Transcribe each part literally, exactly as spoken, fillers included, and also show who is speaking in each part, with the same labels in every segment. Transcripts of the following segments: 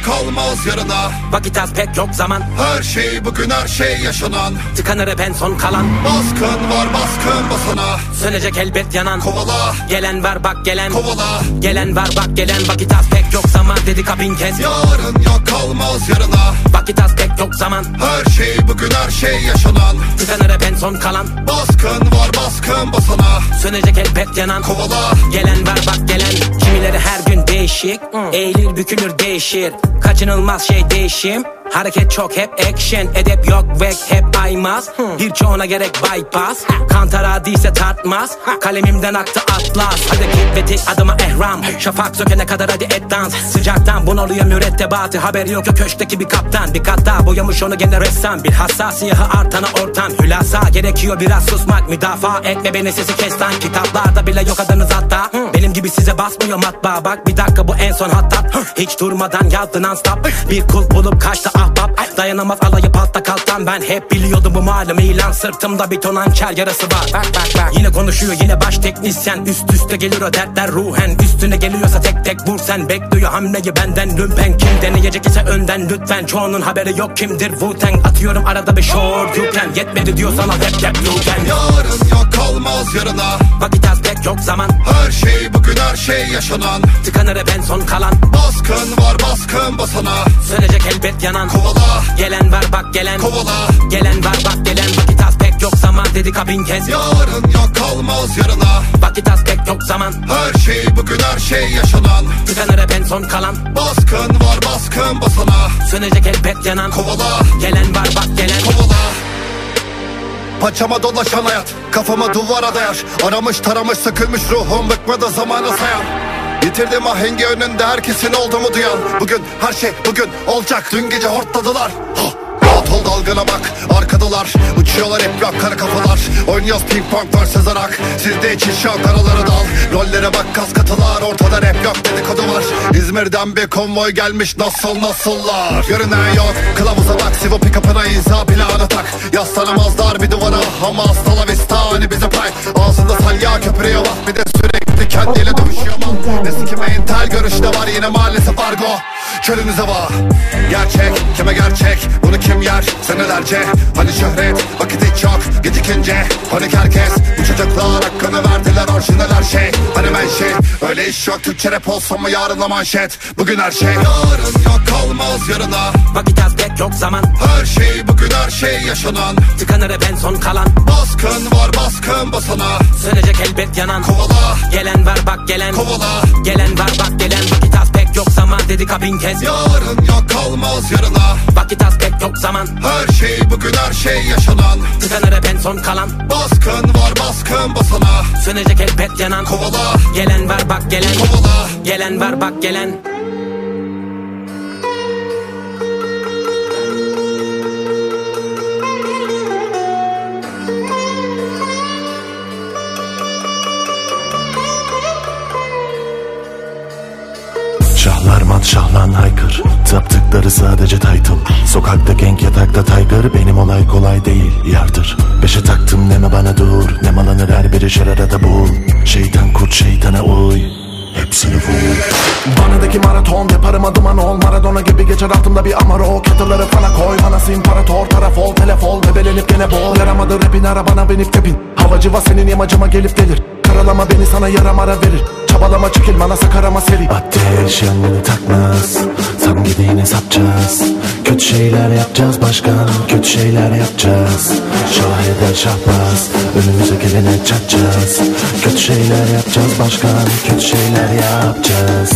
Speaker 1: kalmaz yarına.
Speaker 2: Vakit az pek yok zaman.
Speaker 1: Her şey bugün, her şey yaşanan.
Speaker 2: Tıkanır hep en son kalan.
Speaker 1: Baskın var, baskın basana.
Speaker 2: Sönecek elbet yanan.
Speaker 1: Kovala.
Speaker 2: Gelen var bak gelen.
Speaker 1: Kovala.
Speaker 2: Gelen var bak gelen. Vakit az pek yok zaman dedik ha bin kez.
Speaker 1: Yarın yok kalmaz yarına.
Speaker 2: Vakit az pek yok zaman.
Speaker 1: Her şey bugün, her şey yaşanan.
Speaker 2: Tıkanır hep en son kalan.
Speaker 1: Baskın var, baskın basana.
Speaker 2: Sönecek elbet yanan.
Speaker 1: Kovala.
Speaker 2: Gelen var bak gelen. Kimileri her gün değişik, eğilir bükülür değişir. Kaçınılmaz şey değişim. Hareket çok hep action. Edep yok ve hep aymaz. Birçoğuna gerek bypass. Kantara değilse tartmaz. Kalemimden aktı atlas. Hadi git ve tek adıma ehram. Şafak sökene kadar hadi et dans. Sıcaktan bunalıyor mürettebatı. Haberi yok ya köşkteki bir kaptan. Bir kat daha boyamış onu gene ressam. Bilhassa siyahı artana ortam. Hülasa gerekiyor biraz susmak. Müdafaa etme beni sesi kes lan. Kitaplarda bile yok adınız hatta. Benim gibi size basmıyor matbaa. Bak bir dakika bu en son hattat. Hiç durmadan yazdı non stop. Bir kul bulup kaçtı ahbap. Dayanamaz alayı patla kalktan. Ben hep biliyordum bu malum ilan. Sırtımda bir ton hançer yarası var. Bak bak bak. Yine konuşuyor yine baş teknisyen. Üst üste gelir o dertler ruhen. Üstüne geliyorsa tek tek vur sen. Bekliyor hamleyi benden lümpen. Kim deneyecek ise önden lütfen. Çoğunun haberi yok kimdir Wu-Tang. Atıyorum arada bir short you can. Yetmedi diyor sana rap rap you can.
Speaker 1: Yarın yok kalmaz yarına.
Speaker 2: Vakit az pek yok zaman.
Speaker 1: Her şey bugün, her şey yaşanan.
Speaker 2: Tıkanır hep en son kalan.
Speaker 1: Baskın var, baskın basana.
Speaker 2: Sönecek elbet yanan.
Speaker 1: Kovala.
Speaker 2: Gelen var bak gelen.
Speaker 1: Kovala.
Speaker 2: Gelen var bak gelen. Vakit az pek yok zaman dedik ha bin kez.
Speaker 1: Yarın yok kalmaz yarına.
Speaker 2: Vakit az pek yok zaman.
Speaker 1: Her şey bugün, her şey yaşanan.
Speaker 2: Tıkanır hep en son kalan.
Speaker 1: Baskın var, baskın basana.
Speaker 2: Sönecek elbet yanan.
Speaker 1: Kovala.
Speaker 2: Gelen var bak gelen.
Speaker 1: Kovala. Paçama dolaşan hayat, kafama duvara dayar. Aramış taramış sıkılmış ruhum, bıkmadı zamana sayan. Yitirdim ahengi önünde herkesin olduğumu duyan. Bugün her şey bugün olacak, dün gece hortladılar. Rahat ol dalgana bak, arkadalar. Uçuyorlar hep rap kara kafalar. Oynuyoruz ping pong versus arak. Sizde için şok araları dal. Rollere bak kas katılar, ortada rap yok dedikodu var. İzmir'den bir konvoy gelmiş nasıl nasıllar. Görünen yok, kılavuza bak. Sivo pick-up'ına izah planı tak. Yaslanamazlar bir duvara ama hasta la vista hani bize pay. Ağzında salya köpürüyor bak, bir de sürekli kendiyle dövüşüyor man. Ne sikime intel görüşte var yine maalesef argo. Çölünüze var gerçek, kime gerçek bunu kim yer senelerce. Hani şöhret vakit hiç yok gecikince. Panik herkes bu çocuklar hakkını verdiler orijinal her şey. Hani menşe öyle iş yok Türkçe rap olsa mı yarınla manşet. Bugün her şey yarın yok kalmaz yarına.
Speaker 2: Vakit az pek yok zaman.
Speaker 1: Her şey bugün, her şey yaşanan.
Speaker 2: Tıkanır hep en son kalan.
Speaker 1: Baskın var, baskın basana.
Speaker 2: Sönecek elbet yanan.
Speaker 1: Kovala.
Speaker 2: Gelen var bak gelen.
Speaker 1: Kovala.
Speaker 2: Gelen var bak gelen. Vakit az pek yok zaman dedik ha bin kez.
Speaker 1: Yarın yok kalmaz yarına.
Speaker 2: Vakit az pek yok zaman.
Speaker 1: Her şey bugün, her şey yaşanan.
Speaker 2: Tıkanır hep en son kalan.
Speaker 1: Baskın var, baskın basana.
Speaker 2: Sönecek elbet yanan.
Speaker 1: Kovala.
Speaker 2: Gelen var bak gelen.
Speaker 1: Kovala.
Speaker 2: Gelen var bak gelen.
Speaker 3: Şahlarman şahlan haykır. Taptıkları sadece title. Sokakta genk yatakta tiger. Benim olay kolay değil yardır. Beşe taktım deme bana dur. Ne malanır her biri şararada bul. Şeytan kurt şeytana uy. Hepsini vur. Vana'daki maraton yaparım duman ol. Maradona gibi geçer altımda bir amaro. Katıları fana koy manası imparator. Taraf ol telef ol bebelenip gene bol. Yaramadı rapin arabana binip tepin. Havacı va senin yamacıma gelip delir. Karalama beni sana yaram ara verir. Çabalama çekil bana sakarama seri. Ateş yangını takmaz. Tam gibi yine sapacağız. Kötü şeyler yapacağız başkan. Kötü şeyler yapacağız. Şaheder şahbaz. Önümüze gelene çatacağız. Kötü şeyler yapacağız başkan. Kötü şeyler yapacağız.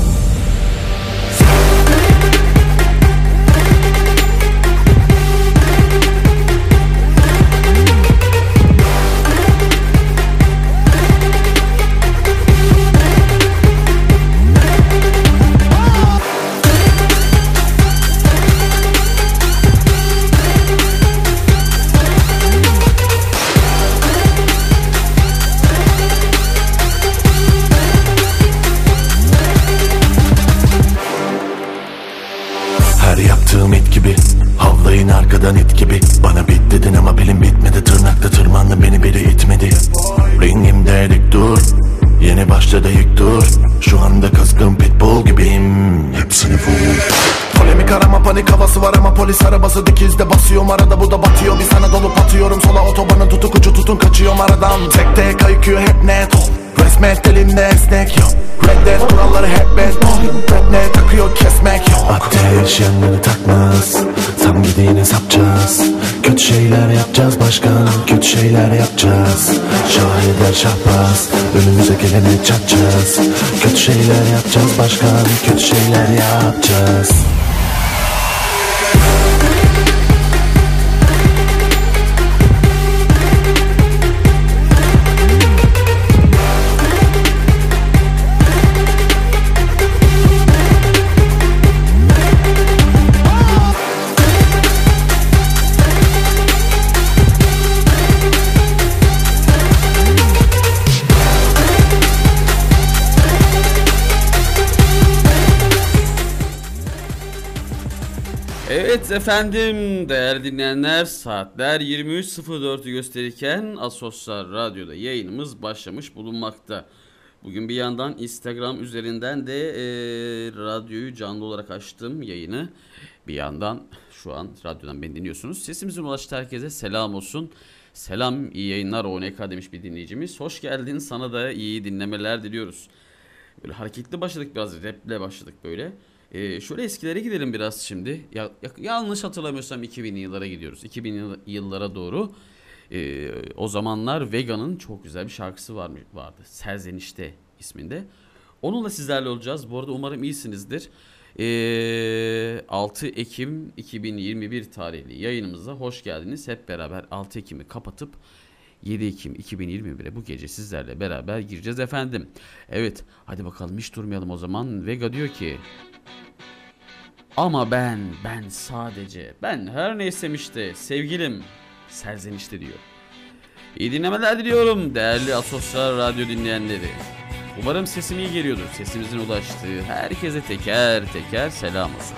Speaker 3: Her yaptığım it gibi. Havlayın arkadan it gibi. Bana bit dedin ama belim bitmedi. Tırnakta tırmandım beni biri itmedi. Ringimde dik dur. Yeni başladı ilk dur. Şu anda kızgın pitbull gibiyim. Hepsini vur. Polemik arama, panik havası var ama polis arabası dikizde basıyorum arada, bu da batıyor. Bir sana dolup atıyorum sola, otobanın tutuk ucu tutun kaçıyorum aradan. Tek tek ayıkıyor hep net. Resmet elimde esnek yok. Reddet kuralları hep bad boy. Rap ne takıyor kesmek yok. Ateş yanları takmaz. Tam gidiğini sapacağız. Kötü şeyler yapacağız başkan. Kötü şeyler yapacağız. Şahitler şahbaz. Önümüze gelene çatacağız. Kötü şeyler yapacağız başkan. Kötü şeyler yapacağız.
Speaker 4: Evet efendim, değerli dinleyenler, saatler yirmi üç sıfır dört'ü gösterirken Asosyal Radyo'da yayınımız başlamış bulunmakta. Bugün bir yandan Instagram üzerinden de e, radyoyu canlı olarak açtım, yayını. Bir yandan şu an radyodan beni dinliyorsunuz. Sesimizin ulaştığı herkese selam olsun. Selam, iyi yayınlar O N K demiş bir dinleyicimiz. Hoş geldin, sana da iyi dinlemeler diliyoruz. Böyle hareketli başladık, biraz raple başladık böyle. Ee, şöyle eskilere gidelim biraz şimdi. Ya, ya, yanlış hatırlamıyorsam iki binli yıllara gidiyoruz. iki binli yıllara doğru. Ee, o zamanlar Vega'nın çok güzel bir şarkısı var, vardı. Serzenişte isminde. Onunla sizlerle olacağız. Bu arada umarım iyisinizdir. Ee, altı Ekim iki bin yirmi bir tarihli yayınımıza hoş geldiniz. Hep beraber altı Ekim'i kapatıp yedi Ekim iki bin yirmi bir'e bu gece sizlerle beraber gireceğiz efendim. Evet, hadi bakalım hiç durmayalım o zaman. Vega diyor ki: ama ben, ben sadece, ben her neysem işte, sevgilim serzenişte diyor. İyi dinlemeler diliyorum değerli Asosyal Radyo dinleyenleri. Umarım sesim iyi geliyordur. Sesimizin ulaştığı herkese teker teker selam olsun.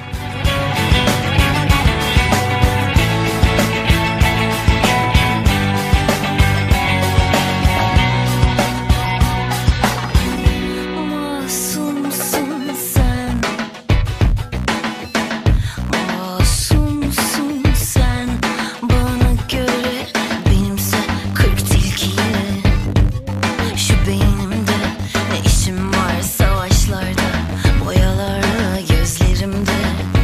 Speaker 5: Savaşlarda boyalarla gözlerimde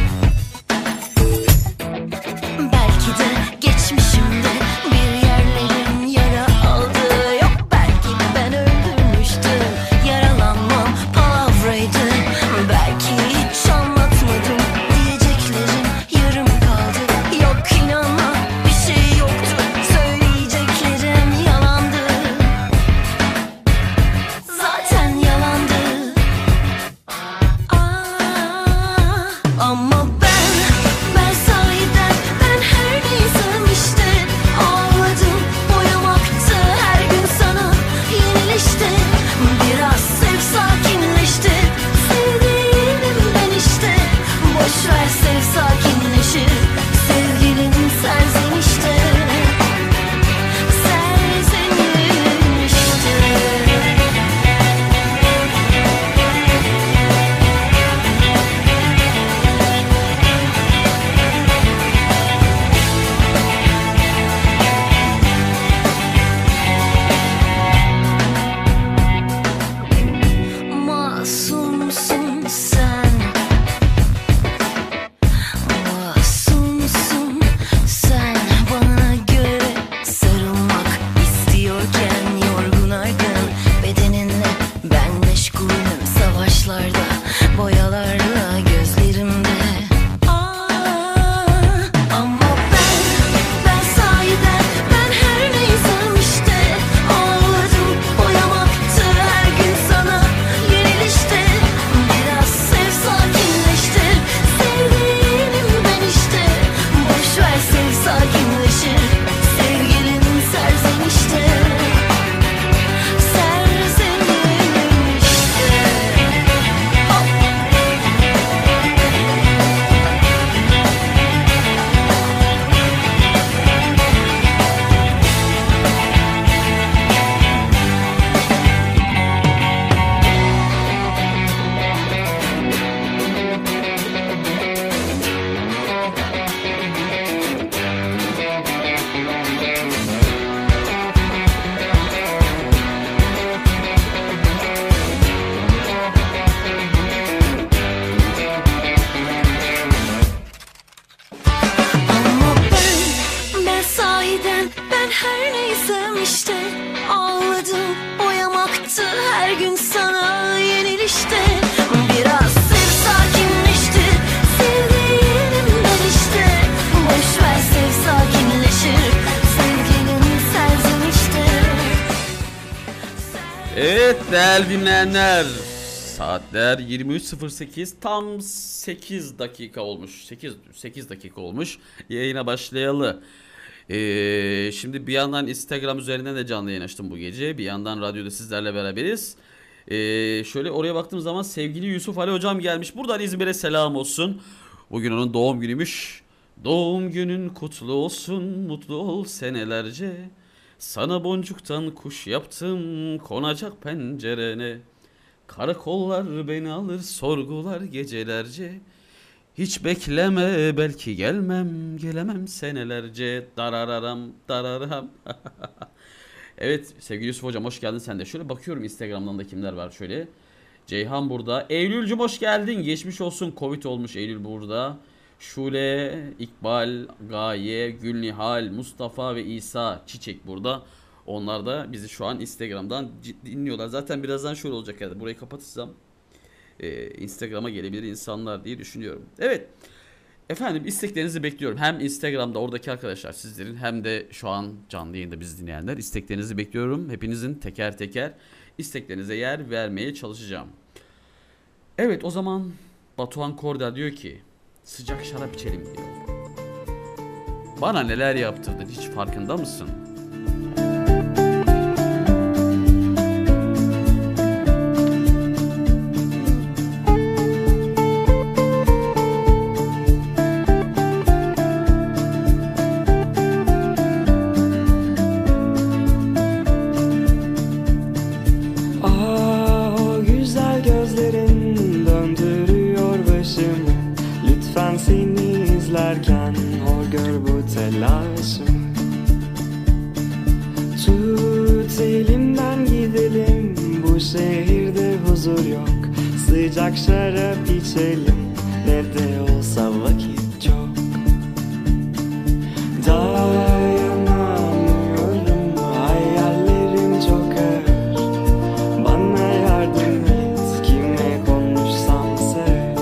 Speaker 5: Eskiden ben her neysem işte ağladım, boyamaktı her gün sana yenilişte. Biraz sev sakinleştir, sevdiğim ben işte. Boşver sev sakinleşir, sevginin serzenişte.
Speaker 4: Evet değerli dinleyenler, saatler yirmi üç sıfır sekiz, tam sekiz dakika olmuş. sekiz, sekiz dakika olmuş. Yayına başlayalı. Ee, şimdi bir yandan Instagram üzerinden de canlı yayın açtım bu gece. Bir yandan radyoda sizlerle beraberiz. Ee, şöyle oraya baktığım zaman sevgili Yusuf Ali hocam gelmiş. Buradan İzmir'e selam olsun. Bugün onun doğum günüymüş. Doğum günün kutlu olsun, mutlu ol senelerce. Sana boncuktan kuş yaptım, konacak pencerene. Karakollar beni alır, sorgular gecelerce. Hiç bekleme, belki gelmem, gelemem senelerce. Darararam, dararam. Evet sevgili Yusuf hocam, hoş geldin sen de. Şöyle bakıyorum Instagram'dan da kimler var şöyle. Ceyhan burada. Eylülcüm hoş geldin. Geçmiş olsun, Covid olmuş Eylül burada. Şule, İkbal, Gaye, Gülnihal, Mustafa ve İsa Çiçek burada. Onlar da bizi şu an Instagram'dan dinliyorlar. Zaten birazdan şöyle olacak yani. Burayı kapatırsam e, Instagram'a gelebilir insanlar diye düşünüyorum. Evet. Efendim isteklerinizi bekliyorum. Hem Instagram'da oradaki arkadaşlar sizlerin, hem de şu an canlı yayında bizi dinleyenler, isteklerinizi bekliyorum. Hepinizin teker teker isteklerinize yer vermeye çalışacağım. Evet, o zaman Batuhan Korda diyor ki sıcak şarap içelim diyor. Bana neler yaptırdın, hiç farkında mısın?
Speaker 6: Tut elimden gidelim, bu şehirde huzur yok. Sıcak şarap içelim, ne de olsa vakit çok. Dayanamıyorum, hayallerim çok ağır. Bana yardım et, kime konuşsam sev.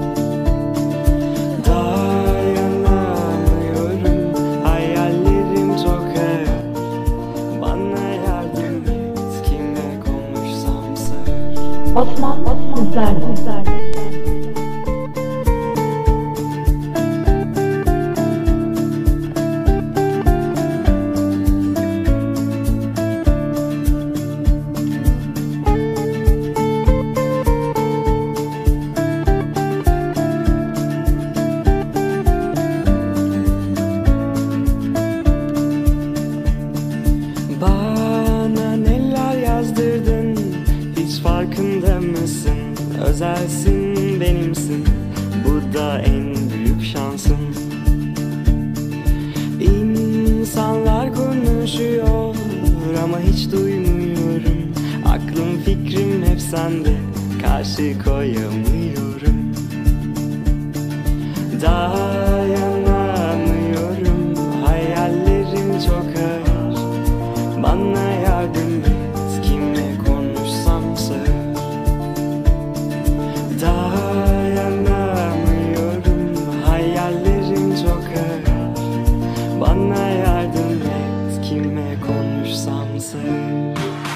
Speaker 6: Dayanamıyorum, hayallerim çok ağır. Bana yardım et, kime konuşsam sev.
Speaker 7: Osman, Osman sizlerle. sizlerle.
Speaker 6: Bana neler yazdırdın, hiç farkında mısın? Özelsin, benimsin, bu da en büyük şansın. İnsanlar konuşuyor ama hiç duymuyorum. Aklım fikrim hep sende, karşı koyamıyorum. Dayanamıyorum, hayallerim çok ağır. Bana yardım et, kime konuşsam söz. Dayanamıyorum, hayallerim çok ağır. Bana yardım et, kime konuşsam söz.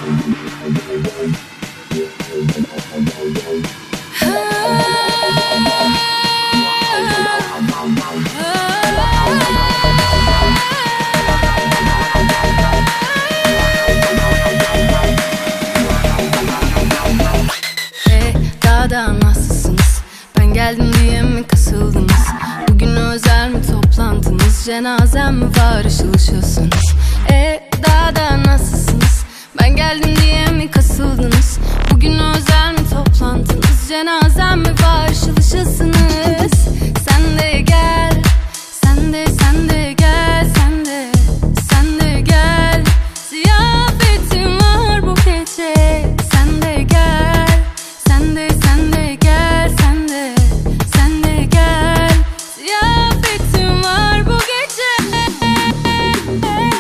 Speaker 5: Daha nasılsınız? Ben geldim diye mi kasıldınız? Bugün özel mi toplantınız? Cenazem mi var, ışıl ışılsınız? E daha da nasılsınız? Ben geldim diye mi kasıldınız? Bugün özel mi toplantınız? Cenazem mi var, ışıl ışılsınız? Sen de gel, sen de sen de gel, sen de sen de gel. Ziyafetim var bu gece. Sen de gel, sen de sen de gel, sen de sen de gel. Ziyafetim var bu gece.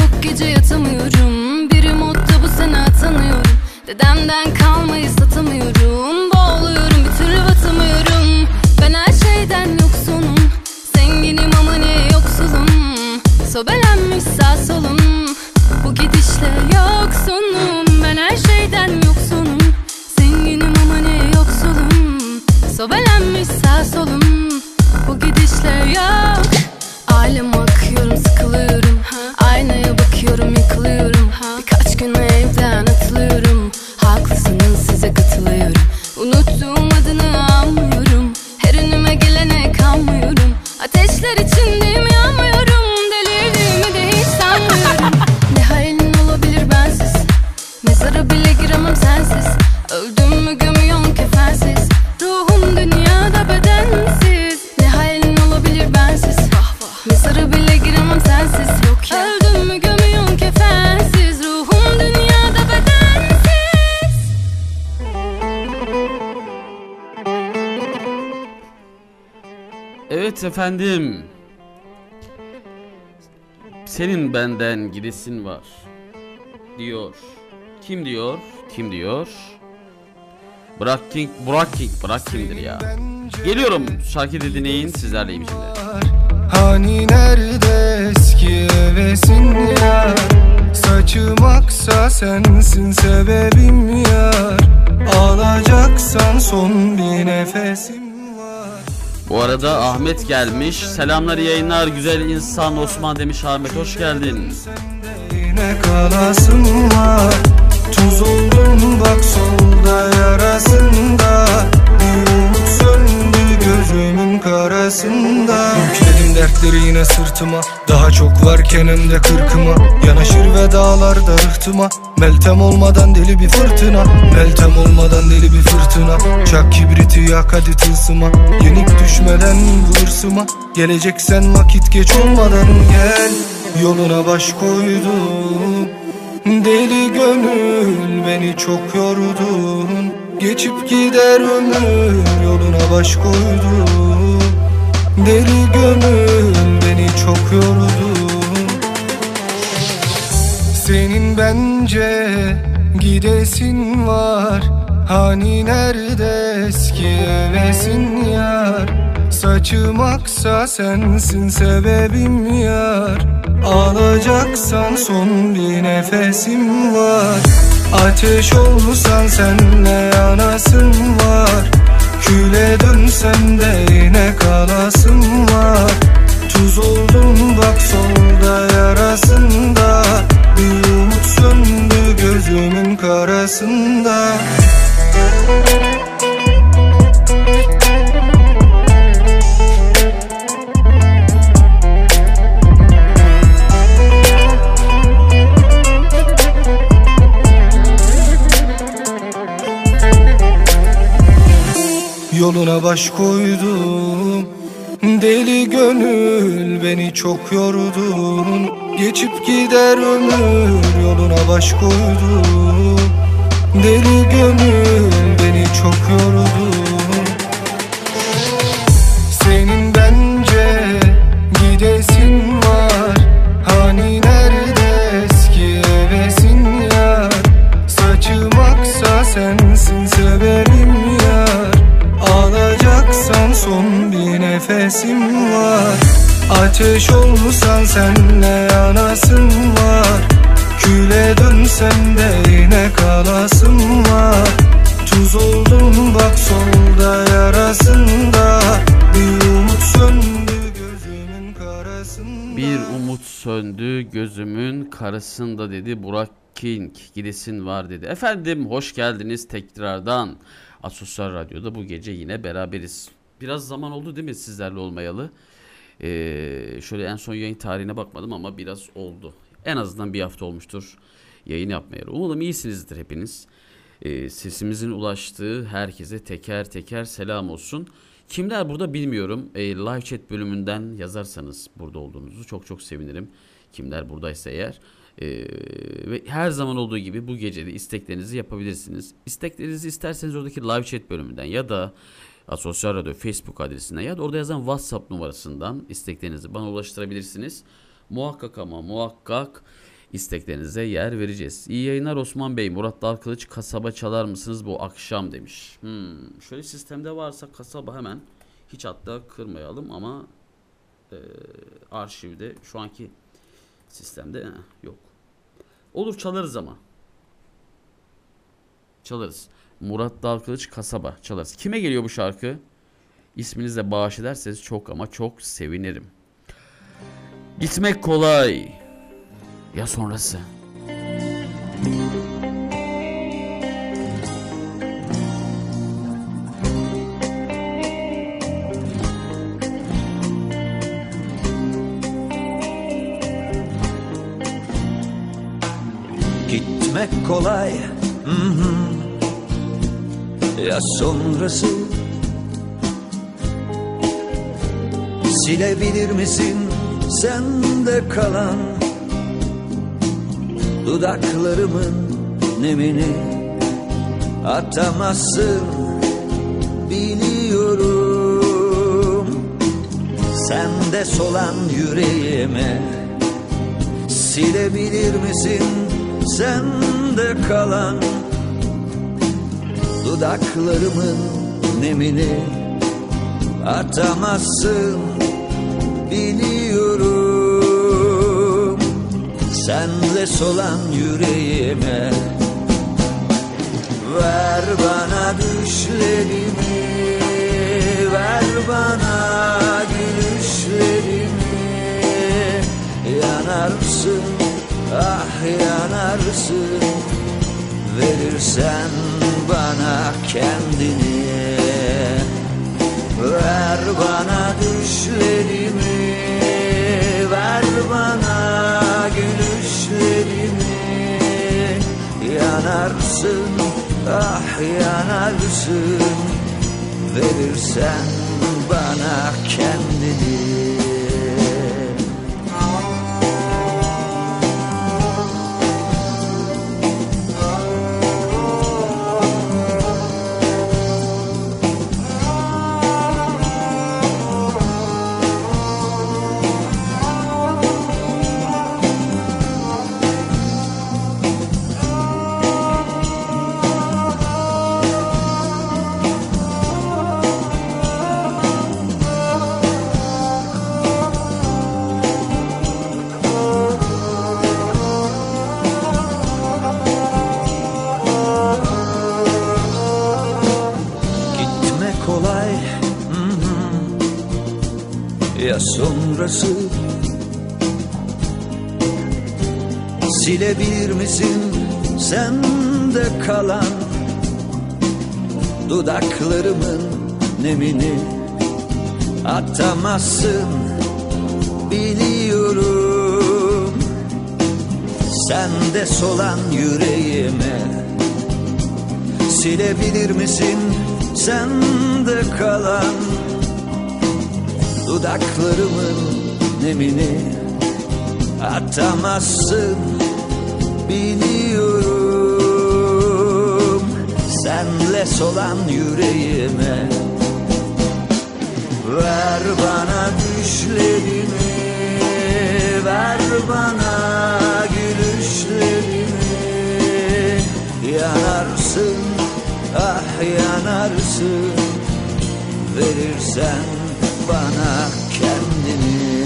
Speaker 5: yok gece yatamıyorum. Bir modda bu sene atanıyorum. Dedemden kalmayı satamıyorum. Boğuluyorum bir türlü batamıyorum. Ben her şeyden yoksunum. Zenginim ama ne yoksulum. Sobelenmiş sağ solum. Bu gidişle yoksunum. Ben her şeyden yoksunum. Zenginim ama ne yoksulum. Sobelenmiş sağ solum. Bu gidişle yok. Aileme bakıyorum sıkılıyorum. Aynaya bakıyorum yıkılıyorum. Birkaç gün evden atılıyorum. Haklısınız size katılıyorum. Unuttuğum adını anmıyorum. Her önüme gelene kanmıyorum. Ateşler içindeyim yanmıyorum. Delirdiğimi de hiç sanmıyorum. Ne hayalin olabilir bensiz. Mezara bile giremem sensiz. Öldüm mü gömüyorum kefensiz. Ruhum dünyada bedensiz. Ne hayalin olabilir bensiz. Mezara bile giremem sensiz. Yok ya. Öldüm mü gömüyorum kefensiz. Ruhum dünyada bedensiz.
Speaker 4: Evet efendim. Senin benden gidesin var diyor. Kim diyor? Kim diyor? Burak King, Burak King, Burak kimdir ya? Geliyorum, şarkı dinleyin, sizlerleyim şimdi.
Speaker 8: Hani nerede eski hevesin ya? Saçım aksa sensin sebebim yar. Alacaksan son bir nefesim.
Speaker 4: Bu arada Ahmet gelmiş. Selamlar, yayınlar, güzel insan Osman demiş. Ahmet hoş geldin.
Speaker 8: Yine kalasın var. Tuz oldum bak solda yarasında. Bir umut söndü gözümün karasında. Yükledim dertleri yine sırtıma. Daha çok varken hem de kırkıma. Yanaşır ve dağlarda rıhtıma. Meltem olmadan deli bir fırtına. Meltem olmadan deli bir fırtına. Çak kibriti yak hadi tılsıma. Yenik düşmeden bu hırsıma. Geleceksen vakit geç olmadan gel. Yoluna baş koydum. Deli gönül beni çok yordun. Geçip gider ömür yoluna baş koydum. Deli gönül beni çok yordun. Senin bence gidesin var. Hani nerede eski hevesin yar? Saçım aksa sensin sebebim yar. Alacaksan son bir nefesim var. Ateş olsan senle yanasın var. Küle dönsem de yine kalasın var. Tuz oldum bak solda yarasında. Bir umut söndü gözümün karasında. Yoluna baş koydum. Deli gönül beni çok yordun. Geçip gider ömür yoluna baş koydum. Deli gönül beni çok yordun. Senin bence gidesin var. Hani nerede eski hevesin yar? Saçım aksa sensin sebebim yar. Alacaksan son bir nefesim var. Ateş olsan senle yanasın var. Küle dönsem de yine kalasın var. Tuz oldum bak solda yarasında. Bir umut söndü gözümün karasında.
Speaker 4: Bir umut söndü gözümün karasında dedi Burak King. Gidesin var dedi. Efendim hoş geldiniz tekrardan. Asosyal Radyo'da bu gece yine beraberiz. Biraz zaman oldu değil mi sizlerle olmayalı? Ee, şöyle en son yayın tarihine bakmadım ama biraz oldu. En azından bir hafta olmuştur yayın yapmayalı. Umarım iyisinizdir hepiniz. Ee, sesimizin ulaştığı herkese teker teker selam olsun. Kimler burada bilmiyorum. Ee, live chat bölümünden yazarsanız burada olduğunuzu çok çok sevinirim. Kimler buradaysa eğer. Ee, ve her zaman olduğu gibi bu gece de isteklerinizi yapabilirsiniz. İsteklerinizi isterseniz oradaki live chat bölümünden ya da Asosyal Radyo Facebook adresinden ya da orada yazan WhatsApp numarasından isteklerinizi bana ulaştırabilirsiniz. Muhakkak ama muhakkak isteklerinize yer vereceğiz. İyi yayınlar Osman Bey. Murat Dalkılıç, kasaba çalar mısınız bu akşam demiş. Hmm, şöyle sistemde varsa kasaba hemen hiç hatta kırmayalım ama e, arşivde şu anki sistemde he, yok. Olur, çalarız ama. Çalarız. Murat Dalkılıç, kasaba çalarız. Kime geliyor bu şarkı? İsminizle bağış ederseniz çok ama çok sevinirim. Gitmek kolay. Ya sonrası?
Speaker 9: Gitmek kolay, hı-hı. Ya sonrası? Silebilir misin sende kalan dudaklarımın nemini? Atamazsın biliyorum, sende solan yüreğime. Silebilir misin sende kalan dudaklarımın nemini? Atamazsın biliyorum, senle solan yüreğime. Ver bana düşlerimi, ver bana gülüşlerimi. Yanarsın, ah yanarsın, verirsen bana kendini. Ver bana düşlerimi, ver bana gülüşlerimi. Yanarsın, ah yanarsın, verirsen bana kendini. Ya sonrası? Silebilir misin sende kalan dudaklarımın nemini? Atamazsın biliyorum, sende solan yüreğime. Silebilir misin sende kalan dudaklarımın nemini? Atamazsın biliyorum, senle solan yüreğime. Ver bana düşlerimi, ver bana gülüşlerimi. Yanarsın, ah yanarsın, verirsen bana kendini.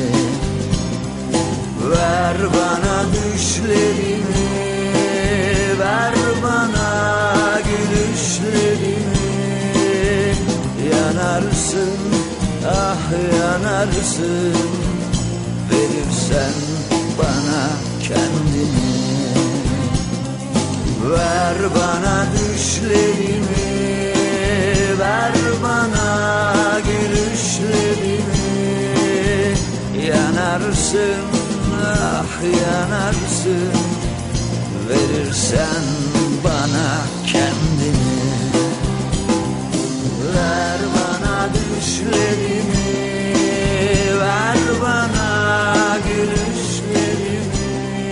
Speaker 9: Ver bana düşlerimi, ver bana gülüşlerimi. Yanarsın, ah yanarsın, verirsen bana kendini. Ver bana düşlerimi, ver bana gülüşlerimi. Yanarsın, ah yanarsın, verirsen bana kendini. Ver bana düşlerimi, ver bana gülüşlerimi.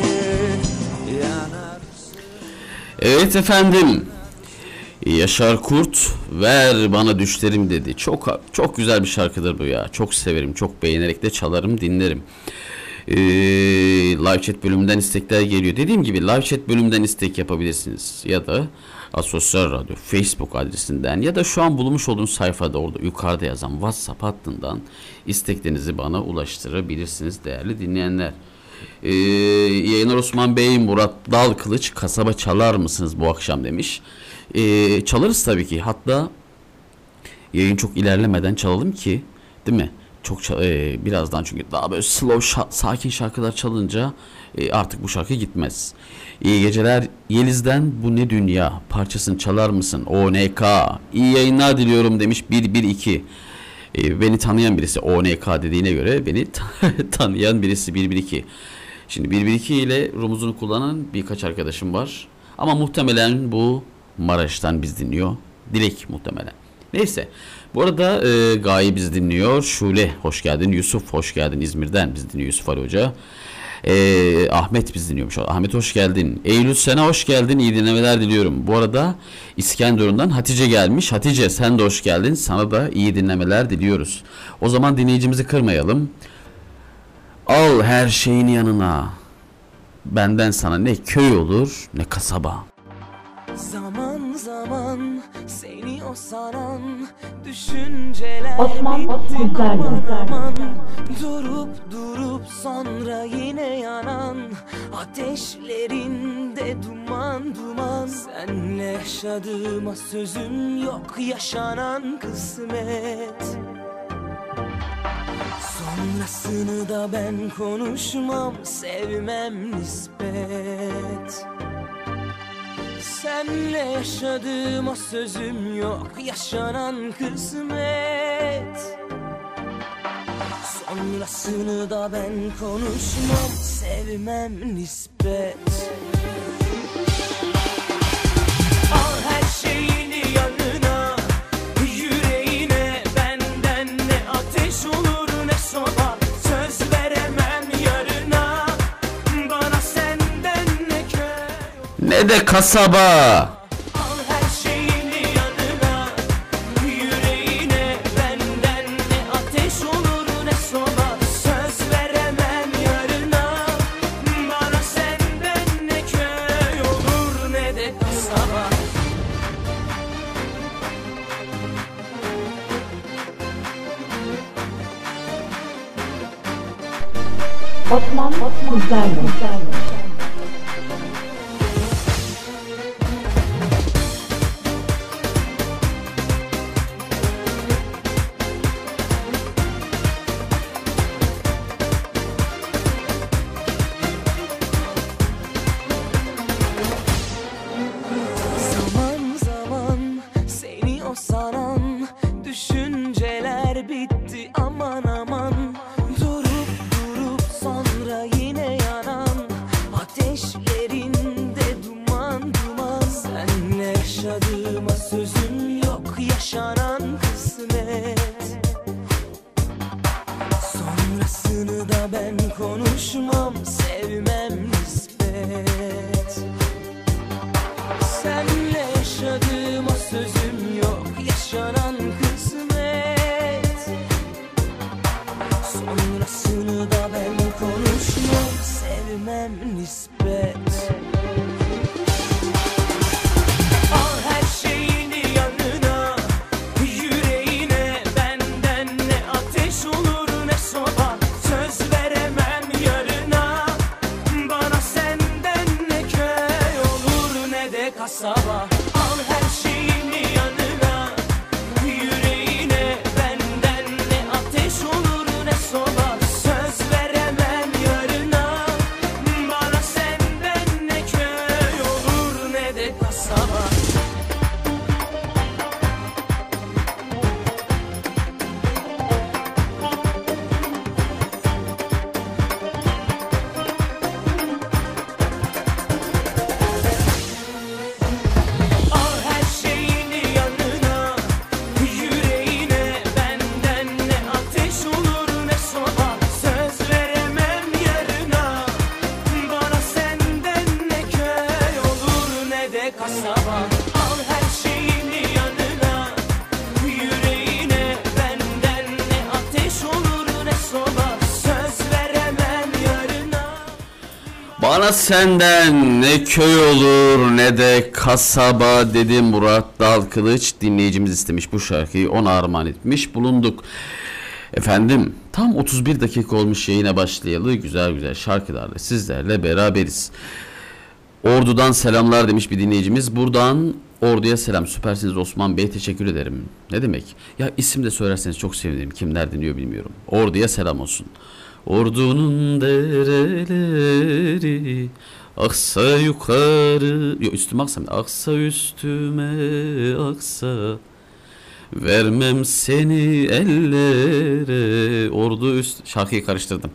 Speaker 9: Yanarsın.
Speaker 4: Evet efendim. Yaşar Kurt ver bana düşlerim dedi. Çok çok güzel bir şarkıdır bu ya. Çok severim, çok beğenerek de çalarım, dinlerim. Ee, live chat bölümünden istekler geliyor. Dediğim gibi live chat bölümünden istek yapabilirsiniz. Ya da Asosyal Radyo Facebook adresinden ya da şu an bulunmuş olduğunuz sayfada orada yukarıda yazan WhatsApp hattından isteklerinizi bana ulaştırabilirsiniz değerli dinleyenler. Ee, yayınlar Osman Bey, Murat Dalkılıç, kasaba çalar mısınız bu akşam demiş. Ee, çalarız tabii ki. Hatta yayın çok ilerlemeden çalalım ki, değil mi? Çok e, birazdan, çünkü daha böyle slow şa- sakin şarkılar çalınca e, artık bu şarkı gitmez. İyi geceler Yeliz'den Bu Ne Dünya parçasını çalar mısın? O N K. İyi yayınlar diliyorum demiş bir bir iki. E, beni tanıyan birisi O N K dediğine göre beni tanıyan birisi bir bir iki. Şimdi bir bir iki ile rumuzunu kullanan birkaç arkadaşım var. Ama muhtemelen bu Maraş'tan biz dinliyor. Dilek muhtemelen. Neyse. Bu arada e, Gaye bizi dinliyor. Şule hoş geldin. Yusuf hoş geldin. İzmir'den bizi dinliyor Yusuf Ali Hoca. E, Ahmet bizi dinliyormuş. Ahmet hoş geldin. Eylül Sena hoş geldin. İyi dinlemeler diliyorum. Bu arada İskenderun'dan Hatice gelmiş. Hatice sen de hoş geldin. Sana da iyi dinlemeler diliyoruz. O zaman dinleyicimizi kırmayalım. Al her şeyin yanına. Benden sana ne köy olur ne kasaba.
Speaker 10: Zaman zaman seni o saran düşünceler
Speaker 7: Osman,
Speaker 10: bitti
Speaker 7: Osman,
Speaker 10: aman
Speaker 7: güzel,
Speaker 10: aman.
Speaker 7: güzel.
Speaker 10: Durup durup sonra yine yanan ateşlerinde duman duman. Senle yaşadığıma sözüm yok, yaşanan kısmet. Sonrasını da ben konuşmam, sevmem nispet. Senle yaşadığıma sözüm yok, yaşanan kısmet. Sonrasını da ben konuşmam, sevmem nispet. Al her şeyini yanına, yüreğine, benden ne ateş olur ne soba. Söz veremem yarına, bana senden ne köy
Speaker 4: Ne de kasaba.
Speaker 7: Osman, Osman, güzel, güzel.
Speaker 10: Zaman zaman seni o saran düşünceler bitti aman aman. Durup durup sonra yine yanan ateşlerinde duman duman. Senle yaşadığıma sözüm yok, yaşanan kısmet. Sonrasını da ben konuşmam, sevmem nispet. Senle yaşadığıma sözüm yok, yaşanan kısmet. Sonrasını da ben konuşmam, sevmem nispet. Al her şeyini yanına, yüreğine, benden ne ateş olur ne soba. Söz veremem yarına, bana senden ne köy olur ne de kasaba. Al her şeyini yanına, yüreğine, benden ne ateş olur ne soba. Söz veremem yarına, bana senden ne köy olur ne de kasaba.
Speaker 4: Bana senden ne köy olur ne de kasaba dedi Murat Dalkılıç. Dinleyicimiz istemiş bu şarkıyı, ona armağan etmiş bulunduk. Efendim tam otuz bir dakika olmuş yayına başlayalı, güzel güzel şarkılarla sizlerle beraberiz. Ordu'dan selamlar demiş bir dinleyicimiz. Buradan Ordu'ya selam, süpersiniz Osman Bey, teşekkür ederim. Ne demek ya, isim de söylerseniz çok sevinirim, kimler dinliyor bilmiyorum. Ordu'ya selam olsun. Ordu'nun dereleri aksa yukarı, yok üstüme aksa, aksa üstüme aksa, vermem seni ellere. Ordu üst, şarkıyı karıştırdım.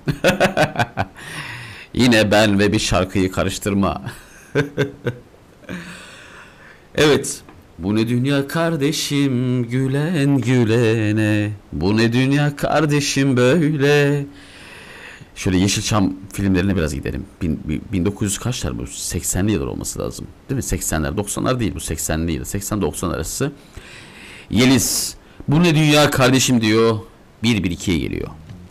Speaker 4: Yine ben ve bir şarkıyı karıştırma. Evet. Bu ne dünya kardeşim gülen gülene, bu ne dünya kardeşim böyle. Şöyle Yeşilçam filmlerine biraz gidelim. Bin, bin dokuz yüz kaçlar bu? seksenli yıllar olması lazım. Değil mi? seksenler, doksanlar değil bu, seksenli yıl. seksen doksan arası. Yeliz, bu ne dünya kardeşim diyor. bir bir ikiye geliyor.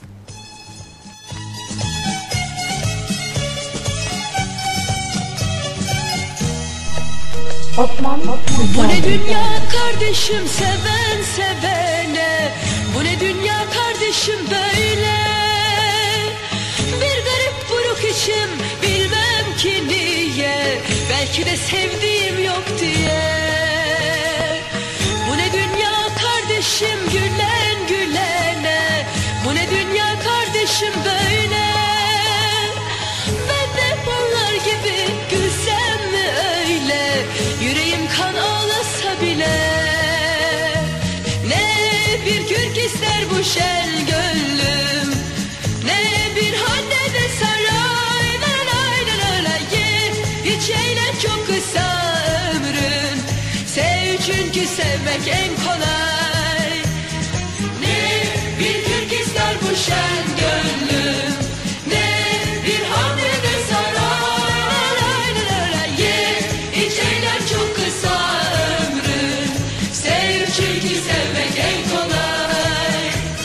Speaker 7: Osman
Speaker 11: Bu ne dünya kardeşim seven sevene, bu ne dünya kardeşim böyle. Bir garip buruk içim bilmem ki niye, belki de sevdiğim yok diye. Bu ne dünya kardeşim gülen gülene, bu ne dünya kardeşim böyle. Ben de onlar gibi gülsem mi öyle, yüreğim kan ağlasa bile. Ne bir kürk ister bu şen gönlüm, ne bir hanne de saray. La la la la la ye, hiç eğlen çok kısa ömrün, sev çünkü sevmek en kolay. Ne bir kürk ister bu şen gönlüm, ne bir hanne de saray. La la la la ye, hiç eğlen çok kısa ömrün, sev çünkü sevmek en kolay.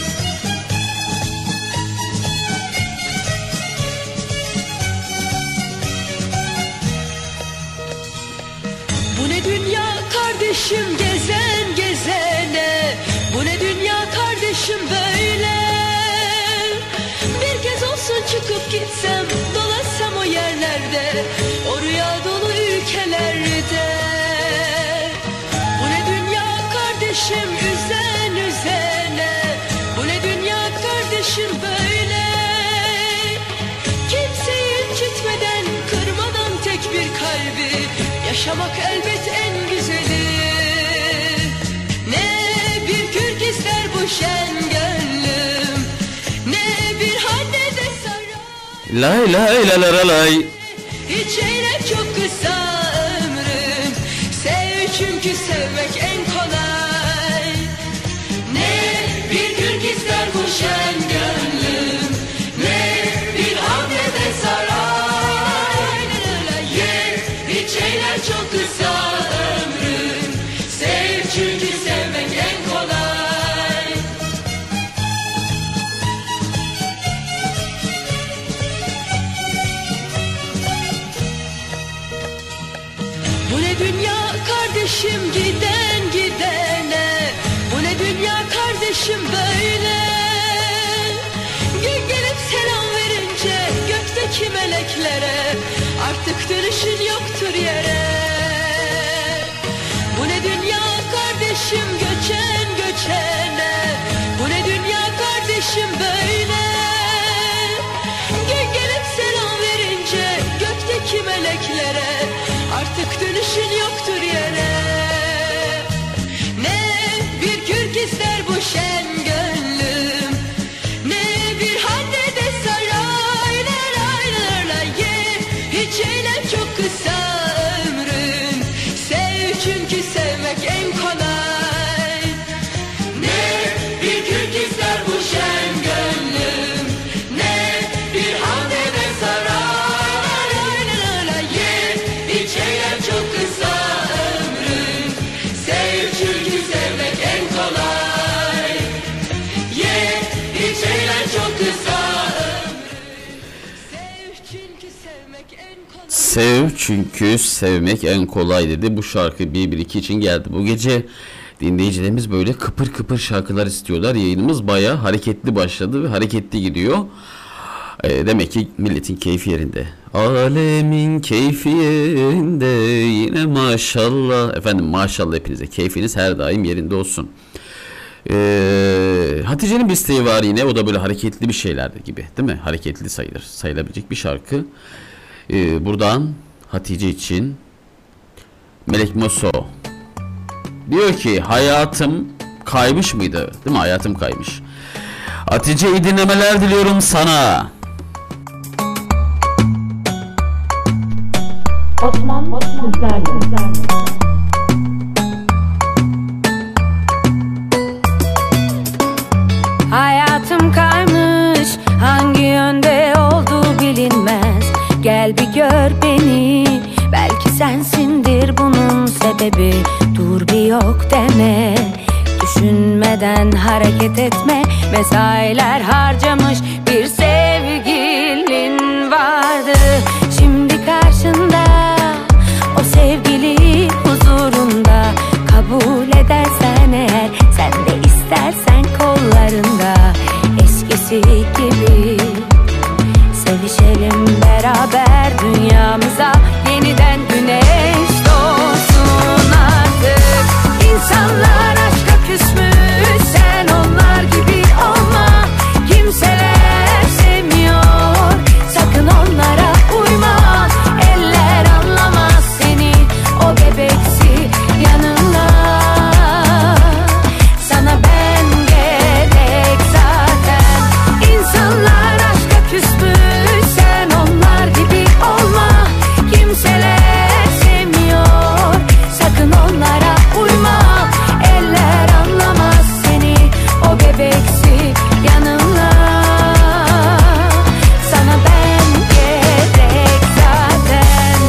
Speaker 11: Bu ne dünya kardeşim gezen gezene, bu ne dünya kardeşim böyle. Bir kez olsun çıkıp gitsem, dolaşsam o yerlerde, o rüya dolu ülkelerde. Bu ne dünya kardeşim üzen üzene, bu ne dünya kardeşim böyle. Kimseyi incitmeden, kırmadan tek bir kalbi, yaşamak elbet en güzeli. Ne bir kürk ister bu şen gönlüm, ne bir hanne de saray.
Speaker 4: Lay lay la la la lay.
Speaker 11: Hiç eğlen çok kısa ömrüm, sev çünkü sevmek en kolay. Ne bir kürk ister bu şen gönlüm, ne bir hanne de saray. Ye, hiç eğlen çok kısa ömrüm, sev çünkü sevmek en kolay. Bu ne dünya kardeşim giden gidene, bu ne dünya kardeşim böyle. Gün gelip selam verince gökteki meleklere, artık dönüşün yoktur yere. Bu ne dünya kardeşim göçen göçene, bu ne dünya kardeşim böyle. Gün gelip selam verince gökteki meleklere, artık dönüşün yoktur yere. Ne bir kürk ister bu şen gönlüm, ne bir hanne de saray. La la la la ye, hiç eğlen çok kısa ömrün, sev çünkü sevmek en kolay. Ne bir kürk ister bu şen gönlüm, ne bir hanne de saray. La la la la ye, hiç eğlen çok kısa
Speaker 4: sev çünkü sevmek en kolay dedi. Bu şarkı bir bir iki için geldi. Bu gece dinleyicilerimiz böyle kıpır kıpır şarkılar istiyorlar. Yayınımız bayağı hareketli başladı ve hareketli gidiyor. E, demek ki milletin keyfi yerinde. Alemin keyfi yerinde yine maşallah. Efendim maşallah hepinize. Keyfiniz her daim yerinde olsun. Ee, Hatice'nin bir isteği var yine. O da böyle hareketli bir şeylerdi gibi, değil mi? Hareketli sayılır. Sayılabilecek bir şarkı. Ee, buradan Hatice için Melek Mosso diyor ki hayatım kaymış mıydı? Değil mi? Hayatım kaymış. Hatice iyi dinlemeler diliyorum sana.
Speaker 7: Osman sizlerle.
Speaker 12: Hayatım kaymış, hangi yönde olduğu bilinmez. Gel bir gör beni, belki sensindir bunun sebebi. Dur bir yok deme, düşünmeden hareket etme. Mesailer harcamış bir sevgilin vardı. Şimdi karşında o sevgili huzurunda. Kabul edersen eğer, sen de istersen kollarında. Eskisi gibi sevişelim beraber, dünyamıza yeniden güneş doğsun artık. İnsanlar aşka küsmüş, sen onlar gibi olma. Kimseler sevmiyor, sakın onlara uyma. Eller anlamaz seni, o bebeksi yanında. Sana ben gerek zaten. İnsanlar aşka küsmüş, sen onlar gibi olma. Kimseler sevmiyor, sakın onlara uyma. Eller anlamaz seni, o bebeksi yanında. Sana ben gerek zaten.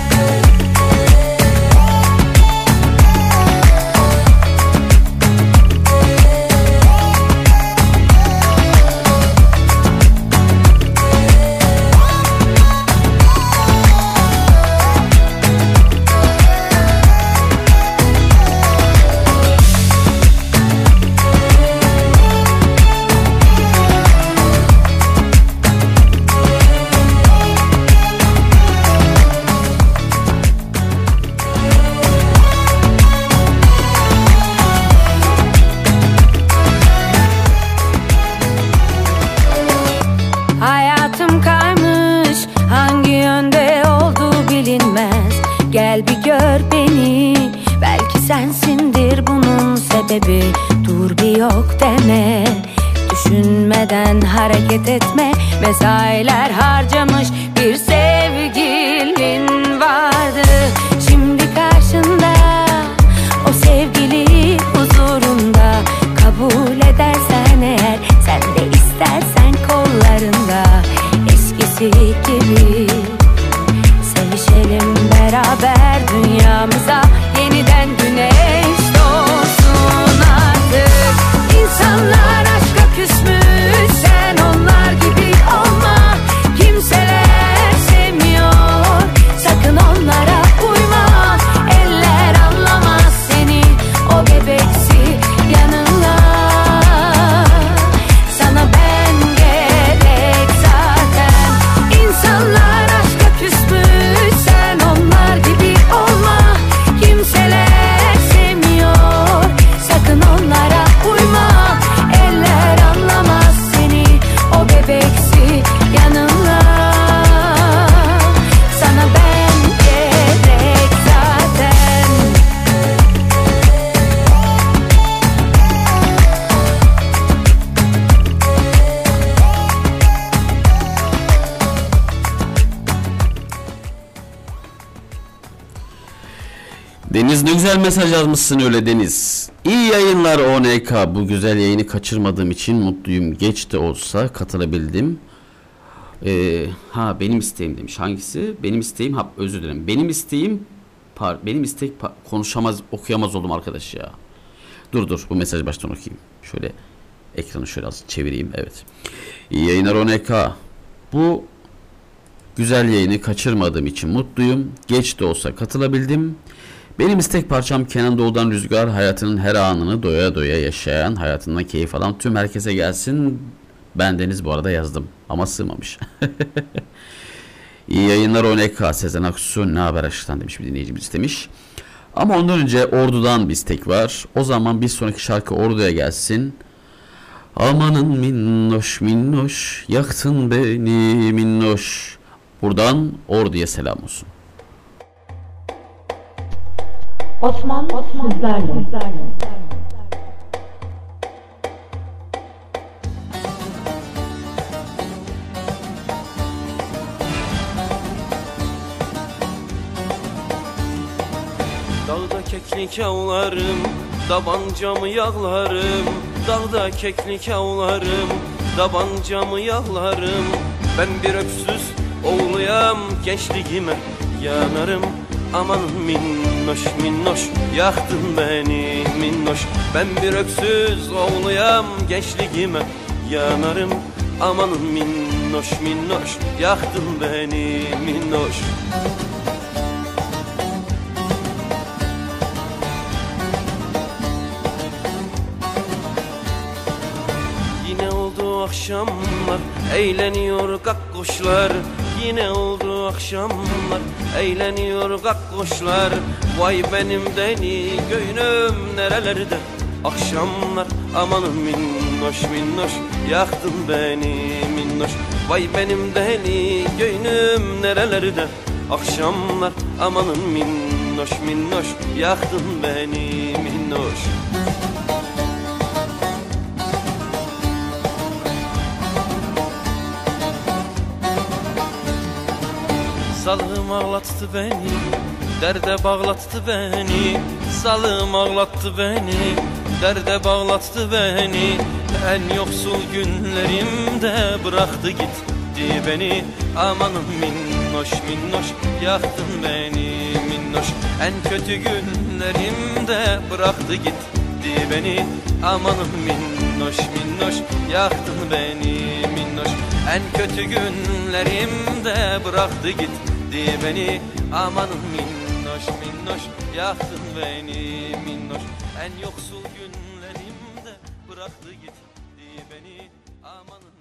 Speaker 12: Hayatım kaymış, hangi yönde olduğu bilinmez. Gel bir gör beni, belki sensindir bunun sebebi. Dur bir yok deme, düşünmeden hareket etme. Mesailer harcamış bir sevgilin vardı. Şimdi karşında o sevgili huzurunda. Kabul edersen eğer, sen de istersen kollarında. Eskisi gibi sevişelim beraber, dünyamıza yeniden güneş doğsun artık. İnsanlar aşka küsmüş, sen onlar gibi olma. Kimseler sevmiyor, sakın onlara uyma. Eller anlamaz seni, o bebeksi yanında. Sana ben gerek zaten. İnsanlar aşka küsmüş, sen onlar gibi olma. Kimseler sevmiyor, sakın onlara uyma. Eller anlamaz seni, o bebeksi yanında. Sana ben gerek zaten.
Speaker 4: Deniz ne güzel mesaj yazmışsın öyle Deniz. İyi yayınlar O N K. Bu güzel yayını kaçırmadığım için mutluyum. Geç de olsa katılabildim. Ee, ha benim isteğim demiş. Hangisi? Benim isteğim. Ha özür dilerim. Benim isteğim par benim istek par konuşamaz, okuyamaz oldum arkadaş ya. Dur dur bu mesajı baştan okuyayım. Şöyle ekranı şöyle az çevireyim. Evet. İyi yayınlar O N K. Bu Güzel yayını kaçırmadığım için mutluyum. Geç de olsa katılabildim. Benim istek parçam Kenan Doğulu'dan Rüzgar. Hayatının her anını doya doya yaşayan, hayatından keyif alan tüm herkese gelsin. Bendeniz bu arada yazdım ama sığmamış. İyi yayınlar O N K. Sezen Aksu ne haber aşktan demiş bir dinleyicimiz istemiş. Ama ondan önce Ordu'dan bir istek var. O zaman bir sonraki şarkı Ordu'ya gelsin. Amanın minnoş minnoş, yaktın beni minnoş. Buradan Ordu'ya selam olsun.
Speaker 7: Osman, Osman sizlerle.
Speaker 10: Dağda keklik avlarım, tabancamı yağlarım. Dağda keklik avlarım, tabancamı yağlarım. Ben bir öksüz oğluyam, gençliğime yanarım. Aman minnoş minnoş, yaktın beni minnoş. Ben bir öksüz oğluyam, gençliğime yanarım. Aman minnoş minnoş, yaktın beni minnoş. Yine oldu akşamlar, eğleniyor kakkuşlar. Yine oldu akşamlar, eğleniyor kakkuşlar. Vay benim deli göynüm nerelerde akşamlar. Amanın minnoş minnoş, yaktın beni minnoş. Vay benim deli göynüm nerelerde akşamlar. Amanın minnoş minnoş, yaktın beni minnoş. Salım ağlattı beni, derde bağlattı beni. Salım ağlattı beni, derde bağlattı beni. En yoksul günlerimde bıraktı gitti beni. Amanın minnoş minnoş, yaktın beni minnoş. En kötü günlerimde bıraktı gitti beni. Amanın minnoş minnoş, yaktın beni minnoş. En kötü günlerimde bıraktı gitti beni. Amanın minnoş minnoş, yaktın beni minnoş. En yoksul günlerimde bıraktı gitti beni. Amanın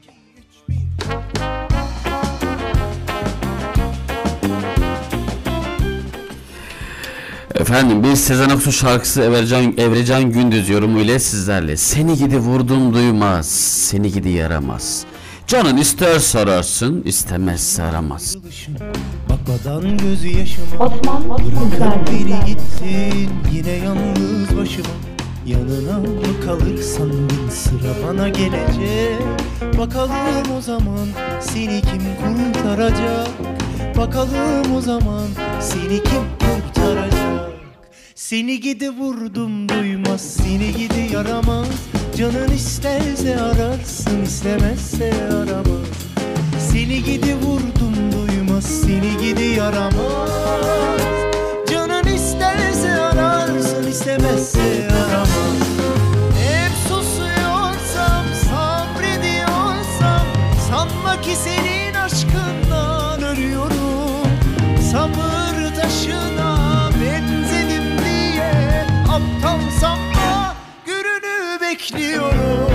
Speaker 4: Efendim bir Sezen Aksu şarkısı Evrecan, Evrecan Gündüz yorumu ile sizlerle. Seni gidi vurdum duymaz, seni gidi yaramaz. Canın ister sararsın, istemezse aramaz.
Speaker 13: Bakmadan gözü yaşıma,
Speaker 7: Osman,
Speaker 13: bırakıp beni gittin yine yalnız başıma. Yanına mı kalır sandın, sıra bana gelecek. Bakalım o zaman seni kim kurtaracak? Bakalım o zaman seni kim kurtaracak? Seni gidi vurdum duymaz, seni gidi yaramaz. Canın isterse ararsın, istemezse aramaz. Seni gidi vurdum duymaz, seni gidi yaramaz. Canın isterse ararsın, istemezse aramaz. Hep susuyorsam, sabrediyorsam, sanma ki senin aşkından ölüyorum. Sabır taşına benzedim diye aptal sanma, gününü bekliyorum.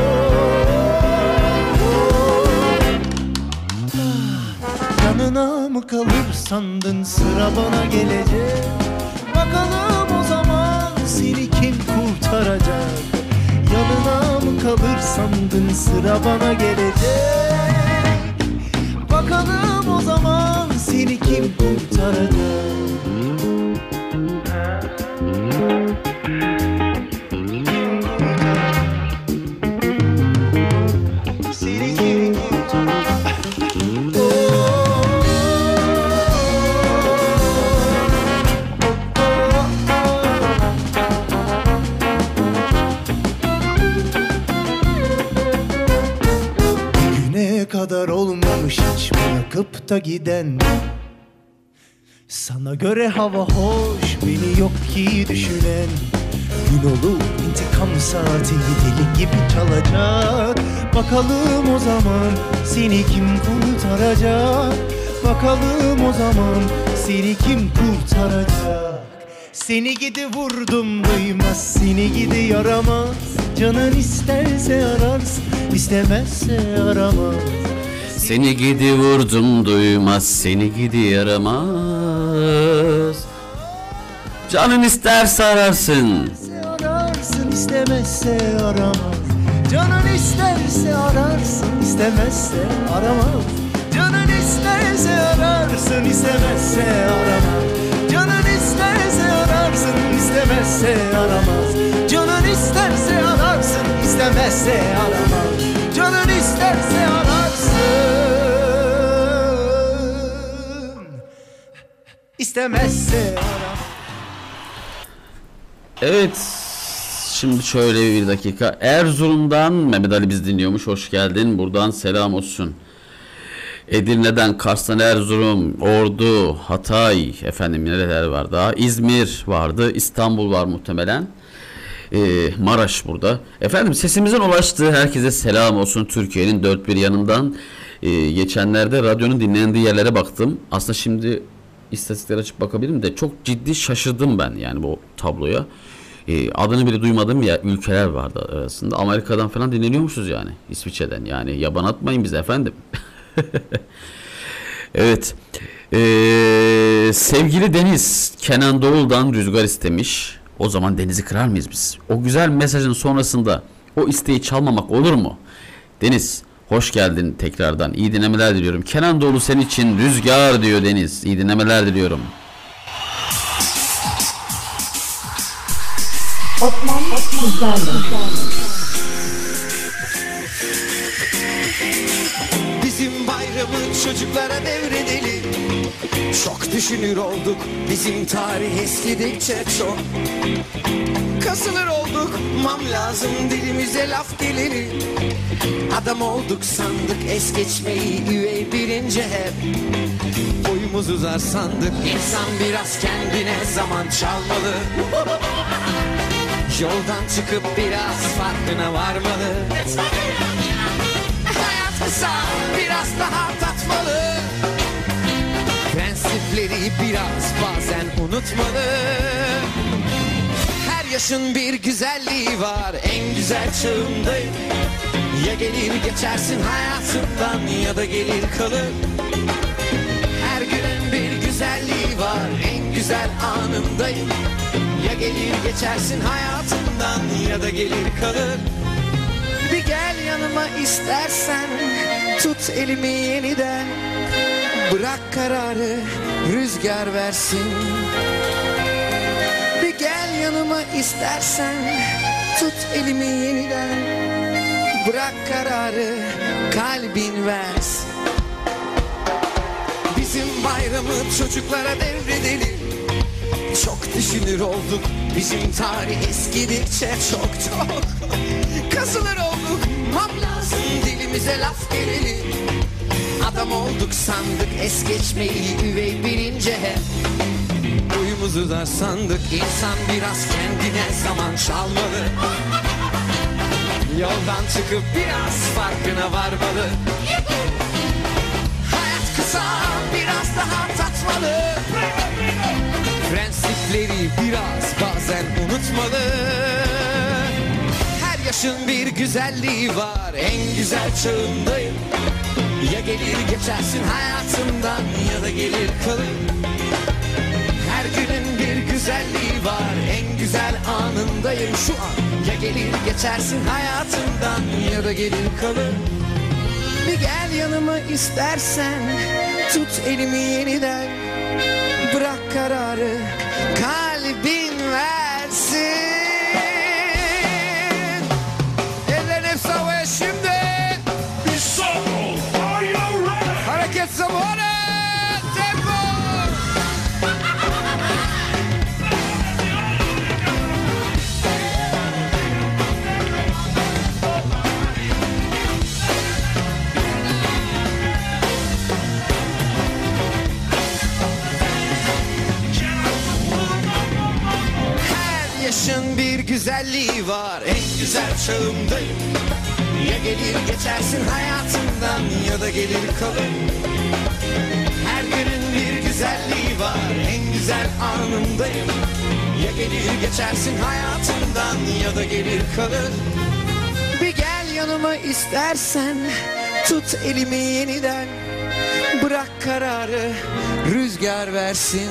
Speaker 13: Yanına mı kalır sandın, sıra bana gelecek. Bakalım o zaman seni kim kurtaracak? Yanına mı kalır sandın, sıra bana gelecek. Bakalım o zaman seni kim kurtaracak? Kadar olmamış hiç bırakıp da giden. Sana göre hava hoş, beni yok ki düşünen. Gün olur intikam saati deli gibi çalacak. Bakalım o zaman seni kim kurtaracak? Bakalım o zaman seni kim kurtaracak? Seni gidi vurdum duymaz, seni gidi yaramaz. Canın isterse ararsın, istemezse aramaz.
Speaker 4: Seni gidi vurdum duymaz, seni gidi yaramaz. Canın isterse ararsın,
Speaker 13: ararsın, istemezse aramaz. Canın isterse ararsın, istemezse aramaz. Canın isterse ararsın, istemezse aramaz. Canın isterse ararsın, istemezse aramaz. Canın isterse ararsın, istemezse aramaz. Canın isterse ararsın, istemezse aramaz.
Speaker 4: Evet, şimdi şöyle bir dakika. Erzurum'dan Mehmet Ali bizi dinliyormuş, hoş geldin, buradan selam olsun. Edirne'den, Kars'tan, Erzurum, Ordu, Hatay, efendim nereler var daha, İzmir vardı, İstanbul var muhtemelen, ee, Maraş burada. Efendim sesimizin ulaştığı herkese selam olsun, Türkiye'nin dört bir yanından. Ee, geçenlerde radyonun dinlendiği yerlere baktım, aslında şimdi istatistikleri açıp bakabilirim de çok ciddi şaşırdım ben yani bu tabloya. Ee, adını bile duymadığım ya ülkeler vardı arasında. Amerika'dan falan dinleniyormuşuz yani, İsviçre'den, yani yaban atmayın bize efendim. Evet, ee, sevgili Deniz Kenan Doğulu'dan rüzgar istemiş. O zaman Deniz'i kırar mıyız biz? O güzel mesajın sonrasında o isteği çalmamak olur mu? Deniz hoş geldin tekrardan, iyi dinlemeler diliyorum. Kenan Doğulu senin için rüzgar diyor Deniz, iyi dinlemeler diliyorum.
Speaker 7: Osman Sizlerle.
Speaker 14: Bizim bayramı çocuklara devredelim. Çok düşünür olduk, bizim tarih eskidikçe çok. Kasılır olduk, mam lazım dilimize laf gelir. Adam olduk sandık, es geçmeyi üvey birinci hep. Boyumuz uzar sandık, insan biraz kendine zaman çalmalı. Yoldan çıkıp biraz farkına varmalı. Hayat kısa, biraz daha tatmalı. Prensipleri biraz bazen unutmalı. Her yaşın bir güzelliği var, en güzel çağımdayım. Ya gelir geçersin hayatımdan ya da gelir kalır. Her günün bir güzelliği var, en güzel anımdayım. Ya gelir geçersin hayatımdan ya da gelir kalır. Bir gel yanıma istersen, tut elimi yeniden. Bırak kararı rüzgar versin. Bir gel yanıma istersen, tut elimi yeniden. Bırak kararı kalbin versin. Bizim bayramı çocuklara devredelim. Çok düşünür olduk, bizim tarih eskidikçe çok çok. Kasılır olduk, mam lazım dilimize laf gelelim. Adam olduk sandık, es geçmeyi üvey birinci hep. Boyumuz uzar sandık, insan biraz kendine zaman çalmalı. Yoldan çıkıp biraz farkına varmalı. Hayat kısa, biraz daha tatmalı. Prensipleri biraz bazen unutmalı. Her yaşın bir güzelliği var, en güzel çağımdayım. Ya gelir geçersin hayatımdan ya da gelir kalır. Her günün bir güzelliği var, en güzel anındayım şu an. Ya gelir geçersin hayatımdan ya da gelir kalır. Bir gel yanıma istersen, tut elimi yeniden. Bırak kararı kalbin versin. Ellerin hepsi havaya şimdi. Bir son. Hareket zamanı. Tempo. Yaşın bir güzelliği var, en güzel çağımdayım. Ya gelir geçersin hayatımdan ya da gelir kalır. Her günün bir güzelliği var, en güzel anındayım. Ya gelir geçersin hayatımdan ya da gelir kalır. Bir gel yanıma istersen, tut elimi yeniden. Bırak kararı rüzgar versin.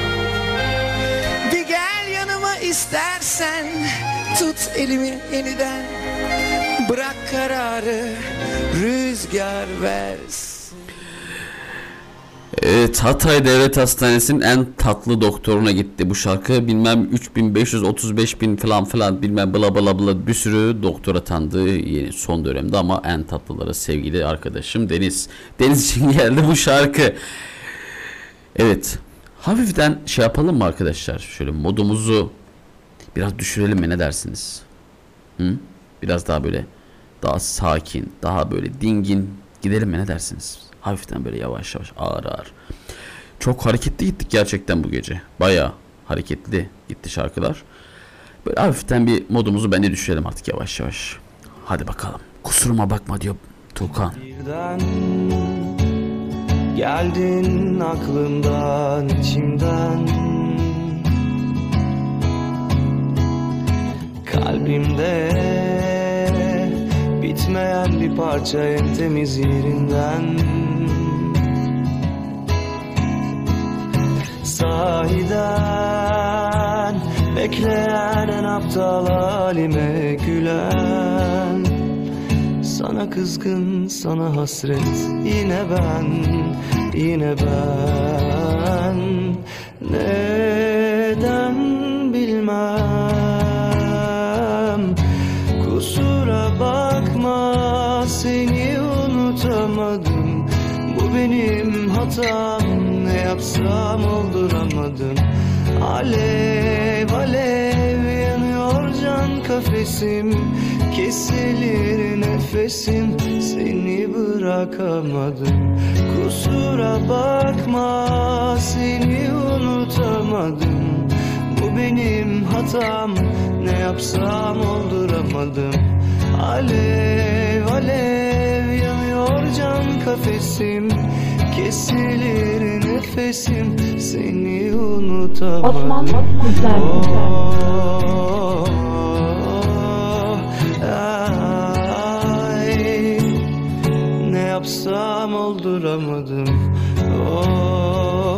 Speaker 14: Bir gel yanıma istersen, tut elimi yeniden. Bırak kararı rüzgar versin.
Speaker 4: Evet, Hatay Devlet Hastanesi'nin en tatlı doktoruna gitti bu şarkı. Bilmem üç bin beş yüz otuz beş bin falan falan bilmem bla bla bla bir sürü doktora tanıdı yeni son dönemde, ama en tatlıları sevgili arkadaşım Deniz. Deniz için geldi bu şarkı. Evet, hafiften şey yapalım mı arkadaşlar? Şöyle modumuzu biraz düşürelim mi, ne dersiniz? Hı? Biraz daha böyle daha sakin, daha böyle dingin gidelim mi, ne dersiniz? Hafiften böyle yavaş yavaş, ağır ağır. Çok hareketli gittik gerçekten bu gece. Bayağı hareketli gitti şarkılar. Böyle hafiften bir modumuzu bence düşürelim artık yavaş yavaş. Hadi bakalım. Kusuruma bakma diyor Tuğkan.
Speaker 6: Birden geldin aklımdan, içimden. Kalbimde bitmeyen bir parça en temiz yerinden. Sahiden bekleyen en aptal halime gülen. Sana kızgın, sana hasret, yine ben, yine ben. Neden bilmem, kusura bakma seni unutamadım. Bu benim hatam, ne yapsam olduramadım. Alev alev yanıyor can kafesim, kesilir nefesim, seni bırakamadım. Kusura bakma seni unutamadım. Bu benim hatam, ne yapsam olduramadım. Alev alev yanıyor can kafesim, kesilir nefesim, seni unutamadım.
Speaker 7: Osman Güzel
Speaker 6: Oh, ay, ne yapsam olduramadım. Oh,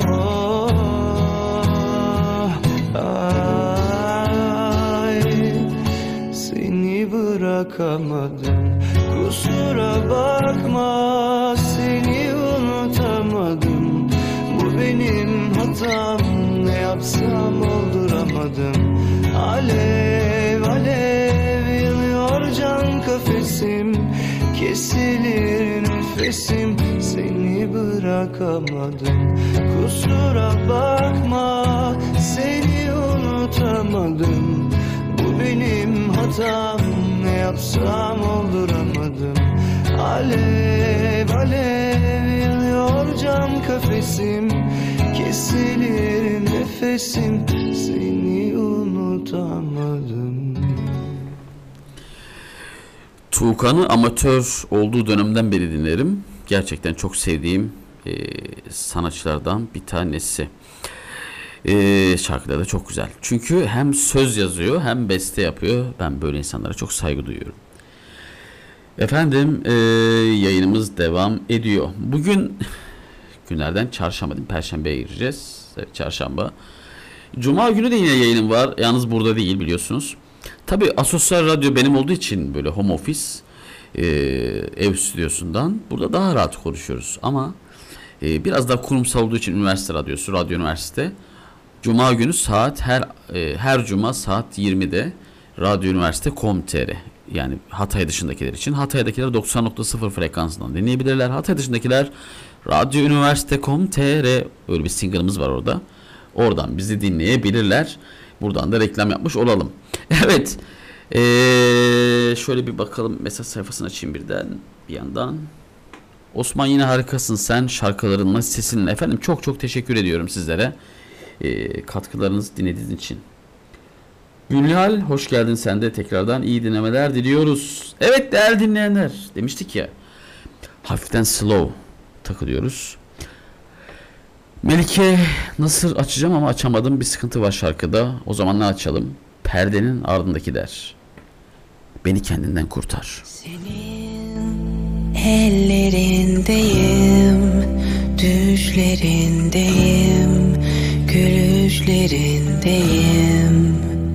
Speaker 6: ay, seni bırakamadım. Kusura bakma seni unutamadım. Bu benim hatam, ne yapsam olduramadım. Alev alev yanıyor can kafesim, kesilir nefesim, seni bırakamadım. Kusura bakma seni unutamadım. Bu benim hatam, ne yapsam olduramadım. Alev alev yanıyor can kafesim, kesilir nefesim, seni unutamadım.
Speaker 4: Tuğkan'ı amatör olduğu dönemden beri dinlerim. Gerçekten çok sevdiğim e, sanatçılardan bir tanesi. E, şarkıları da çok güzel. Çünkü hem söz yazıyor hem beste yapıyor. Ben böyle insanlara çok saygı duyuyorum. Efendim e, yayınımız devam ediyor. Bugün günlerden çarşamba değil mi? Perşembeye gireceğiz. Evet, çarşamba. Cuma günü de yine yayınım var. Yalnız burada değil, biliyorsunuz. Tabii Asosyal Radyo benim olduğu için böyle home office e, ev stüdyosundan burada daha rahat konuşuyoruz. Ama e, biraz daha kurumsal olduğu için üniversite radyosu, radyo üniversite. Cuma günü saat her e, her cuma saat yirmide Radyo Üniversite nokta com nokta tr, yani Hatay dışındakiler için. Hatay'dakiler doksan nokta sıfır frekansından dinleyebilirler. Hatay dışındakiler Radyo Üniversite nokta com nokta tr, öyle bir single'ımız var orada. Oradan bizi dinleyebilirler. Buradan da reklam yapmış olalım. Evet. Ee, şöyle bir bakalım. Mesaj sayfasını açayım birden. Bir yandan. Osman yine harikasın sen. Şarkılarınla, sesinle. Efendim çok çok teşekkür ediyorum sizlere. Ee, katkılarınızı dinlediğiniz için. Gülhal hoş geldin sen de. Tekrardan iyi dinlemeler diliyoruz. Evet değerli dinleyenler. Demiştik ya. Hafiften slow takılıyoruz. Melike nasıl açacağım ama açamadım, bir sıkıntı var şarkıda. O zaman ne açalım? Perdenin ardındaki der. Beni kendinden kurtar.
Speaker 15: Senin ellerindeyim, düşlerindeyim, gülüşlerindeyim.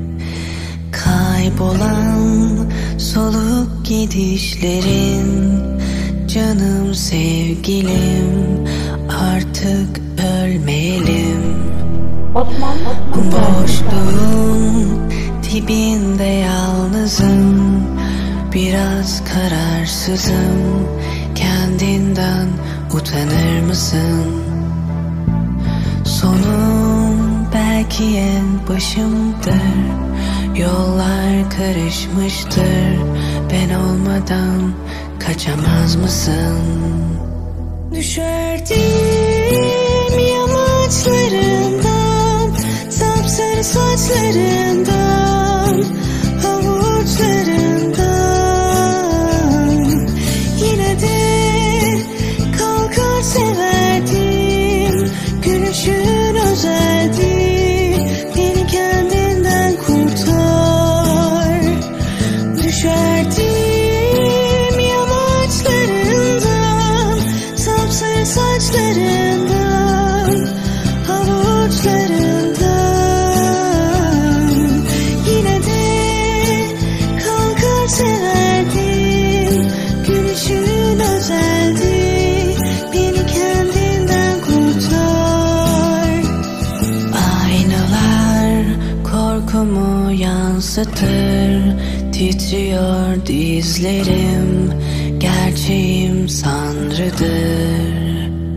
Speaker 15: Kaybolan soluk gidişlerin, canım sevgilim, artık ölmeyelim.
Speaker 7: Osman, Osman.
Speaker 15: Boşluğun dibinde yalnızım, biraz kararsızım. Kendinden utanır mısın? Sonum belki en başımdır. Yollar karışmıştır. Ben olmadan kaçamaz mısın? Düşerdim yamaçlarından, sapsarı saçlarından, havuçlarından. Yine de kalkar severdim, gülüşün özeldi. Beni kendinden kurtar. Düşerdim yamaçlarından, sapsarı saçlarından, havuçlarından. Yine de kalkar severdim, gülüşün özeldi. Beni kendinden kurtar. Aynalar korkumu yansıtır, titriyor dizlerim, gerçeğim sanrıdır.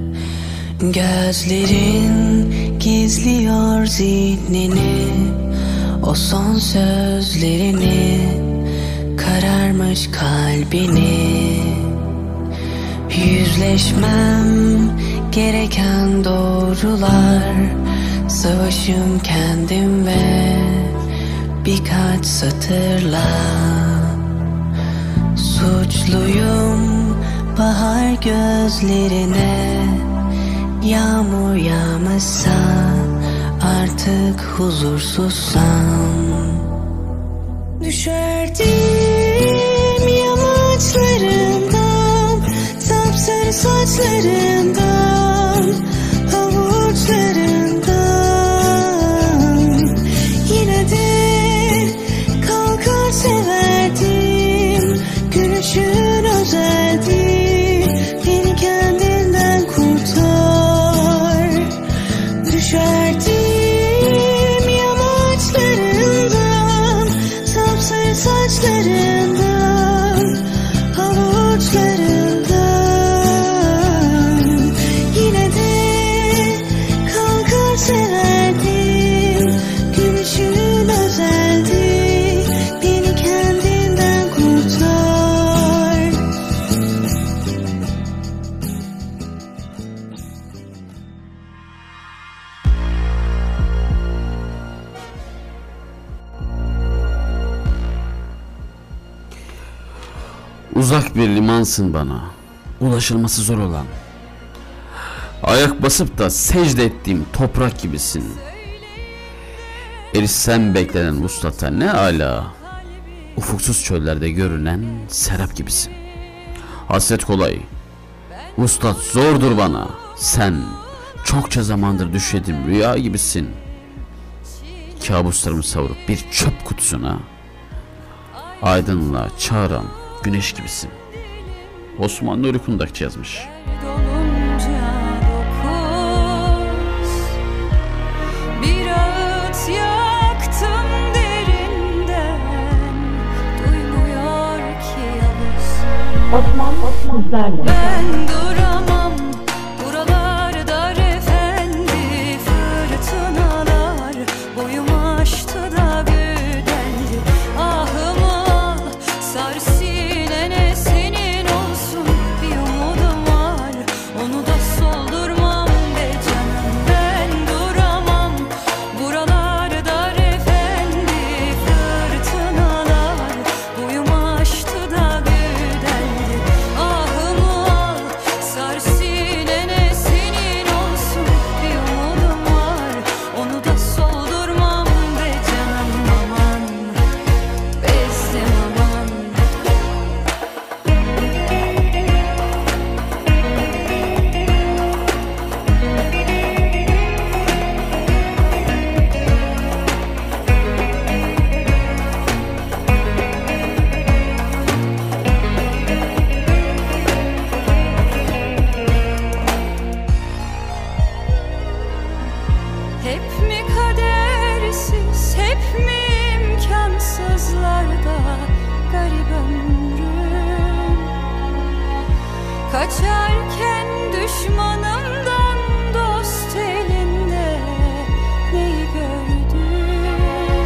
Speaker 15: Gözlerin gizliyor zihnini, o son sözlerini, kararmış kalbini. Yüzleşmem gereken doğrular, savaşım kendim ve birkaç satırla. Suçluyum bahar gözlerine, yağmur yağmışsa artık huzursuzsam. Düşerdim yamaçlarından, sapsarı saçlarından, havuçlarından. Yine de kalkar severdim, gülüşün özeldi. Beni kendinden kurtar. Düşerdim yamaçlarından, sapsarı saçlarından, havuçlarından. Yine de kalkar severdim, gülüşün özeldi. Beni kendinden kurtar.
Speaker 4: Uzak bir limansın bana, ulaşılması zor olan. Ayak basıp da secde ettiğim toprak gibisin. Erişsem beklenen vuslata ne ala, ufuksuz çöllerde görünen serap gibisin. Hasret kolay, vuslat zordur bana. Sen çokça zamandır düşlediğim rüya gibisin. Kabuslarımı savurup bir çöp kutusuna, aydınlığa çağıran güneş gibisin. Osman Nuri Kundakçı yazmış.
Speaker 12: Bir ağıt yaktım derinden, duymuyor ki yalnız.
Speaker 7: Osman, Osman sizlerle.
Speaker 12: Ben duramam buralar dar efendi, fırtınalar boyumu aştı da güdeldi. Ahımı al, sar sinene, senin olsun bir umudum var, onu da soldurmam be canım. Ben duramam buralar dar efendi, fırtınalar boyumu aştı da güdeldi. Ahımı al, garip ömrüm. Kaçarken düşmanımdan dost elinde neyi gördüm?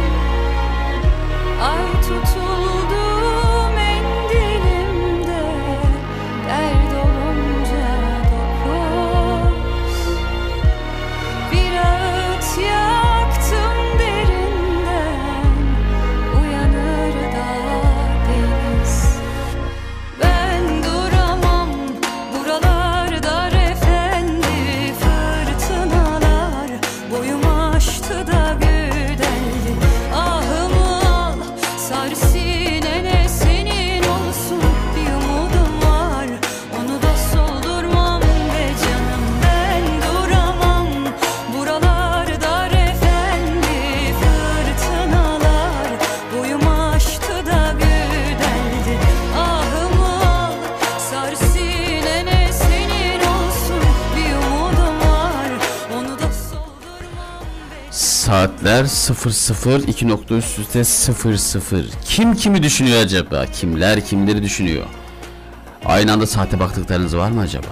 Speaker 12: Ay tutuldu mendilimde, dert olunca dokuz. Bir ağıt yaktım derinden, uyanır da deniz. Ben duramam buralarda efendi, fırtınalar boyumu aştı da güdeldi. Ahımı al, sar sinene, senin olsun bir umudum var, onu da soldurmam be canım. Ben duramam buralarda efendi, fırtınalar boyumu aştı da güdeldi. Ahımı al, sar sinene, senin olsun bir umudum var, onu da soldurmam.
Speaker 4: Saatler sıfır sıfır iki nokta üst üste sıfır sıfır. Kim kimi düşünüyor acaba? Kimler kimleri düşünüyor? Aynı anda saate baktıklarınız var mı acaba?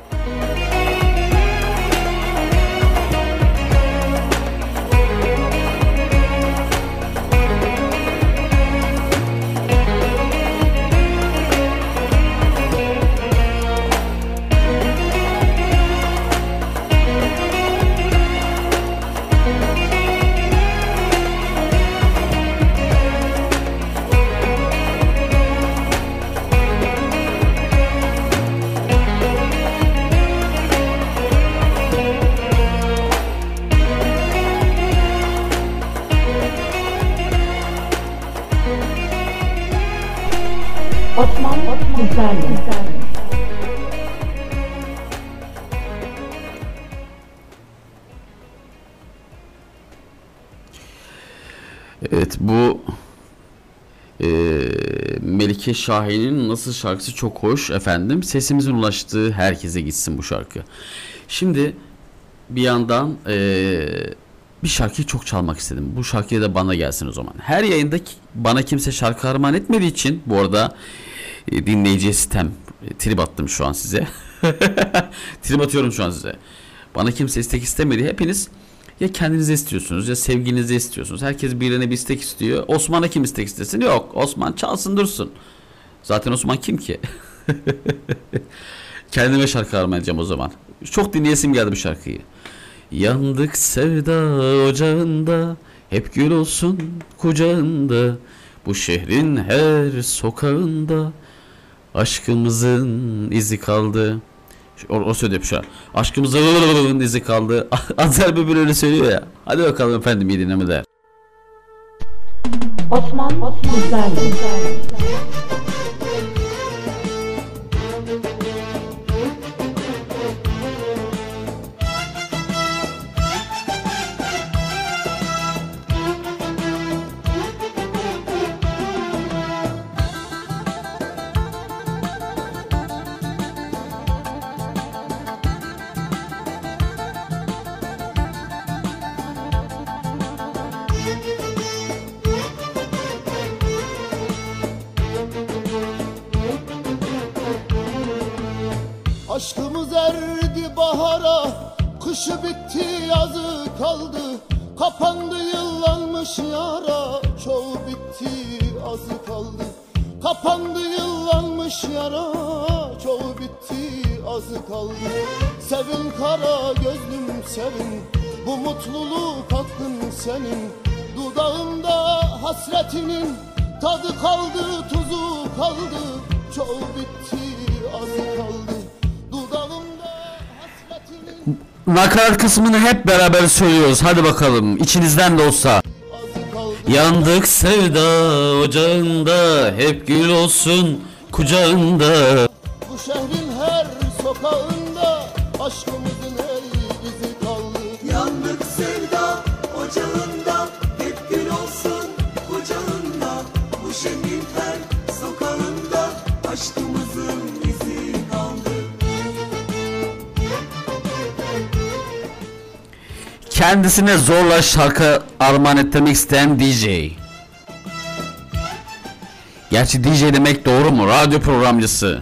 Speaker 7: Osman Sizlerle.
Speaker 4: Evet, bu e, Melike Şahin'in Nasıl şarkısı çok hoş efendim. Sesimizin ulaştığı herkese gitsin bu şarkı. Şimdi bir yandan e, bir şarkıyı çok çalmak istedim. Bu şarkıya da bana gelsin o zaman. Her yayında bana kimse şarkı armağan etmediği için bu arada e, dinleyiciye sitem. E, trip attım şu an size. Trip atıyorum şu an size. Bana kimse istek istemedi. Hepiniz ya kendinize istiyorsunuz ya sevginize istiyorsunuz. Herkes birine bir istek istiyor. Osman'a kim istek istesin? Yok. Osman çalsın dursun. Zaten Osman kim ki? Kendime şarkı armağan edeceğim o zaman. Çok dinleyesim geldi bu şarkıyı. Yandık sevda ocağında, hep gül olsun kucağında, bu şehrin her sokağında aşkımızın izi kaldı. O, o söylüyor şu an. Aşkımızın izi kaldı. Azer Bülbül öyle söylüyor ya. Hadi bakalım efendim, iyi dinlemeler.
Speaker 7: Osman Sizlerle.
Speaker 16: Aşkımız erdi bahara, kışı bitti yazı kaldı. Kapandı yıllanmış yara, çoğu bitti azı kaldı. Kapandı yıllanmış yara, çoğu bitti azı kaldı. Sevin kara gözlüm sevin, bu mutluluk hakkın senin. Dudağımda hasretinin tadı kaldı, tuzu kaldı. Çoğu bitti azı kaldı.
Speaker 4: Nakarat kısmını hep beraber söylüyoruz. Hadi bakalım, içinizden de olsa. Yandık sevda ocağında, hep gül olsun kucağında.
Speaker 16: Bu şehrin her sokağında aşkımızın el izi kaldı.
Speaker 9: Yandık sevda ocağında, hep gül olsun kucağında, bu şehrin her sokağında aşkımızın izi kaldı.
Speaker 4: Kendisine zorla şarkı armağan etmek isteyen D J. Gerçi D J demek doğru mu? Radyo programcısı.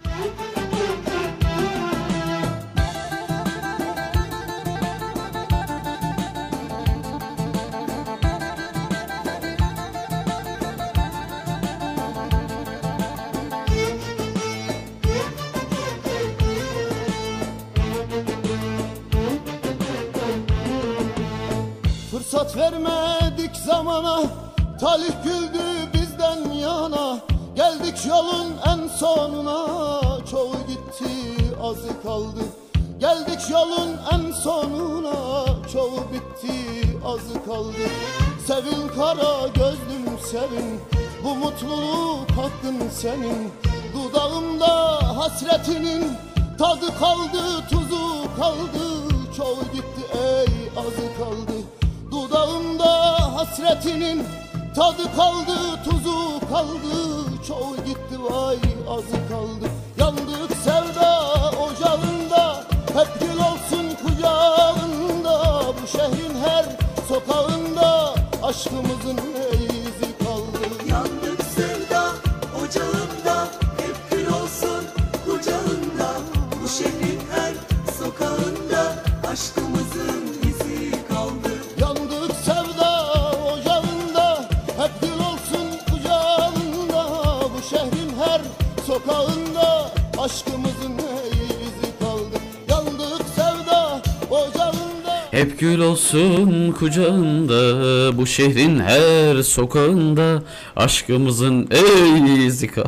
Speaker 16: Fırsat vermedik zamana, talih güldü bizden yana. Geldik yolun en sonuna, çoğu gitti azı kaldı. Geldik yolun en sonuna, çoğu bitti azı kaldı. Sevin kara gözlüm sevin, bu mutluluk hakkın senin. Dudağımda hasretinin tadı kaldı, tuzu kaldı. Çoğu gitti ey azı kaldı. Dudağımda hasretinin tadı kaldı, tuzu kaldı. Çoğu gitti vay azı kaldı. Yandık sevda ocağında, hep gül olsun kucağında. Bu şehrin her sokağında aşkımızın izi kaldı.
Speaker 9: Yandık sevda ocağında, hep gül olsun kucağında. Bu şehrin her sokağında aşkımızın izi kaldı.
Speaker 16: Yandık sevda ocağında, hep gül olsun kucağında. Bu şehrin her sokağında aşkımızın izi kaldı. Yandık sevda ocağında,
Speaker 4: Hep gül olsun kucağında, bu şehrin her sokağında aşkımızın izi kaldı.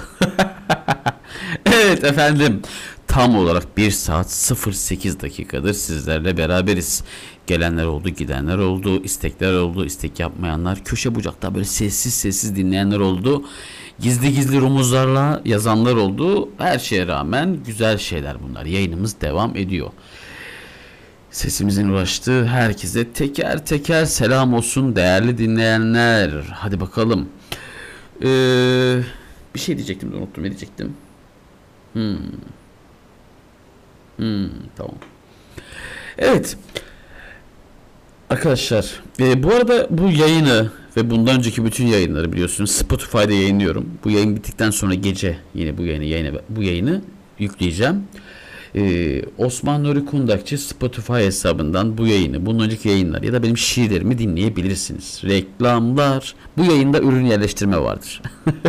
Speaker 4: Evet efendim, tam olarak bir saat sıfır sekiz dakikadır sizlerle beraberiz. Gelenler oldu, gidenler oldu, istekler oldu, istek yapmayanlar, köşe bucakta böyle sessiz sessiz dinleyenler oldu. Gizli gizli rumuzlarla yazanlar oldu. Her şeye rağmen güzel şeyler bunlar. Yayınımız devam ediyor. Sesimizin ulaştığı herkese teker teker selam olsun değerli dinleyenler. Hadi bakalım. Ee, bir şey diyecektim de unuttum. Ne diyecektim? Hmm. Hmm, tamam. Evet. Arkadaşlar, e, bu arada bu yayını ve bundan önceki bütün yayınları biliyorsunuz Spotify'da yayınlıyorum. Bu yayın bittikten sonra gece yine bu yayını, yayını bu yayını yükleyeceğim. Ee, Osman Nuri Kundakçı Spotify hesabından bu yayını, bundan önceki yayınlar ya da benim şiirlerimi dinleyebilirsiniz. Reklamlar. Bu yayında ürün yerleştirme vardır.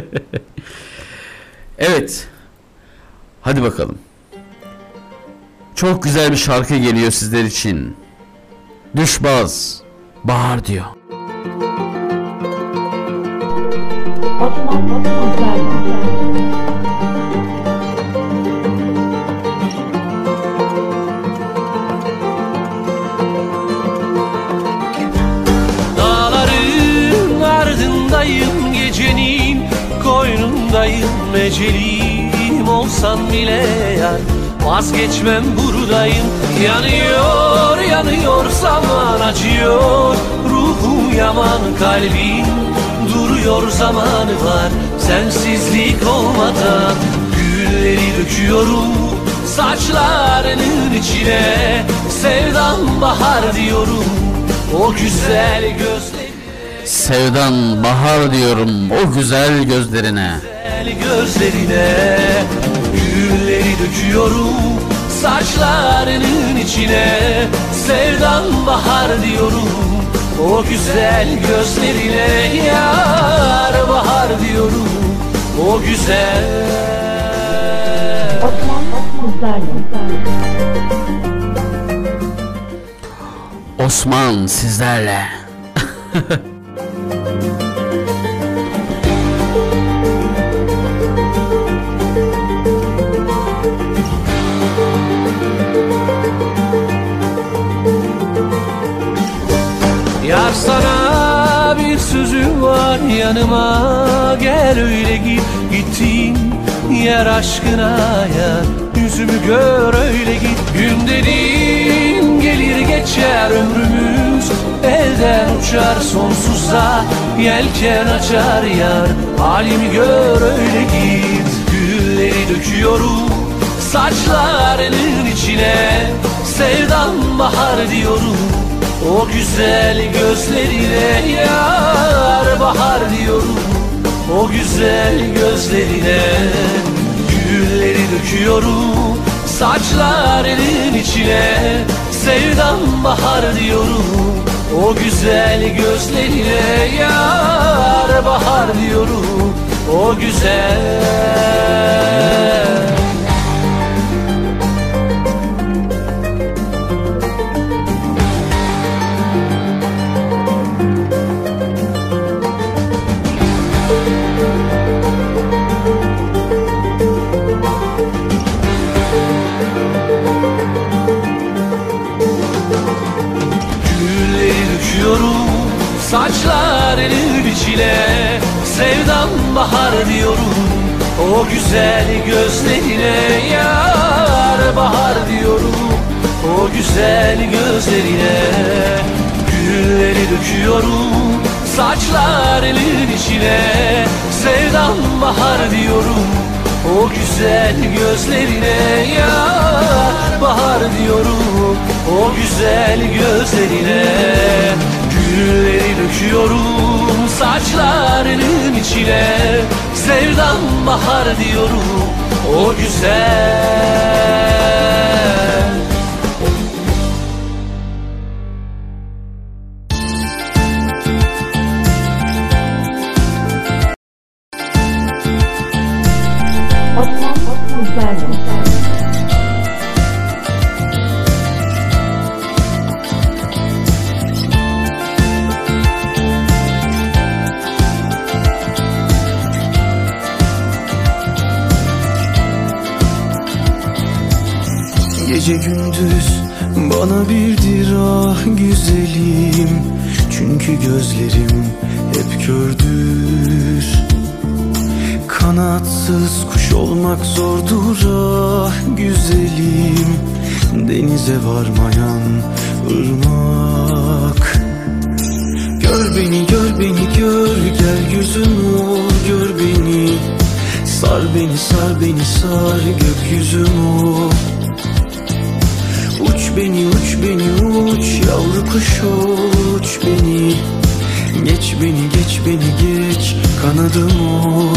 Speaker 4: Evet. Hadi bakalım. Çok güzel bir şarkı geliyor sizler için. Düşbaz Bahar diyor.
Speaker 7: Osman Güzel.
Speaker 10: Dağların ardındayım, gecenin koynundayım. Ecelim olsan bile yar, vazgeçmem buradayım. Yanıyor yanıyor zaman, acıyor ruhum yaman, kalbim duruyor zamanı var. Sensizlik olmadan gülleri döküyorum saçlarının içine. Sevdam bahar diyorum o güzel gözlerine.
Speaker 4: Sevdan bahar diyorum o güzel gözlerine.
Speaker 10: Güzel gözlerine gülleri döküyorum saçlarının içine. Sevdan bahar diyorum o güzel gözlerine. Yar bahar diyorum o güzel.
Speaker 7: Osman Güzel.
Speaker 4: Osman sizlerle.
Speaker 10: Yar sana bir sözüm var, yanıma gel öyle git. Gittiğin yer aşkına yar, yüzümü gör öyle git. Gün dediğin gelir geçer, ömrümüz elden uçar. Sonsuza yelken açar yar, halimi gör öyle git. Gülleri döküyorum saçlarının içine. Sevdam bahar diyorum o güzel gözlerine. Yar bahar diyorum o o güzel gözlerine. Gülleri döküyorum saçlarının içine, sevdam bahar diyorum o güzel gözlerine. Yar bahar diyorum o güzel. Saçlarının içine, sevdam bahar diyorum o güzel gözlerine. Yar bahar diyorum o güzel gözlerine. Gülleri döküyorum saçlarının içine, sevdam bahar diyorum o güzel gözlerine. Yar bahar diyorum o güzel gözlerine. Gülleri döküyorum saçlarının içine, sevdam bahar diyorum o güzel.
Speaker 7: Osman Kuzlarla.
Speaker 8: Gece gündüz bana birdir ah güzelim, çünkü gözlerim hep kördür. Kanatsız kuş olmak zordur ah güzelim, denize varmayan ırmak. Gör beni gör beni gör, gel gözüm ol gör beni. Sar beni sar beni sar gökyüzüm ol. Uç beni uç beni uç yavru kuş uç beni. Geç beni geç beni geç kanadım ol.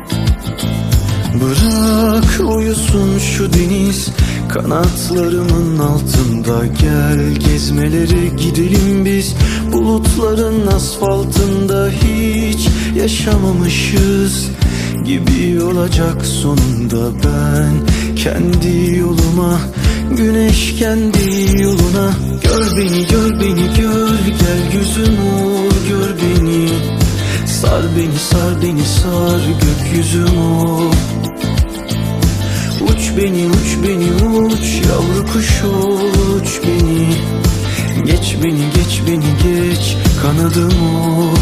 Speaker 8: Bırak uyusun şu deniz kanatlarımın altında, gel gezmelere gidelim biz. Bulutların asfaltında hiç yaşamamışız gibi olacak sonunda. Ben kendi yoluma, güneş kendi yoluna. Gör beni gör beni gör, gel gözüm ol gör beni. Sar beni sar beni sar gökyüzüm ol. Uç beni uç beni uç yavru kuş uç beni. Geç beni geç beni geç kanadım ol.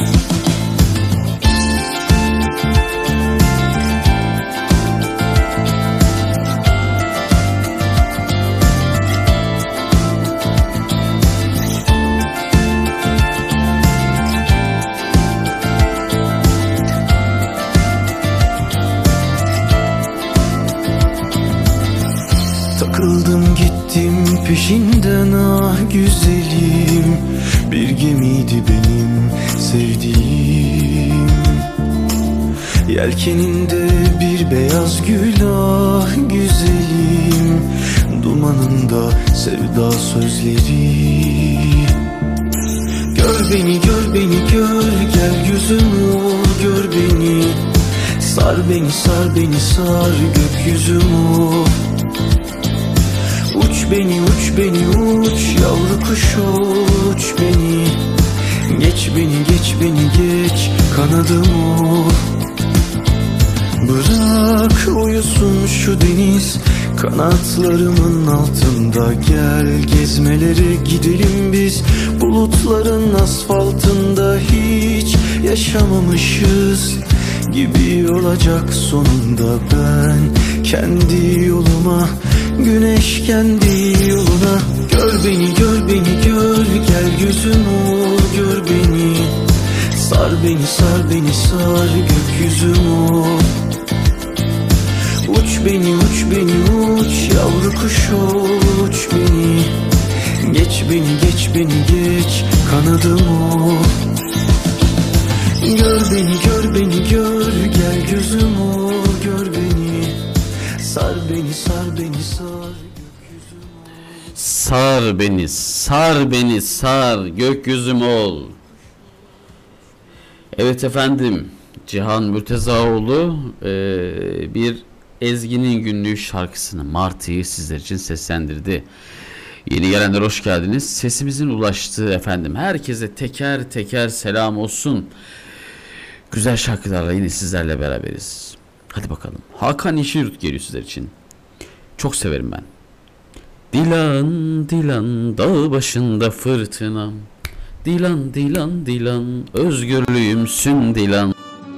Speaker 8: Takıldım gittim peşinden ah güzelim, bir gemiydi benim sevdiğim. Yelkeninde bir beyaz gül ah güzelim, dumanında sevda sözleri. Gör beni gör beni gör, gel gözüm ol gör beni. Sar beni sar beni sar gökyüzüm ol. Uç beni uç beni uç yavru kuş uç beni. Geç beni geç beni geç kanadım ol. Bırak uyusun şu deniz kanatlarımın altında, gel gezmelere gidelim biz. Bulutların asfaltında hiç yaşamamışız gibi olacak sonunda. Ben kendi yoluma, güneş kendi yoluna. Gör beni gör beni gör, gel gözüm ol gör beni. Sar beni sar beni sar gökyüzüm ol. Uç beni uç beni uç yavru kuş uç beni. Geç beni geç beni geç kanadım ol. Gör beni gör beni gör,
Speaker 4: sar beni, sar beni, sar, gökyüzüm ol. Evet efendim, Cihan Mürtezaoğlu e, bir Ezgi'nin günlüğü şarkısını, Martı'yı sizler için seslendirdi. Yeni gelenler hoş geldiniz. Sesimizin ulaştığı efendim herkese teker teker selam olsun. Güzel şarkılarla yine sizlerle beraberiz. Hadi bakalım. Hakan Yeşilyurt geliyor sizler için. Çok severim ben. Dilan dilan dağ başında fırtınam, dilan dilan dilan özgürlüğümsün dilan.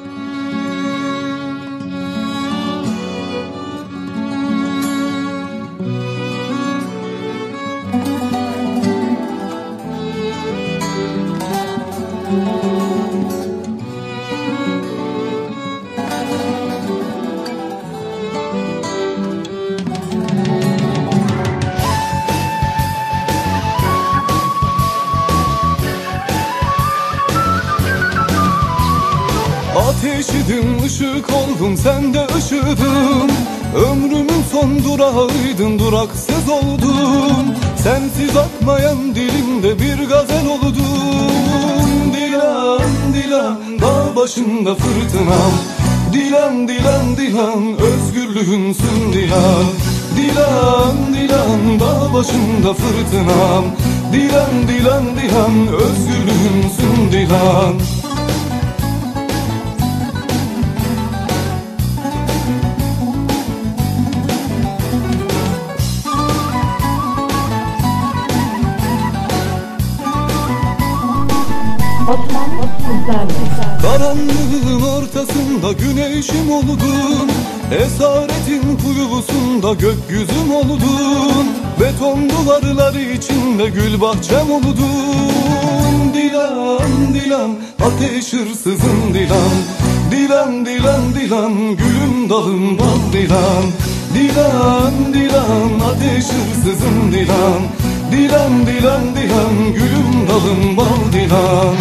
Speaker 8: Ateşidim, ışık oldun, sen de ışıdın. Ömrümün son durağıydın, duraksız oldun. Sensiz akmayan dilimde bir gazel oldun. Dilan dilan dağ başında fırtınam, dilan dilan dilan özgürlüğümsün dilan. Dilan dilan dağ başında fırtınam, dilan dilan dilan özgürlüğümsün dilan. Karanlığın ortasında güneşim oldun, esaretin kuyusunda gökyüzüm oldun. Beton duvarlar içinde gül bahçem oldun. Dilan dilan ateş hırsızım dilan, dilan dilan dilan gülüm dalım bal dilan. Dilan dilan ateş hırsızım dilan, dilan dilan dilan gülüm dalım bal dilan.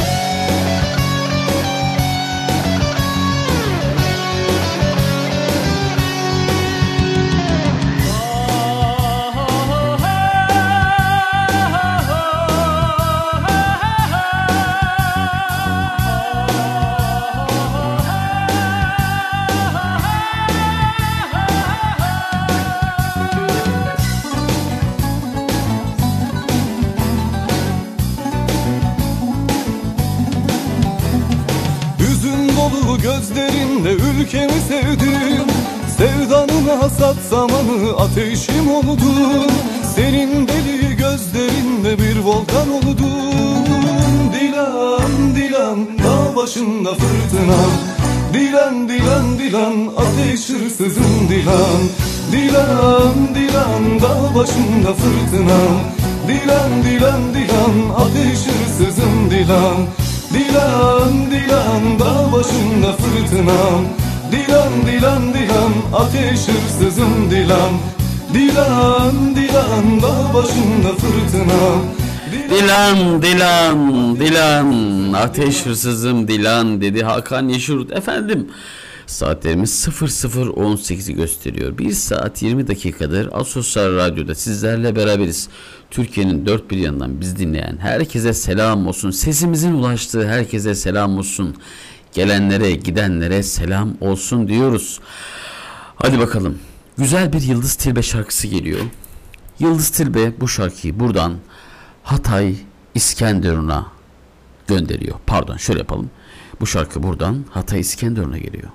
Speaker 8: Gözlerinde ülkemi sevdim, sevdanın hasat zamanı ateşim oldun. Senin deli gözlerinde bir volkan oldun. Dilan dilan dağ başında fırtınam, dilan dilan dilan ateş hırsızım dilan. Dilan dilan dağ başında fırtınam, dilan dilan dilan ateş hırsızım dilan. Dilan dilan dağ başında fırtınam, dilan dilan dilan ateş hırsızım dilan. Dilan dilan dağ başında fırtınam,
Speaker 4: Dilan dilan dilan ateş hırsızım dilan dedi Hakan Yeşilyurt efendim. Saatlerimiz sıfır sıfır on sekizi gösteriyor. bir saat yirmi dakikadır Asosyal Radyo'da sizlerle beraberiz. Türkiye'nin dört bir yanından biz dinleyen herkese selam olsun. Sesimizin ulaştığı herkese selam olsun. Gelenlere gidenlere selam olsun diyoruz. Hadi bakalım. Güzel bir Yıldız Tilbe şarkısı geliyor. Yıldız Tilbe bu şarkıyı buradan Hatay İskenderun'a gönderiyor. Pardon şöyle yapalım. Bu şarkı buradan Hatay İskenderun'a geliyor.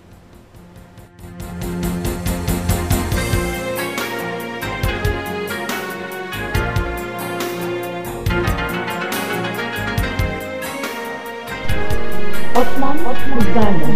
Speaker 7: Osman Kuzlarlı.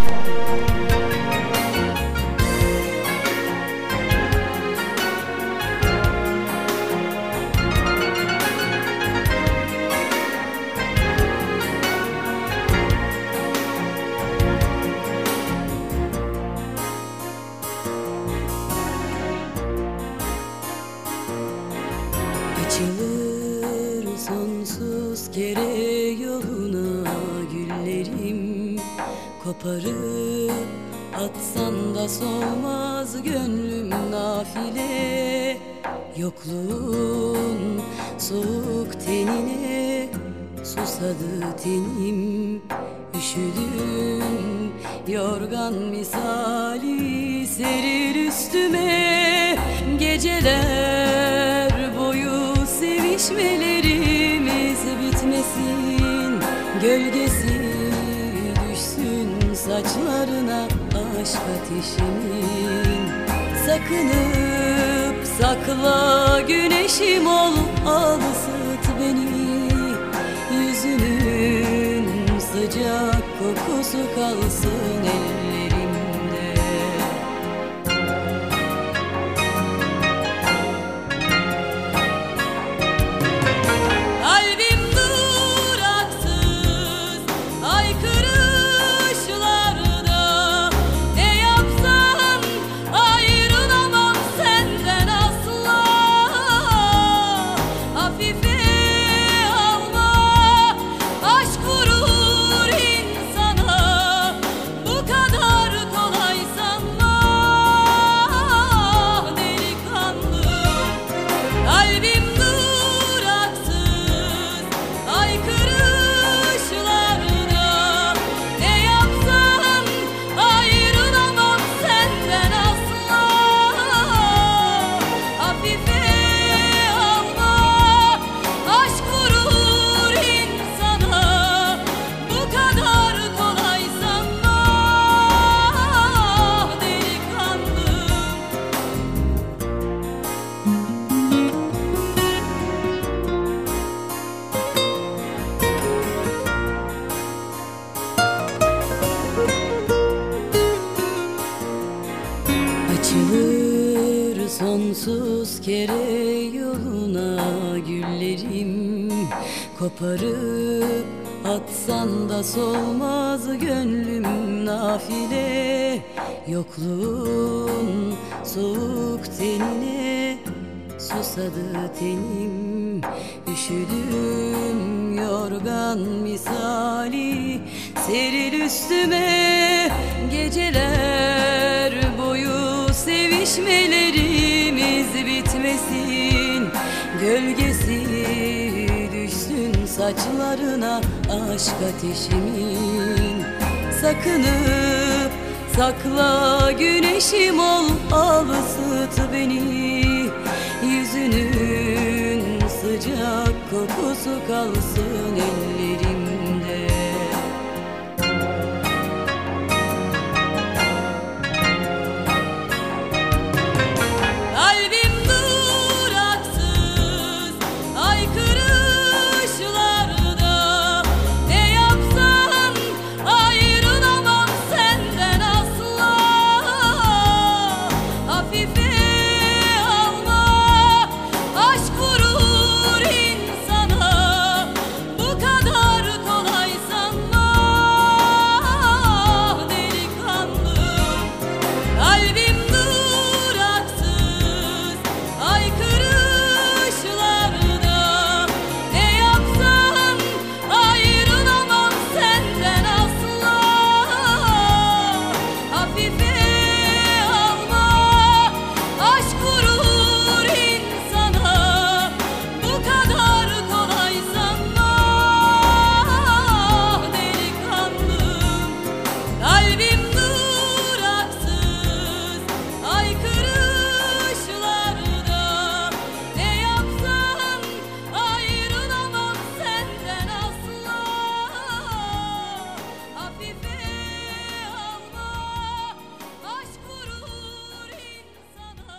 Speaker 17: Açılır sonsuz kere yoluna güllerim, koparıp atsan da solmaz gönlüm nafile. Yokluğun soğuk tenine susadı tenim. Üşüdüm yorgan misali serir üstüme. Geceler boyu sevişmelerimiz bitmesin. Gölgesi düşsün saçlarına aşk ateşimin. Sakınıp sakla güneşim ol, al ısıt beni. Yüzünün sıcak kokusu kalsın ellerimde. Kalbim duraksız haykırışlarda. Ne yapsan ayrılamam senden asla. Hafife alma, aşk vurur insana. Bu kadar kolay sanma delikanlı. Kalbim duraksız haykırışlarda. Ne yapsan ayrılamam senden asla. Hafife alma, aşk vurur insana. Bu kadar kolay sanma delikanlı. Açılır sonsuz kere yoluna güllerim. Koparıp atsan da solmaz gönlüm nafile. Yokluğun soğuk tenine susadı tenim. Üşüdüm yorgan misali seril üstüme. Geceler boyu sevişmelerimiz bitmesin. Gölgesi düşsün saçlarına aşk ateşimin. Sakınıp sakla güneşim ol, al ısıt beni. Yüzünün sıcak kokusu kalsın ellerimde. Kalbim duraksız haykırışlarda. Ne yapsan ayrılamam senden asla. Hafife alma, aşk vurur insana. Bu kadar kolay sanma delikanlı. Kalbim duraksız haykırışlarda. Ne yapsan ayrılamam senden asla. Hafife alma, aşk vurur insana. Bu kadar kolay sanma delikanlım. Kalbim duraksız haykırışlarda. Ne yapsan ayrılamam senden asla. Hafife alma, aşk vurur insana.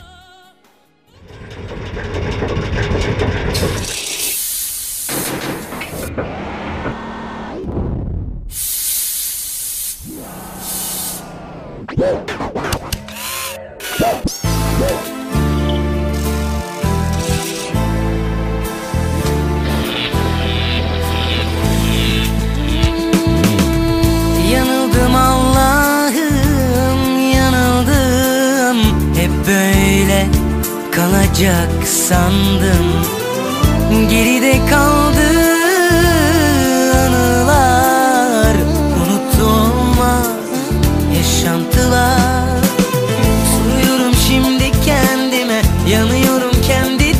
Speaker 18: Yanıldım Allah'ım, yanıldım. Hep böyle kalacak sandım. Geride kaldı anılar, unutulmaz yaşantılar. Soruyorum şimdi kendime, yanıyorum kendi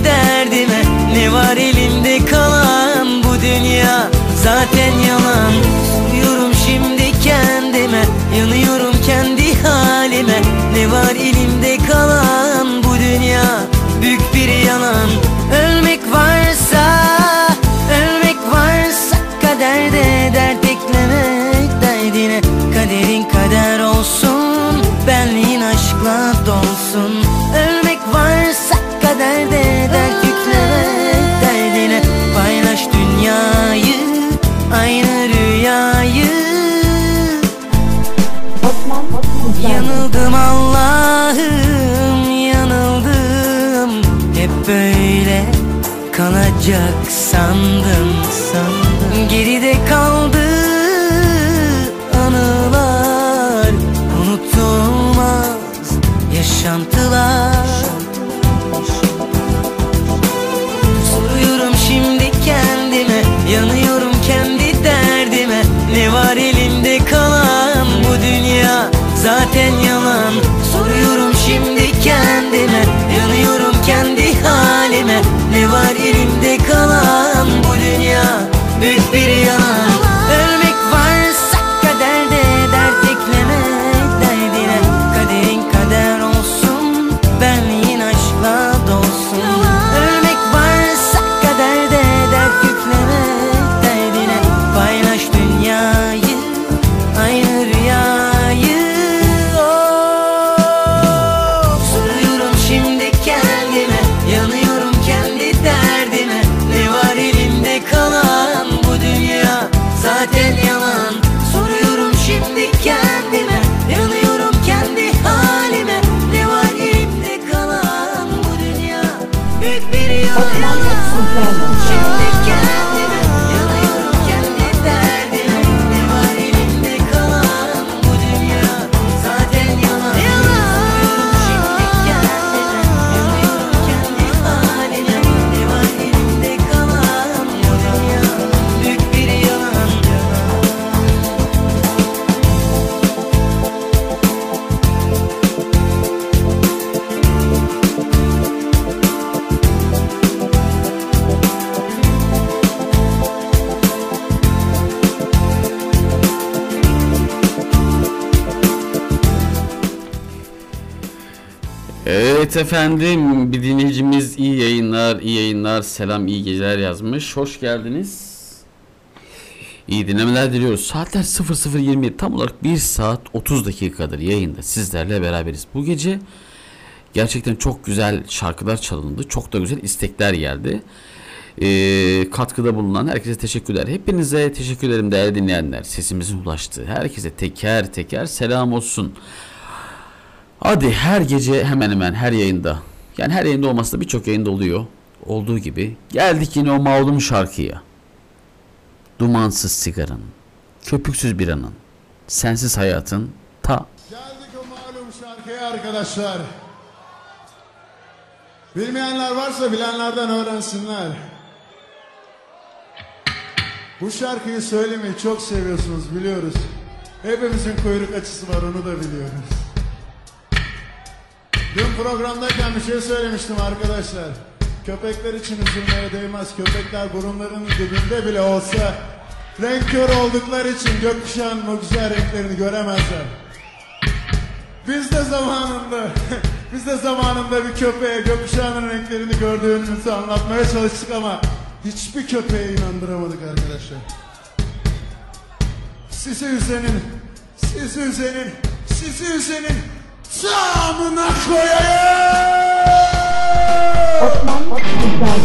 Speaker 18: rüyayı. Yanıldım Allah'ım, yanıldım. Hep böyle kalacak sandım, sandım. Geride kaldı anılar, unutulmaz yaşantılar. Soruyorum şimdi kendime, yanıyorum kendi derdime. Ne var elimde kalan, bu dünya zaten yalan. Soruyorum şimdi kendime, yanıyorum kendi halime. Ne var elimde kalan, bu dünya büyük bir yalan. Ölmek varsa kaderde, dert ekleme derdine. Kaderin kader olsun, benliğin aşkla dolsun. Ölmek varsa kaderde, dert yükleme derdine. Paylaş dünyayı, aynı rüyayı. Oh. Soruyorum şimdi kendime, yanıyorum kendi derdime. Ne var elimde kalan, bu dünya zaten yalan. Soruyorum şimdi kendime, yanıyorum kendi halime. Ne var elimde kalan, bu dünya büyük bir yalan. Şimdi kendime, yanıyorum kendi derdime. Ne var elimde kalan, bu dünya zaten yalan. Soruyorum şimdi kendime, yanıyorum kendi halime. Ne var elimde kalan, bu dünya büyük bir yalan.
Speaker 4: Evet efendim, bir dinleyicimiz iyi yayınlar, iyi yayınlar, selam, iyi geceler yazmış. Hoş geldiniz. İyi dinlemeler diliyoruz. Saatler sıfır sıfır yirmi yedi, tam olarak bir saat otuz dakikadır yayında sizlerle beraberiz. Bu gece gerçekten çok güzel şarkılar çalındı. Çok da güzel istekler geldi. Ee, katkıda bulunan herkese teşekkürler. Hepinize teşekkür ederim değerli dinleyenler. Sesimizin ulaştığı herkese teker teker selam olsun. Hadi her gece hemen hemen her yayında, yani her yayında olmasa da birçok yayında oluyor. Olduğu gibi geldik yine o malum şarkıya. Dumansız sigaranın, köpüksüz biranın, sensiz hayatın ta.
Speaker 16: Geldik o malum şarkıya arkadaşlar. Bilmeyenler varsa bilenlerden öğrensinler. Bu şarkıyı söylemeyi çok seviyorsunuz, biliyoruz. Hepimizin kuyruk açısı var, onu da biliyoruz. Dün programdayken bir şey söylemiştim arkadaşlar. Köpekler için üzülmeye değmez. Köpekler burunlarının dibinde bile olsa renk kör oldukları için gökkuşağının o güzel renklerini göremezler. Biz de zamanında biz de zamanında bir köpeğe gökkuşağının renklerini gördüğümüzü anlatmaya çalıştık ama hiçbir köpeğe inandıramadık arkadaşlar. Sizi üzenin, sizi üzenin, sizi üzenin tamına koyayım.
Speaker 7: Osman Güzel.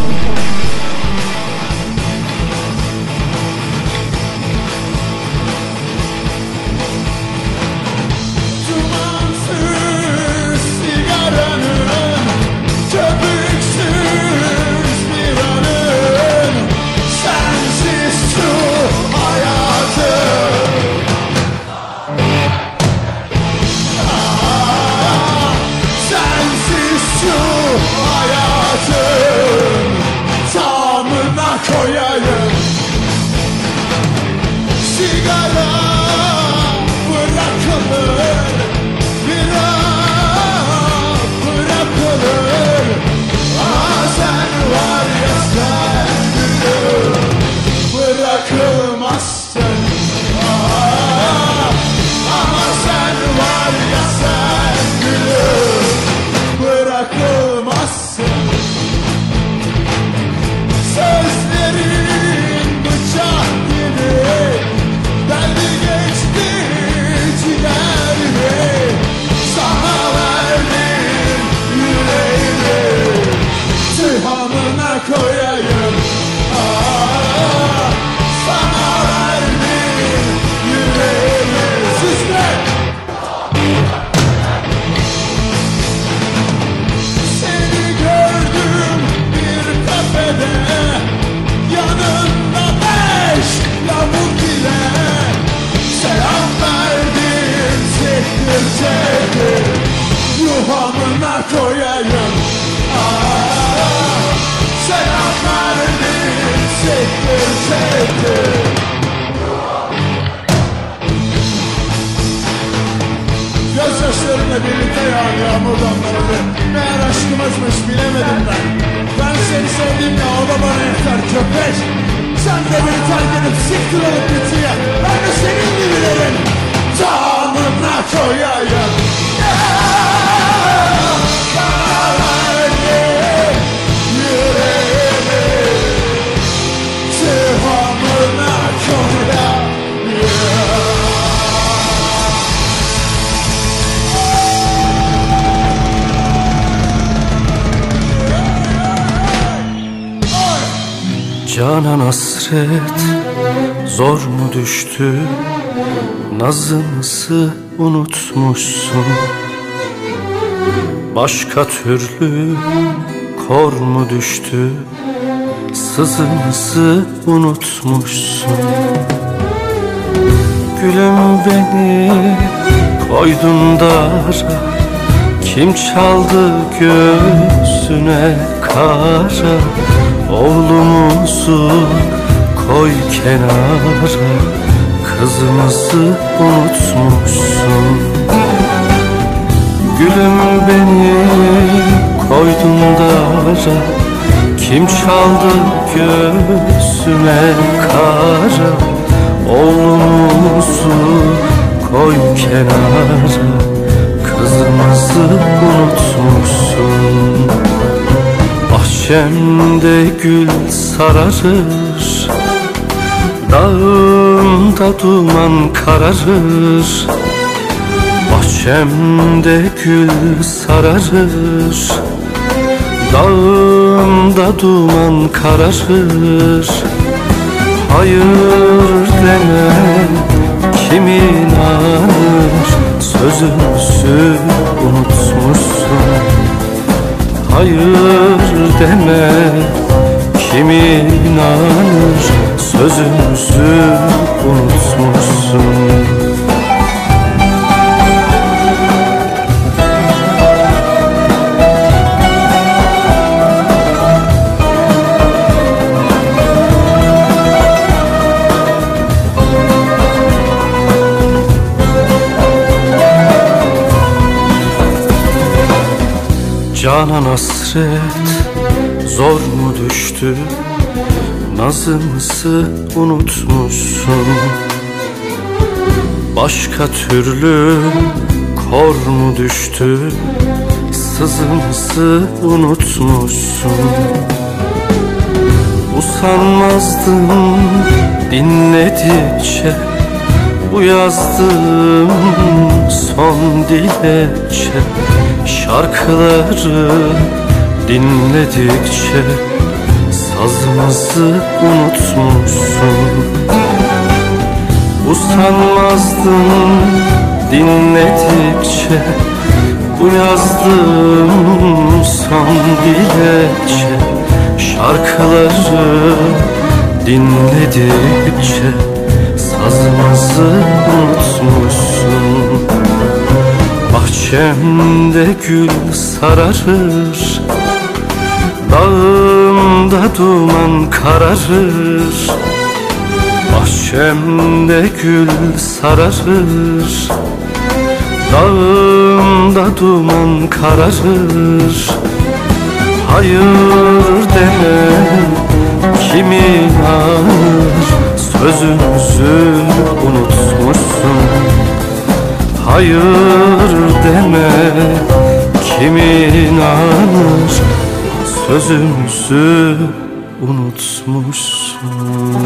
Speaker 16: Dumansız sigaranın, köpüksüz biranın, sensiz şu hayatım. Sensiz şu hayatın tamına koyayım. Sigara bırakılır, bira bırakılır. Ah sen var ya sen gülüm, bırakılmazsın. Ah, ama sen var ya sen gülüm, bırakılmazsın. Sözlerin bıçak gibi deldi koyayım. Aa, selamlar bir sektir sektir. Gözyaşlarımla birlikte yağan yağmur damlaları meğer aşkımızmış bilemedim ben. Ben seni sevdim ya, o da bana yeter köpek. Sen de beni terk edip siktir olup gitsin ya, ben de senin gibilerin tamamına koyayım. Bana verdin yüreğimi tamamına koyayım.
Speaker 10: Canan hasret zor mu düştü, nazımızı unutmuşsun. Başka türlü kor mu düştü, sızımızı unutmuşsun. Gülüm beni koydun dara, kim çaldı göğsüne kara? Oğlumuzu koy kenara, kızımızı unutmuşsun. Gülüm beni koydun dara, kim çaldı göğsüne kara? Oğlumuzu koy kenara, kızımızı unutmuşsun. Bahçemde gül sararır, dağımda duman kararır. Bahçemde gül sararır, dağımda duman kararır. Hayır deme kim inanır, sözümüzü unutmuşsun. Hayır deme kim inanır, sözümüzü unutmuşsun. Canan hasret zor mu düştü, nazımızı unutmuşsun. Başka türlü kor mu düştü, sızımızı unutmuşsun. Usanmazdım dinledikçe, bu yazdığım son dilekçe. Şarkıları dinledikçe sazımızı unutmuşsun. Usanmazdım dinledikçe, bu yazdığım son dilekçe. Şarkıları dinledikçe sazımızı unutmuşsun. Bahçemde gül sararır, dağımda duman kararır. Bahçemde gül sararır, dağımda duman kararır. Hayır deme kim inanır, sözümüzü unutmuşsun. Hayır deme kim inanır, sözümüzü unutmuşsun.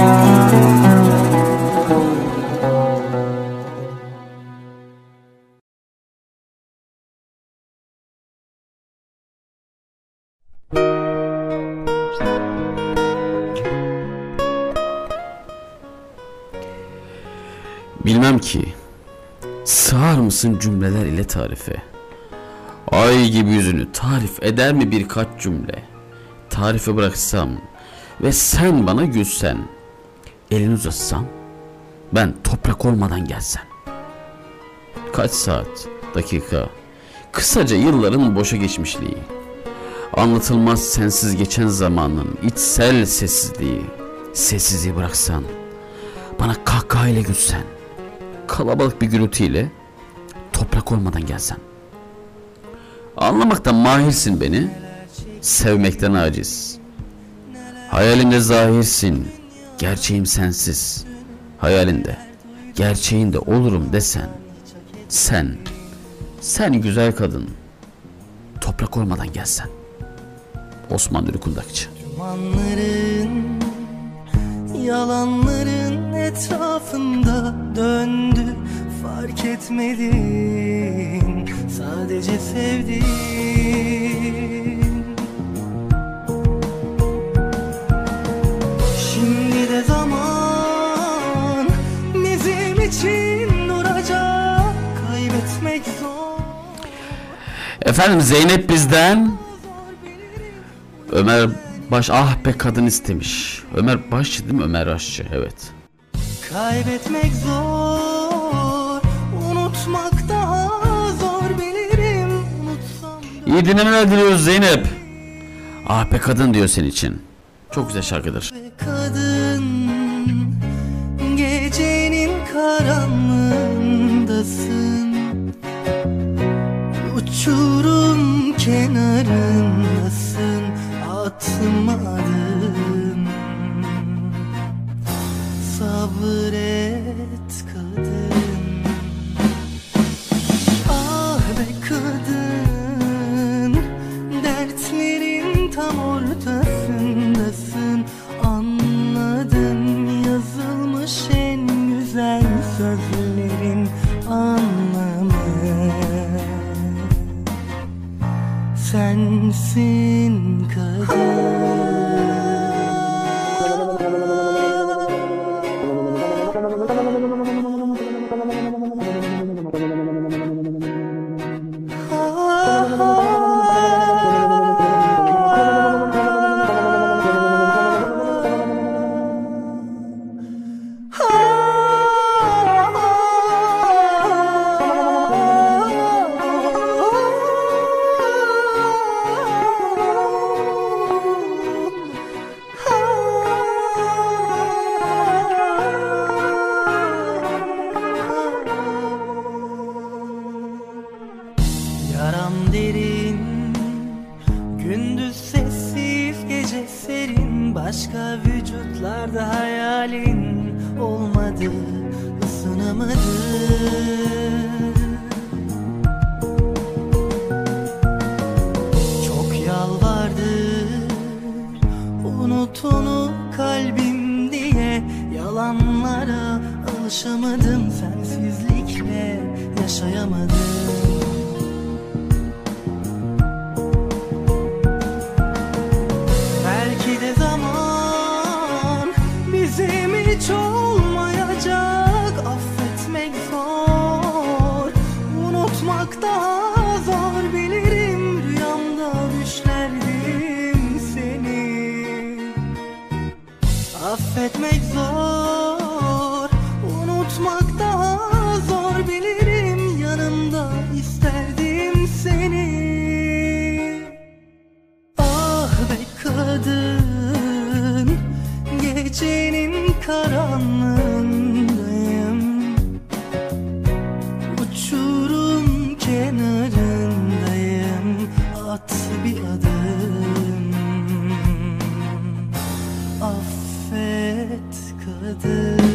Speaker 4: Bilmem ki sığar mısın cümleler ile tarife? Ay gibi yüzünü tarif eder mi birkaç cümle? Tarife bıraksam ve sen bana gülsen, elini uzatsam, ben toprak olmadan gelsen. Kaç saat, dakika, Kısaca yılların boşa geçmişliği, anlatılmaz sensiz geçen zamanın içsel sessizliği. Sessizliği bıraksan, bana kahkahayla gülsen, kalabalık bir gürültüyle toprak olmadan gelsen. Anlamaktan mahirsin beni, sevmekten aciz. Hayalimde zahirsin, gerçeğim sensiz. Hayalinde, gerçeğinde olurum desen. Sen, sen güzel kadın, toprak olmadan gelsen. Osman Nuri Kundakçı.
Speaker 18: Dumanların, yalanların etrafında döndü. Fark etmedin, sadece sevdin. Şimdi de zaman bizim için duracak. Kaybetmek zor.
Speaker 4: Efendim Zeynep bizden Ömer Baş ah be kadın istemiş. Ömer Başçı değil mi? Ömer Aşçı, evet.
Speaker 18: Kaybetmek zor, unutmak daha zor bilirim. Unutsam
Speaker 4: İyi dinlemeler diliyoruz Zeynep. Ah be kadın diyor senin için. Çok güzel şarkıdır.
Speaker 18: kadın, gecenin karanlığındasın. Uçurum kenarındasın. Atmadım. Sabret kadın. Ah be kadın, dertlerin tam ortasındasın. Anladım, yazılmış en güzel sözlerin anlamı. Sensin kadın. Yaram derin, gündüz sessiz, gece serin. Başka vücutlarda hayalin olmadı, ısınamadı. Çok yalvardım, unut onu kalbim diye. Yalanlara alışamadım, sensizlikle yaşayamadım. Belki de zaman bizim hiç olmayacak. Affetmek zor, unutmak daha zor bilirim. Rüyamda düşlerdim seni. Affetmek zor, unutmak daha zor bilirim. Yanımda isterdim seni. Ah be kadın, gecenin karanlığındayım. Uçurum kenarındayım. At bir adım. Affet kadın.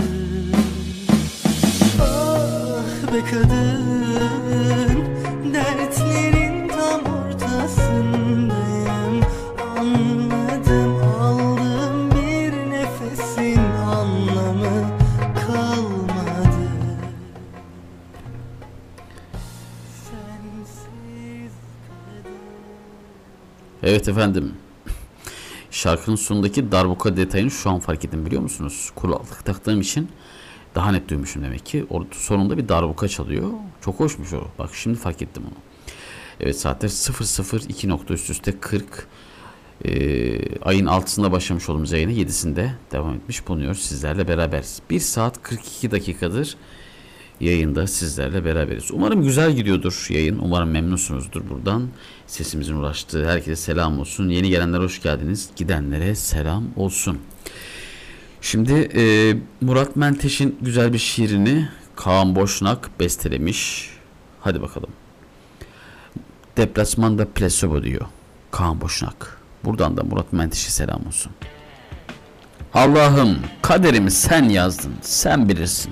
Speaker 18: Ah be kadın, dertlerin tam ortasındayım. Anladım, aldım bir nefesin anlamı kalmadı. Sensiz
Speaker 4: Evet efendim. Şarkının sonundaki darbuka detayını şu an fark ettim, biliyor musunuz? Kulaklık taktığım için daha net duymuşum demek ki. Orada sonunda bir darbuka çalıyor. Çok hoşmuş o. Bak şimdi fark ettim onu. Evet, saatler sıfır sıfır iki nokta üst üste kırk. Ee, ayın altısında başlamış olduğumuz yayına yedisinde devam etmiş bulunuyoruz sizlerle beraber. bir saat kırk iki dakikadır yayında sizlerle beraberiz. Umarım güzel gidiyordur yayın. Umarım memnunsunuzdur buradan. Sesimizin ulaştığı herkese selam olsun. Yeni gelenlere hoş geldiniz. Gidenlere selam olsun. Şimdi e, Murat Menteş'in güzel bir şiirini Kaan Boşnak bestelemiş. Hadi bakalım. Deplasmanda plasebo diyor Kaan Boşnak. Buradan da Murat Menteş'e selam olsun. Allah'ım kaderimi sen yazdın, sen bilirsin.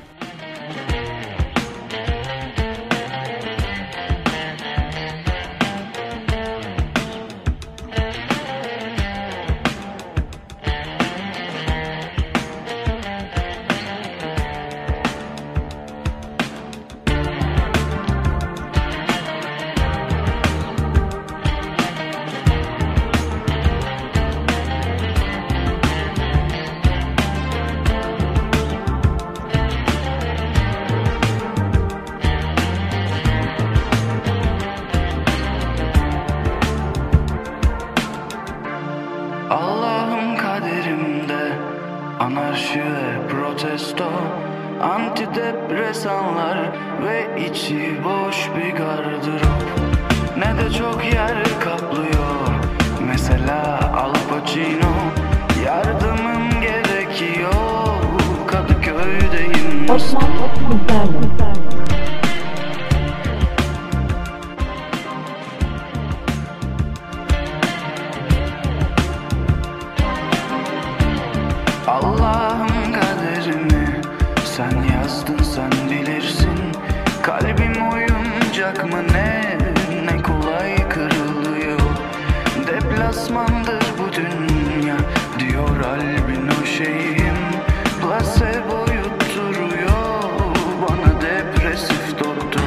Speaker 19: Allah'ım kaderimde anarşi ve protesto, antidepresanlar ve içi boş bir gardırop. Ne de çok yer kaplıyor, mesela Al Pacino. Yardımım gerekiyor, Kadıköy'deyim.
Speaker 7: Osman Otmuzlarla.
Speaker 19: Allah'ım kaderimi sen yazdın, sen bilirsin. Kalbim oyuncak mı ne, ne kolay kırılıyor. Deplasmandır bu dünya diyor albino şeyim. Placebo yutturuyor bana depresif doktor.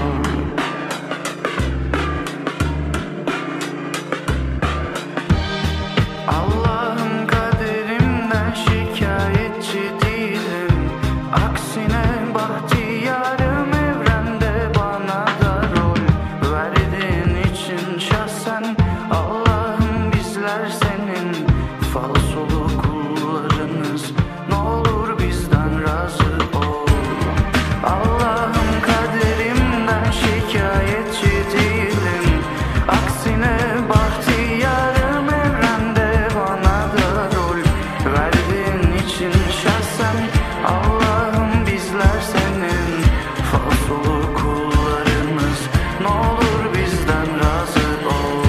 Speaker 19: Allah'ım kaderimden şikayetçi değilim. Aksine bahtiyarım, evrende bana da rol verdiğin için şahsen. Allah'ım bizler senin falsolu kullarınız. Ne olur bizden razı ol. Allah'ım kaderimden şikayetçi değilim. Aksine bahtiyarım, evrende bana da rol verdiğin için şahsen. Allah'ım bizler senin falsolu kullarınız. Ne olur bizden razı ol.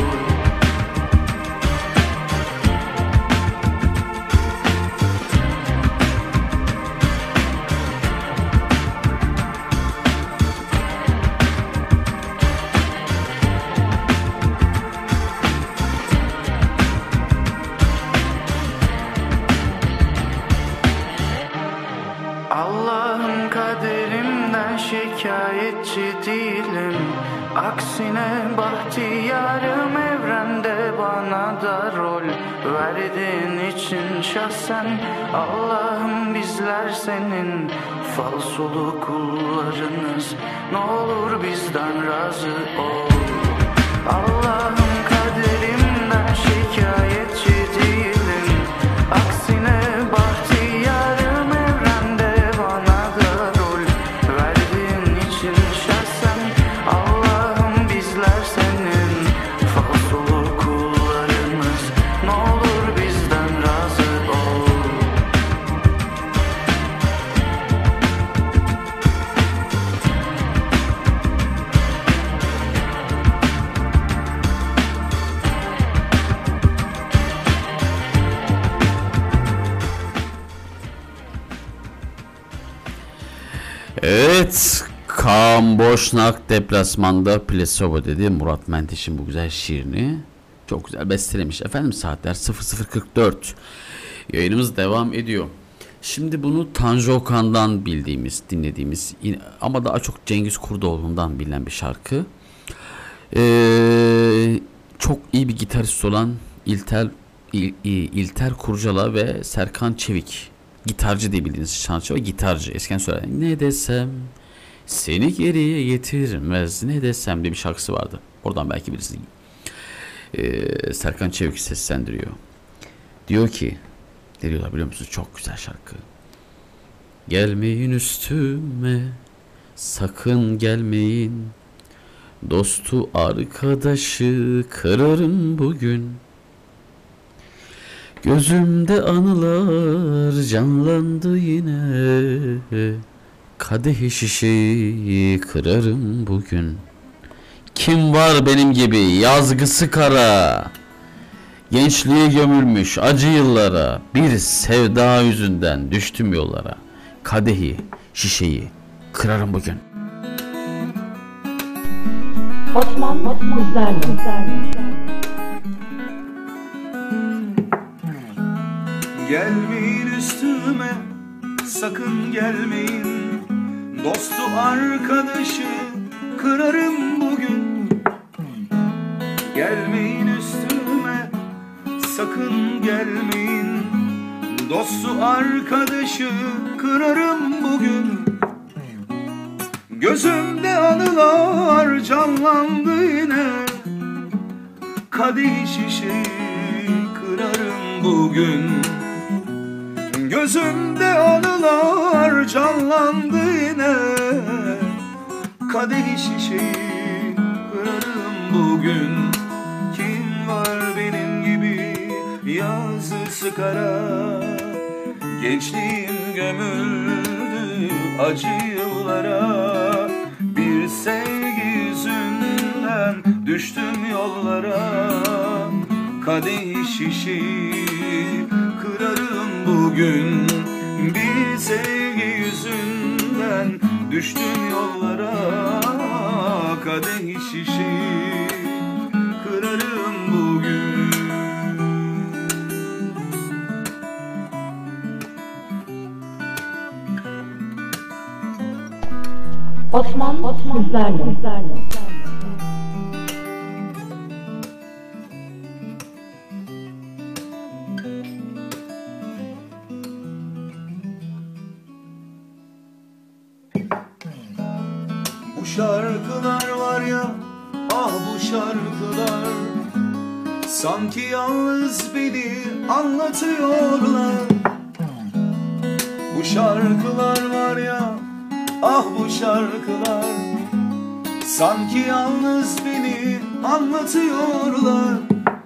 Speaker 19: Allah'ım kaderimden şikayetçi değilim. Aksine bahtiyarım, evrende bana da rol verdiğin için şahsen. Allah'ım bizler senin falsolu kullarınız. Ne olur bizden razı ol. Allah'ım kaderimden şikayetçi değilim. Aksine bahtiyarım, evrende bana da rol verdiğin için şahsen. Allah'ım bizler senin falsolu kullarınız. Ne olur bizden razı ol.
Speaker 4: Evet, Kaan Boşnak deplasmanda plasebo dedi. Murat Menteş'in bu güzel şiirini çok güzel bestelemiş. Efendim saatler sıfır sıfır kırk dört. Yayınımız devam ediyor. Şimdi bunu Tanju Okan'dan bildiğimiz, dinlediğimiz ama daha çok Cengiz Kurdoğlu'ndan bilinen bir şarkı. Ee, çok iyi bir gitarist olan İlter, İl, İlter Kurcala ve Serkan Çevik. Gitarcı diye bildiğiniz sanatçı ve gitarcı. Eskiden söyler. Ne desem seni geriye getirmez, ne desem diye bir şarkısı vardı. Oradan belki bilirsiniz. Ee, Serkan Çevik seslendiriyor. Diyor ki, ne diyorlar biliyor musunuz? Çok güzel şarkı. Gelmeyin üstüme, sakın gelmeyin. Dostu arkadaşı kırarım bugün. Gözümde anılar canlandı yine. Kadehi şişeyi kırarım bugün. Kim var benim gibi yazgısı kara, gençliğe gömülmüş acı yıllara, bir sevda yüzünden düştüm yollara. Kadehi şişeyi kırarım bugün.
Speaker 7: Osman Kızlarlı.
Speaker 8: Gelmeyin üstüme, sakın gelmeyin. Dostu arkadaşı kırarım bugün. Gelmeyin üstüme, sakın gelmeyin. Dostu arkadaşı kırarım bugün. Gözümde anılar canlandı yine. Kadeh şişeyi kırarım bugün. Gözümde anılar canlandı yine. Kadeh şişeyi kırarım bugün. Kim var benim gibi yazısı kara, gençliğim gömüldü acı yıllara. Bir sevgi yüzünden düştüm yollara. Kadeh şişeyi kırarım bugün. Bir sevgi yüzünden düştüm yollara. Kadeh şişeyi kırarım bugün.
Speaker 7: Osman Kızlarlı.
Speaker 8: Bu şarkılar var ya, ah bu şarkılar, sanki yalnız beni anlatıyorlar. Bu şarkılar var ya, ah bu şarkılar, sanki yalnız beni anlatıyorlar.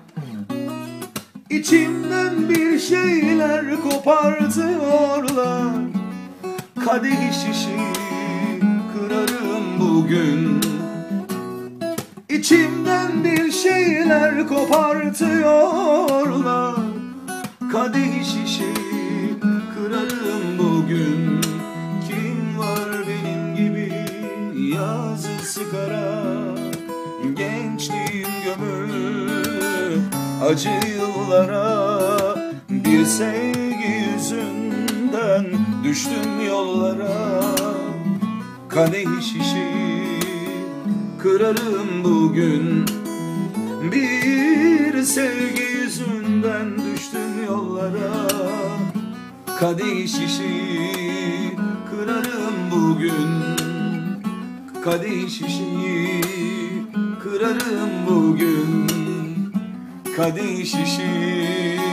Speaker 8: İçimden bir şeyler kopartıyorlar. Kadeh şişeyi kırarım bugün. İçimden bir şeyler kopartıyorlar. Kadeh şişeyi kırarım bugün. Kim var benim gibi yazısı kara, gençliğim gömülü acı yıllara. Bir sevgi yüzünden düştüm yollara. Kadeh şişeyi kırarım bugün. Bir sevgi yüzünden düştüm yollara. Kadeh şişeyi kırarım bugün. Kadeh şişeyi kırarım bugün. Kadeh şişeyi.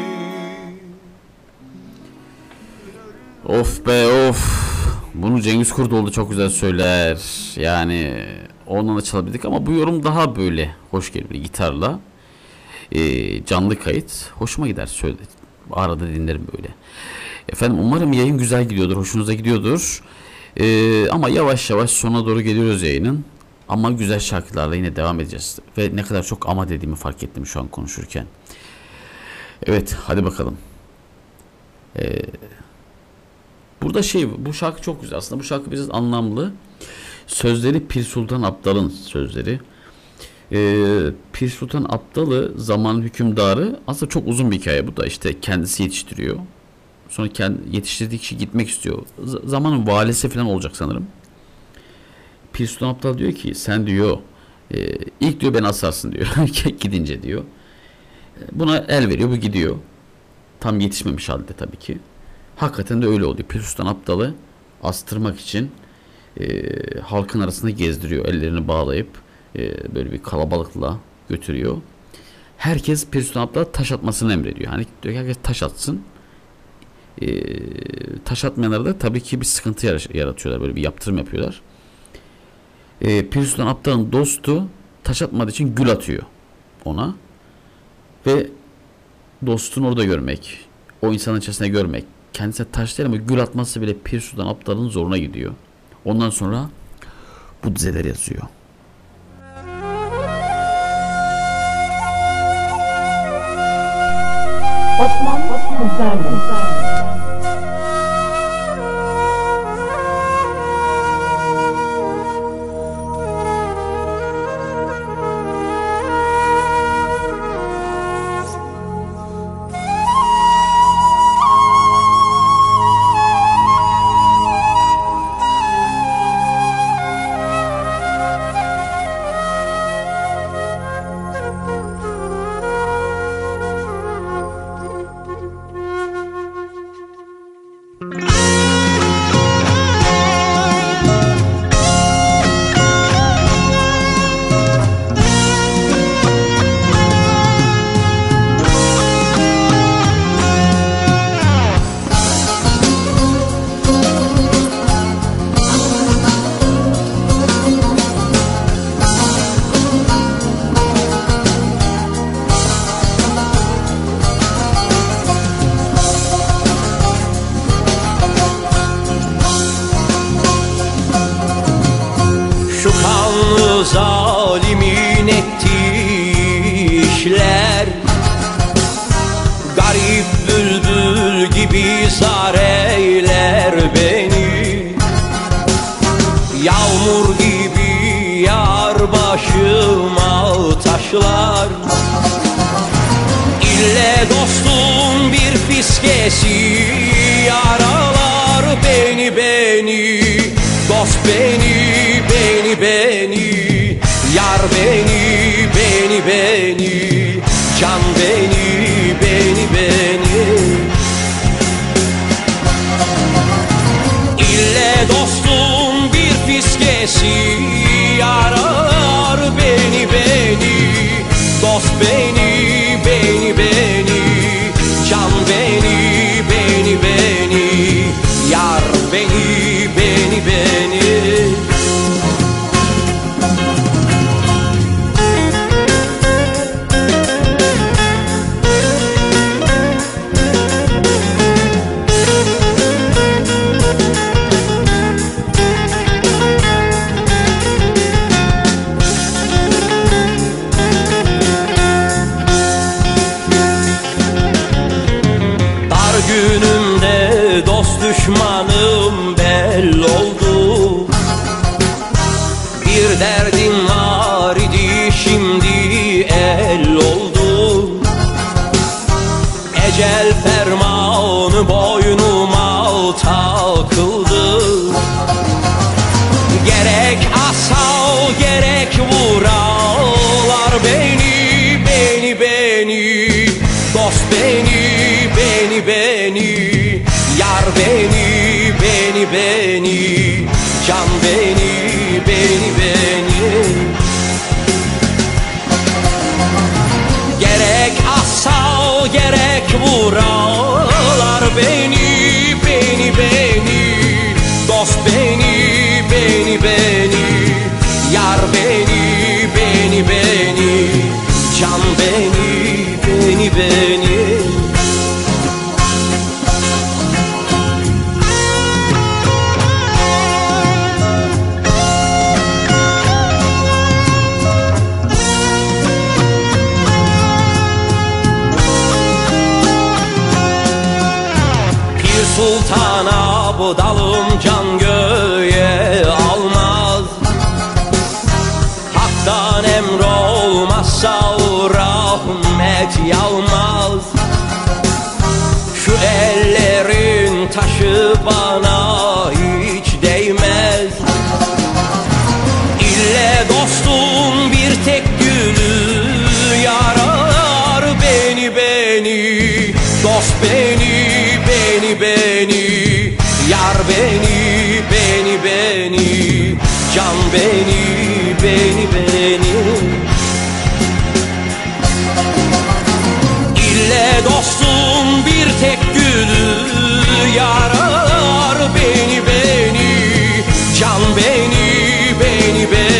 Speaker 4: Of be of. Bunu Cengiz Kurdoğlu çok güzel söyler. Yani ondan da çalabildik ama bu yorum daha böyle hoş geliyor gitarla. Ee, canlı kayıt. Hoşuma gider söyle. Arada dinlerim böyle. Efendim umarım yayın güzel gidiyordur. Hoşunuza gidiyordur. Ee, ama yavaş yavaş sona doğru geliyoruz yayının. Ama güzel şarkılarla yine devam edeceğiz. Ve ne kadar çok ama dediğimi fark ettim şu an konuşurken. Evet hadi bakalım. Ee, burada şey bu şarkı çok güzel. Aslında bu şarkı biraz anlamlı. Sözleri Pir Sultan Abdal'ın sözleri. Ee, Pir Sultan Abdal'ı zamanın hükümdarı, aslında çok uzun bir hikaye bu da, işte kendisi yetiştiriyor. Sonra kendi yetiştirdiği kişi gitmek istiyor. Z- zamanın valisi falan olacak sanırım. Pir Sultan Abdal diyor ki sen diyor e, ilk diyor beni asarsın diyor gidince diyor. Buna el veriyor, bu gidiyor. Tam yetişmemiş halde tabii ki. Hakikaten de öyle oluyor. Pir Sultan Abdal'ı astırmak için e, halkın arasında gezdiriyor. Ellerini bağlayıp e, böyle bir kalabalıkla götürüyor. Herkes Pir Sultan Abdal'a taş atmasını emrediyor. Hani diyor ki herkes taş atsın. E, taş atmayanlara da tabii ki bir sıkıntı yaratıyorlar. Böyle bir yaptırım yapıyorlar. E, Pir Sultan Abdal'ın dostu taş atmadığı için gül atıyor ona. Ve dostunu orada görmek, o insanın içerisinde görmek, kendisine taş değil ama gül atması bile Pir Sultan Abdal'ın zoruna gidiyor. Ondan sonra bu dizeler yazıyor.
Speaker 7: Osman Sözlerle.
Speaker 20: Zalimin ettiği işler, garip bülbül gibi zar eyler beni. Yağmur gibi yar başıma taşlar, İlle dostum bir fiskesi yaralar beni beni. Dost beni beni beni, yar beni beni beni, can beni beni beni. İlle dostum bir fiskesi yarar beni beni. Dost beni beni beni, can beni beni beni, yar beni beni beni. Günümde dost düşmanım belli oldu. Bir derdim var idi şimdi el oldu. Ecel fermanı boynuma takıldı. Gerek asal gerek vuralar beni beni beni. Dost beni beni beni, yar beni beni beni, can beni beni beni. Gerek asal gerek vuralar beni beni beni. Dost beni beni beni, yar beni beni beni, can beni beni beni. Sultan Abdalım can göğe almaz. Hak'tan emr olmazsa rahmet yağmaz. Şu ellerin taşı bana hiç değmez. İlle dostum bir tek gülü yarar beni beni. Dost beni beni beni, yar beni beni beni, can beni beni beni. İlle dostum bir tek gülü yarar beni beni, can beni beni beni.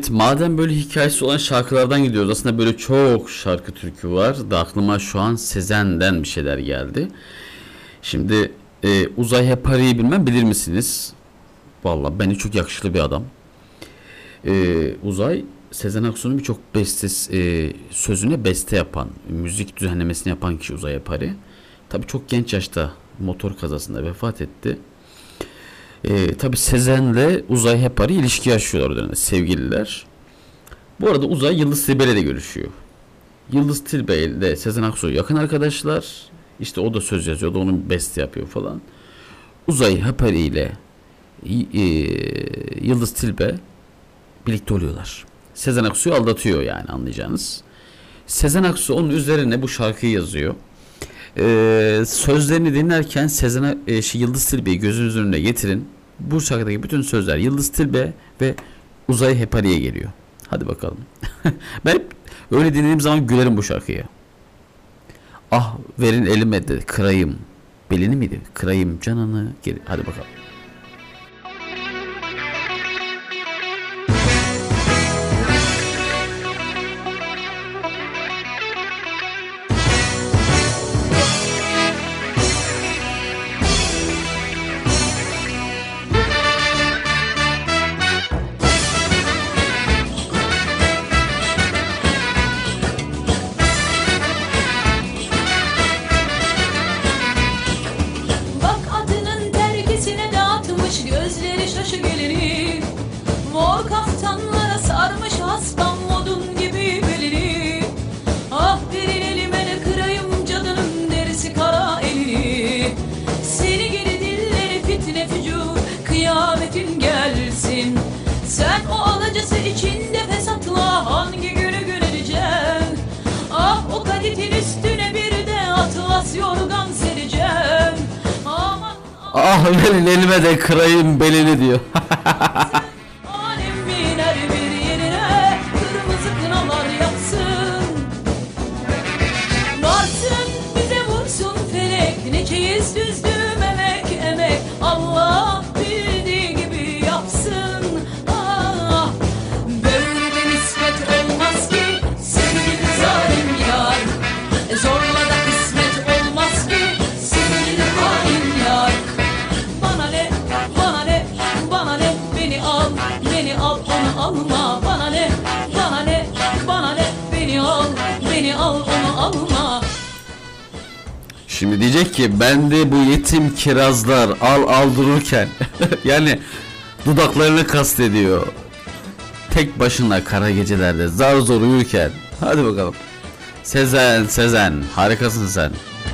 Speaker 4: Evet, madem böyle hikayesi olan şarkılardan gidiyoruz. Aslında böyle çok şarkı türkü var. Da aklıma şu an Sezen'den bir şeyler geldi. Şimdi e, Uzay Hepari'yi bilmem bilir misiniz? Vallahi bence çok yakışıklı bir adam. E, Uzay, Sezen Aksu'nun birçok bestesi, e, sözüne beste yapan, müzik düzenlemesini yapan kişi Uzay Hepari. Tabii çok genç yaşta motor kazasında vefat etti. E, tabii Sezen'le Uzay Hepari ilişki yaşıyorlar o dönemde, sevgililer. Bu arada Uzay Yıldız Tilbe ile görüşüyor. Yıldız Tilbe ile Sezen Aksu yakın arkadaşlar. İşte o da söz yazıyor, o da onun beste yapıyor falan. Uzay Hepari ile e, Yıldız Tilbe birlikte oluyorlar. Sezen Aksu'yu aldatıyor yani, anlayacağınız. Sezen Aksu onun üzerine bu şarkıyı yazıyor. Ee, sözlerini dinlerken Sezen e, şey, Yıldız Tilbe'yi gözünüz önüne getirin. Bu şarkıdaki bütün sözler Yıldız Tilbe ve Uzay Hepari'ye geliyor. Hadi bakalım. Ben hep öyle dinlediğim zaman gülerim bu şarkıya. Ah verin elime de kırayım. Belini miydi? Kırayım canını. Geri. Hadi bakalım. Ah verin elime de kırayım belini diyor. Şimdi diyecek ki ben de bu yetim kirazlar al al dururken yani dudaklarını kastediyor. Tek başına kara gecelerde zar zor uyurken. Hadi bakalım. Sezen Sezen harikasın sen.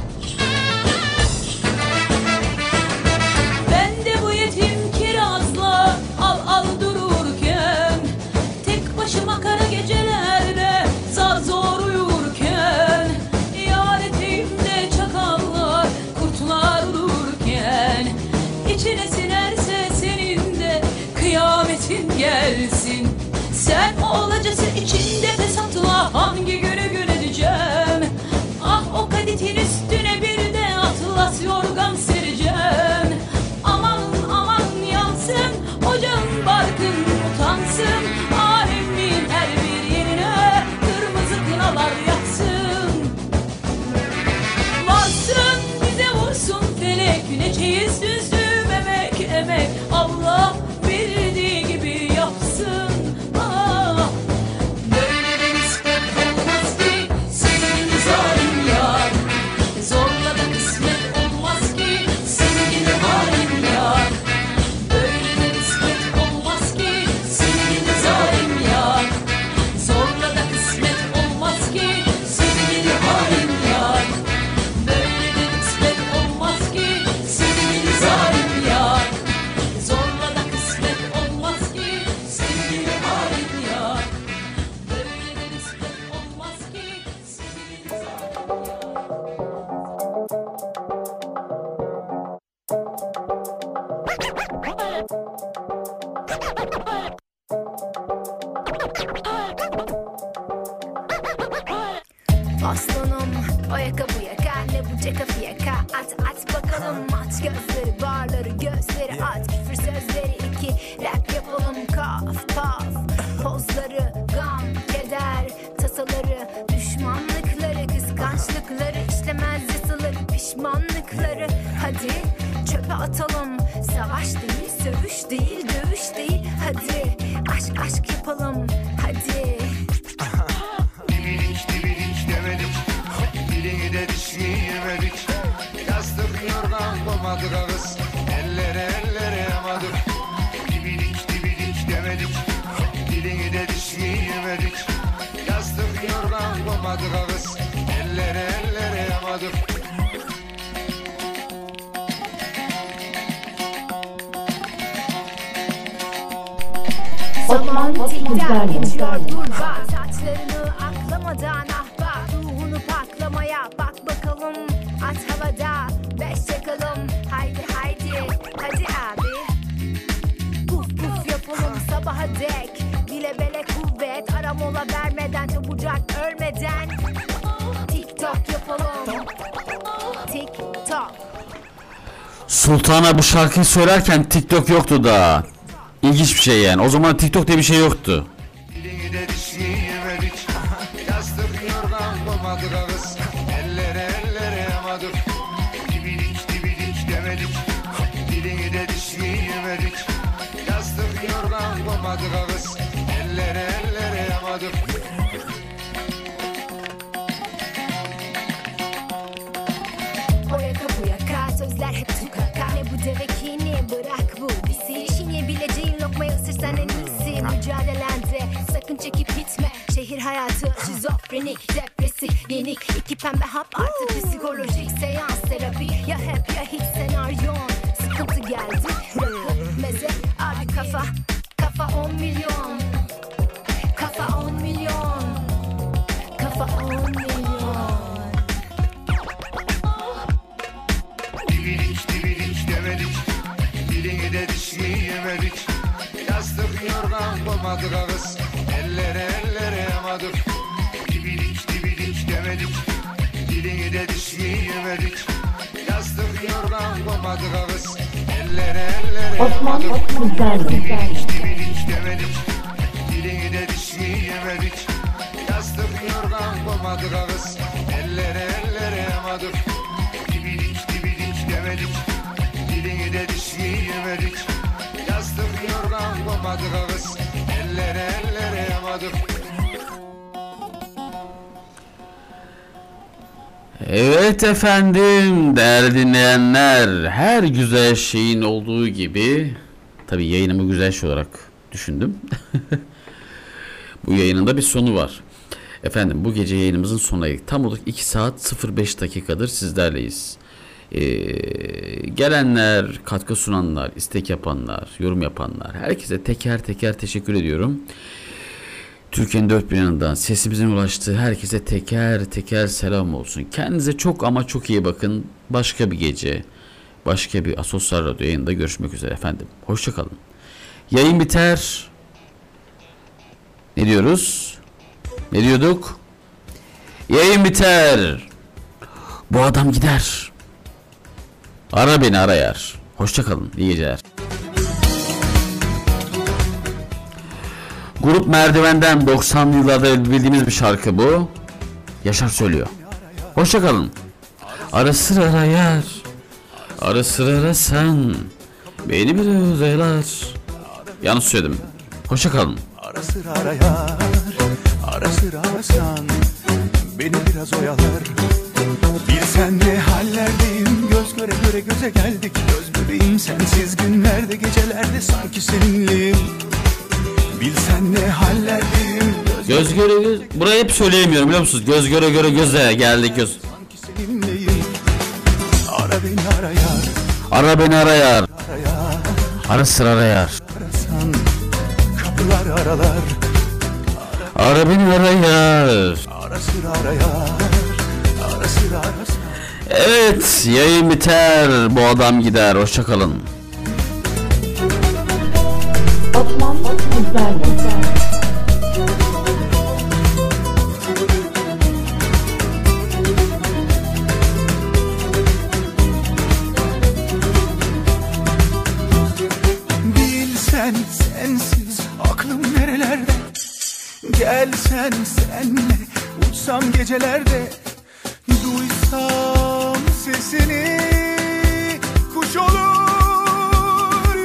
Speaker 11: Gelsin. Sen o olacası içinde fesatla hangi günü göreceğim? Ah o kaditin üstüne bir de atlas yorgan sereceğim. Aman aman yansın ocağın barkın utansın. Alemin her bir yerine kırmızı kınalar yaksın. Varsın bize vursun felek, ne çeyiz düzdüm emek emek. Allah bildiği gibi yapsın. Ah, böyle de nispet olmaz ki senin zalim yar. Zorla da kısmet olmaz ki senin halim yar. Böyle de nispet olmaz ki senin zalim yar. Zorla da kısmet olmaz ki senin halim yar. Böyle de nispet olmaz ki senin zalim yar. Zorla da kısmet olmaz ki senin halim yar. Böyle de nispet olmaz ki senin
Speaker 19: Aslanım ayakkabıya gel bu ceka fiyaka. At at bakalım at gözleri barları gözleri at. Küfür sözleri iki rap yapalım kaf kaf. pozları, gam, keder, tasaları, düşmanlıkları, kıskançlıkları, işlemez yasaları, pişmanlıkları. Hadi çöpe atalım. Savaş değil, sövüş değil, dövüş değil. Hadi aşk aşk yapalım. Hadi.
Speaker 14: Dibidik dibidik demedik, dilini de dişini yemedik. Yastık yorgan koymadık ağız, ellere ellere yamadık. Dibidik dibidik demedik, dilini de dişini yemedik. Yastık yorgan koymadık ağız, ellere ellere yamadık.
Speaker 19: Zaman tikler geçiyor durma. Saçlarını aklamadan ahbap, ruhunu paklamaya bak bakalım. At havada beş çakalım. Haydi haydi hadi abi. Puf puf yapalım sabaha dek. Bile bele kuvvet, ara mola vermeden, çabucak ölmeden. TikTok yapalım. TikTok.
Speaker 4: Sultan'a bu şarkıyı söylerken TikTok yoktu da. İlginç bir şey yani. O zaman TikTok diye bir şey yoktu.
Speaker 14: Dilini de dişini yemedik, yastık yorgan koymadık ağız, ellere ellere yamadık. Dibidik dibidik demedik, dilini de dişini yemedik. Yastık yorgan koymadık ağız, ellere ellere yamadık.
Speaker 19: O yaka bu yaka, sözler hep tukaka. Ne bu deve kini, bırak bu bizi. Çiğneyebileceğin lokmayı ısırsan en iyisi. Mücadelende sakın çekip gitme. Şehir hayatı şizofrenik, depresif, yenik. İki pembe hap artı psikolojik seans terapi. Ya hep ya hiç senaryon. Sıkıntı geldi, rakı, meze, abi kafa. Kafa on milyon. Kafa on milyon. Kafa on milyon.
Speaker 14: Dibidik dibidik demedik, dilini de dişini yemedik. Yastık yorgan koymadık ağız, ellere ellere yamadık. Dibidik dibidik demedik, dilini de dişini yemedik. Yastık yorgan koymadık ağız, ellere ellere
Speaker 7: Osman
Speaker 14: yamadık.
Speaker 7: Osman
Speaker 14: Dibidik dibidik demedik, dilini de dişini yemedik. Yastık yorgan koymadık ağız, ellere ellere yamadık. Dibidik dibidik demedik, dilini de dişini yemedik. Yastık yorgan koymadık ağız, ellere ellere yamadık.
Speaker 4: Evet efendim, değerli dinleyenler, her güzel şeyin olduğu gibi, tabii yayınımı güzel şey olarak düşündüm. Bu yayının da bir sonu var. Efendim, bu gece yayınımızın sonuna geldik. Tam olarak iki saat sıfır beş dakikadır sizlerleyiz. Ee, gelenler, katkı sunanlar, istek yapanlar, yorum yapanlar, herkese teker teker teşekkür ediyorum. Türkiye'nin dört bir yanından sesimizin ulaştığı herkese teker teker selam olsun. Kendinize çok ama çok iyi bakın. Başka bir gece, başka bir Asosyal Radyo yayında görüşmek üzere efendim. Hoşçakalın. Yayın biter. Ne diyoruz? Ne diyorduk? Yayın biter. Bu adam gider. Ara beni arayar. Hoşçakalın. İyi geceler. Grup Merdiven'den doksanlı yıllarda bildiğimiz bir şarkı bu. Yaşar söylüyor. Hoşçakalın. Ara sıra arayar. Ara sıra arasan beni bir özler. Yanlış söyledim. Hoşçakalın.
Speaker 21: Ara sıra arayar, ara sıra arasan beni biraz oyalar. Bilsen ne hallerdeyim, göz göre göre göze geldik. Göz bebeğim sensiz günlerde gecelerde sanki seninleyim. Bilsen ne hallerdeyim, göz,
Speaker 4: göz göre göz. Burayı hep söyleyemiyorum biliyor musunuz? Göz göre göre göze geldik göz.
Speaker 21: sanki seninleyim. Ara beni arayar,
Speaker 4: Ara beni arayar.
Speaker 21: arayar.
Speaker 4: Ara sıra arayar.
Speaker 21: Arasan kapılar aralar.
Speaker 4: Ara beni arayar.
Speaker 21: Ara sıra arayar, ara sıra arasan.
Speaker 4: Evet, yayın biter. Bu adam gider. Hoşçakalın.
Speaker 7: Osman Osman
Speaker 21: Bilsen sensiz aklım nerelerde, sen senle uçsam gecelerde, duysam sesini, kuş olur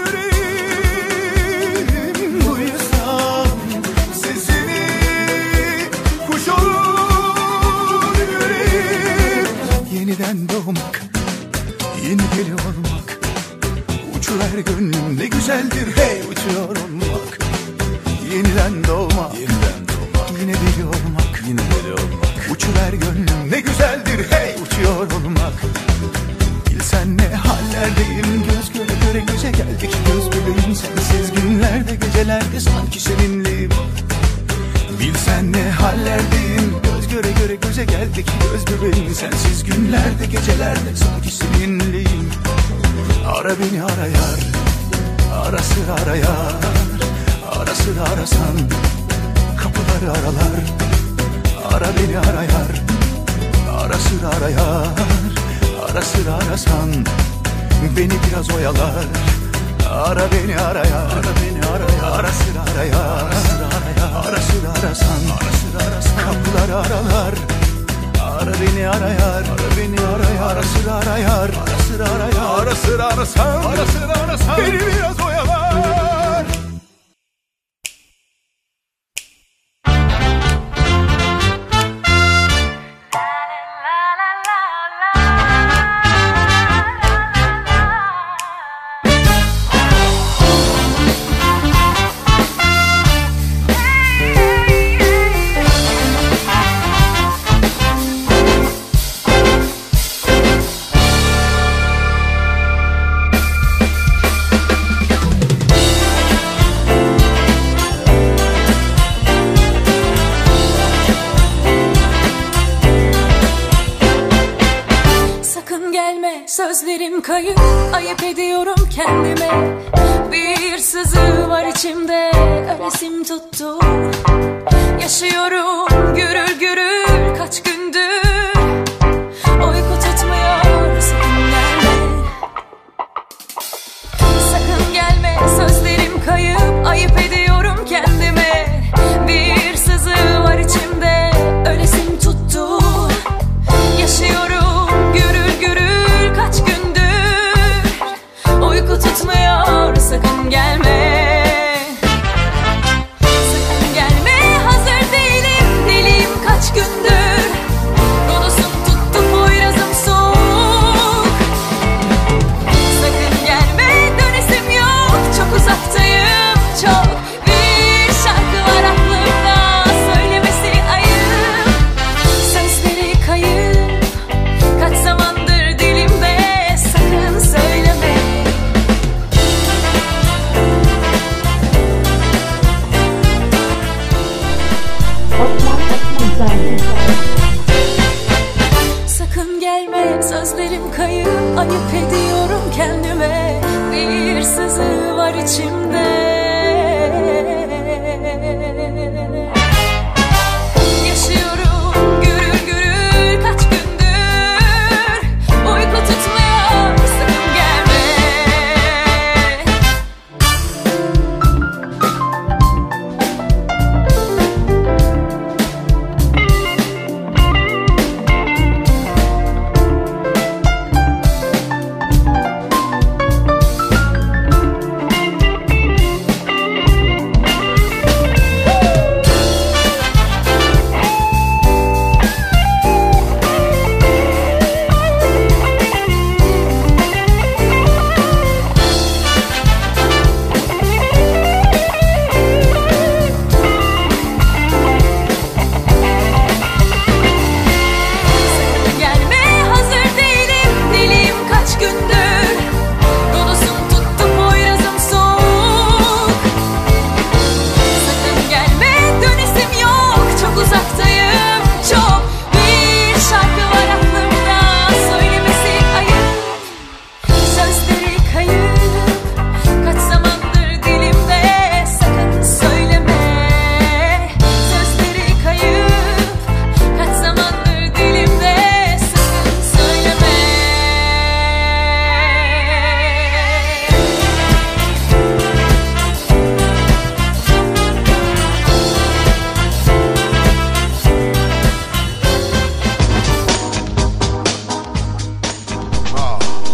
Speaker 21: yüreğim. Duysam sesini, kuş olur yüreğim. Yeniden doğmak, yeni deli olmak, uçuver gönlüm ne güzeldir hey uçuyor olmak. Yeniden doğmak, yeniden doğmak, yine deli olmak, yine deli olmak. Uçuver gönlüm ne güzeldir hey uçuyor olmak. Bilsen ne hallerdeyim, göz göre göre göze geldik. Göz bebeğim sensiz günlerde gecelerde sanki seninleyim. Bilsen ne hallerdeyim, göz göre göre göze geldik. Göz bebeğim sensiz günlerde gecelerde sanki seninleyim. Ara beni ara yar, ara sıra ara yar, ara sıra arasan kapıları aralar. Ara beni ara yar, ara sıra ara yar, ara sıra arasan beni biraz oyalar. Ara beni ara yar, ara beni ara yar, ara sıra ara yar, ara sıra ara yar, ara sıra arasan, ara sıra arasan kapıları aralar. Ara beni ara yar, ara beni ara yar, ara sıra ara yar, ara sıra ara yar, ara sıra arasan, ara sıra arasan beni biraz oyalar.
Speaker 12: Sözlerim kayıp, ayıp ediyorum kendime. Bir sızı var içimde, ölesim tuttu. Yaşıyorum gürül gürül kaç gündür. Uyku tutmuyor, sakın gelme. Sakın gelme, sözlerim kayıp, ayıp ediyorum kendime. Bir sızı var içimde, ölesim tuttu. Yaşıyorum gürül gürül kaç gündür. Uyku tutmuyor, sakın gelme. Sakın gelme, hazır değilim, deliyim kaç gündür. Rodosum tuttu, poyrazım soğuk. Sakın gelme, dönesim yok, çok uzaktayım çok. Bir şarkı var aklımda, söylemesi ayıp. Sözleri kayıp, kaç zamandır dilimde, sakın söyleme. Sakın gelme, sözlerim kayıp, ayıp ediyorum kendime. Bir sızı var içimde. Yaşıyorum gürül gürül kaç gündür. Uyku tutmuyor, sakın gelme.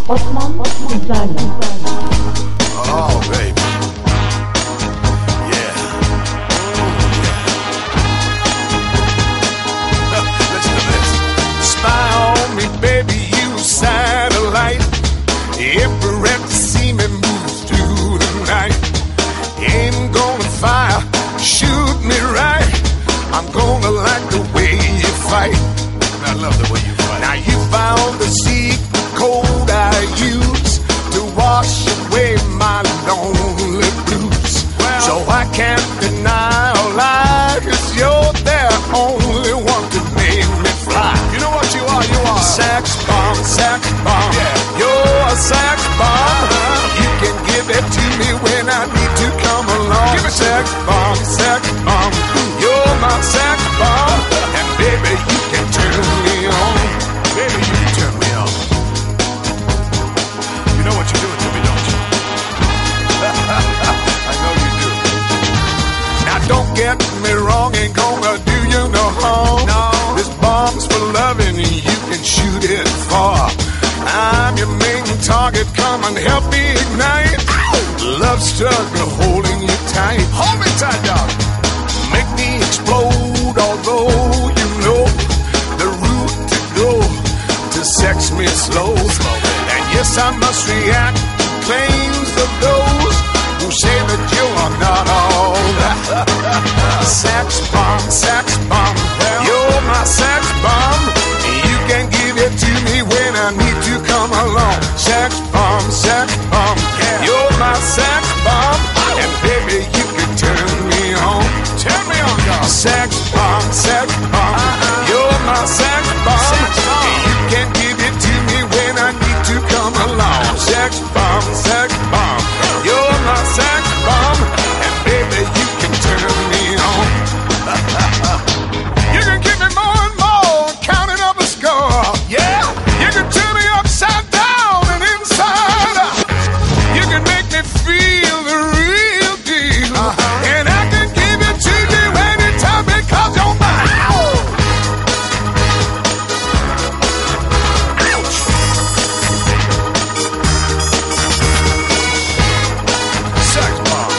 Speaker 7: Osman sizlerle.
Speaker 21: Oh baby, yeah, listen to this. Spy on me, baby, you satellite. Every empty seeming moves through the night. Ain't gonna fire, shoot me right. I'm gonna like the way you fight. I love the way you fight. Now you found the secret code I use to wash away my lonely blues. Well, so I can't deny or lie, 'cause you're the only one to make me fly. You know what you are? You are sex bomb, sex bomb. Yeah, you're a sex bomb. Uh-huh. You can give it to me when I need to come along. Give it sex bomb, sex bomb. You're my sex bomb, and baby you can turn me on. Baby you can turn me on. You know what you're doing to me, don't you? I know you do. Now don't get me wrong, ain't gonna do you no harm. No. This bomb's for loving, you can shoot it far. I'm your main target, come and help me ignite. Love struggle holding you tight. Hold me tight, dog. Make me explode, although you know the route to go to sex me slow. And yes, I must react to claims of those who say that you are not all that. Sex bomb, sex bomb, you're my sex bomb. You can give it to me when I need to come along. Sex bomb, sex bomb, you're my sex bomb. And baby, you can turn me on. Turn me on, dog. Sex bomb, sex bomb, you're my sex bomb. You can give it to me when I need to come along. Sex bomb, sex bomb, you're my sex bomb. And baby, you can turn me on. You can give me more and more, counting up a score. Yeah, you can turn me upside down and inside out. You can make me feel the real deal. Uh-huh. And I can give it to you anytime because you're mine. Ouch. Sex bomb.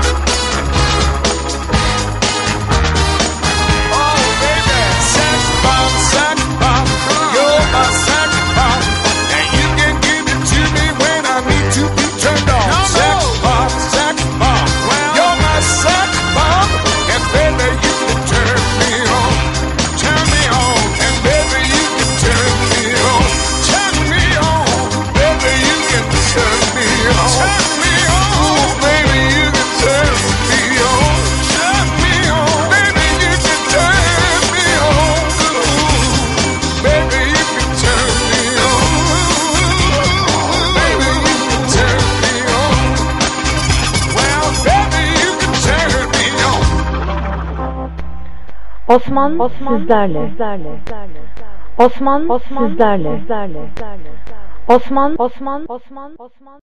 Speaker 21: Oh baby, sex bomb, sex bomb. You're my sex bomb, and you can give it to me when I need to be turned on. No, sex no. bomb, sex bomb. Well, you're my sex bomb, and baby you can turn me on, turn me on, and baby you can turn me on, turn me on, baby you can turn me on, turn me on, ooh, baby you can turn me on, turn me on, baby you can turn me on, ooh, baby you can turn me on, baby you can turn me on, well baby you can turn me on.
Speaker 7: Osman sizlerle. Osman sizlerle. Osman Osman Osman Osman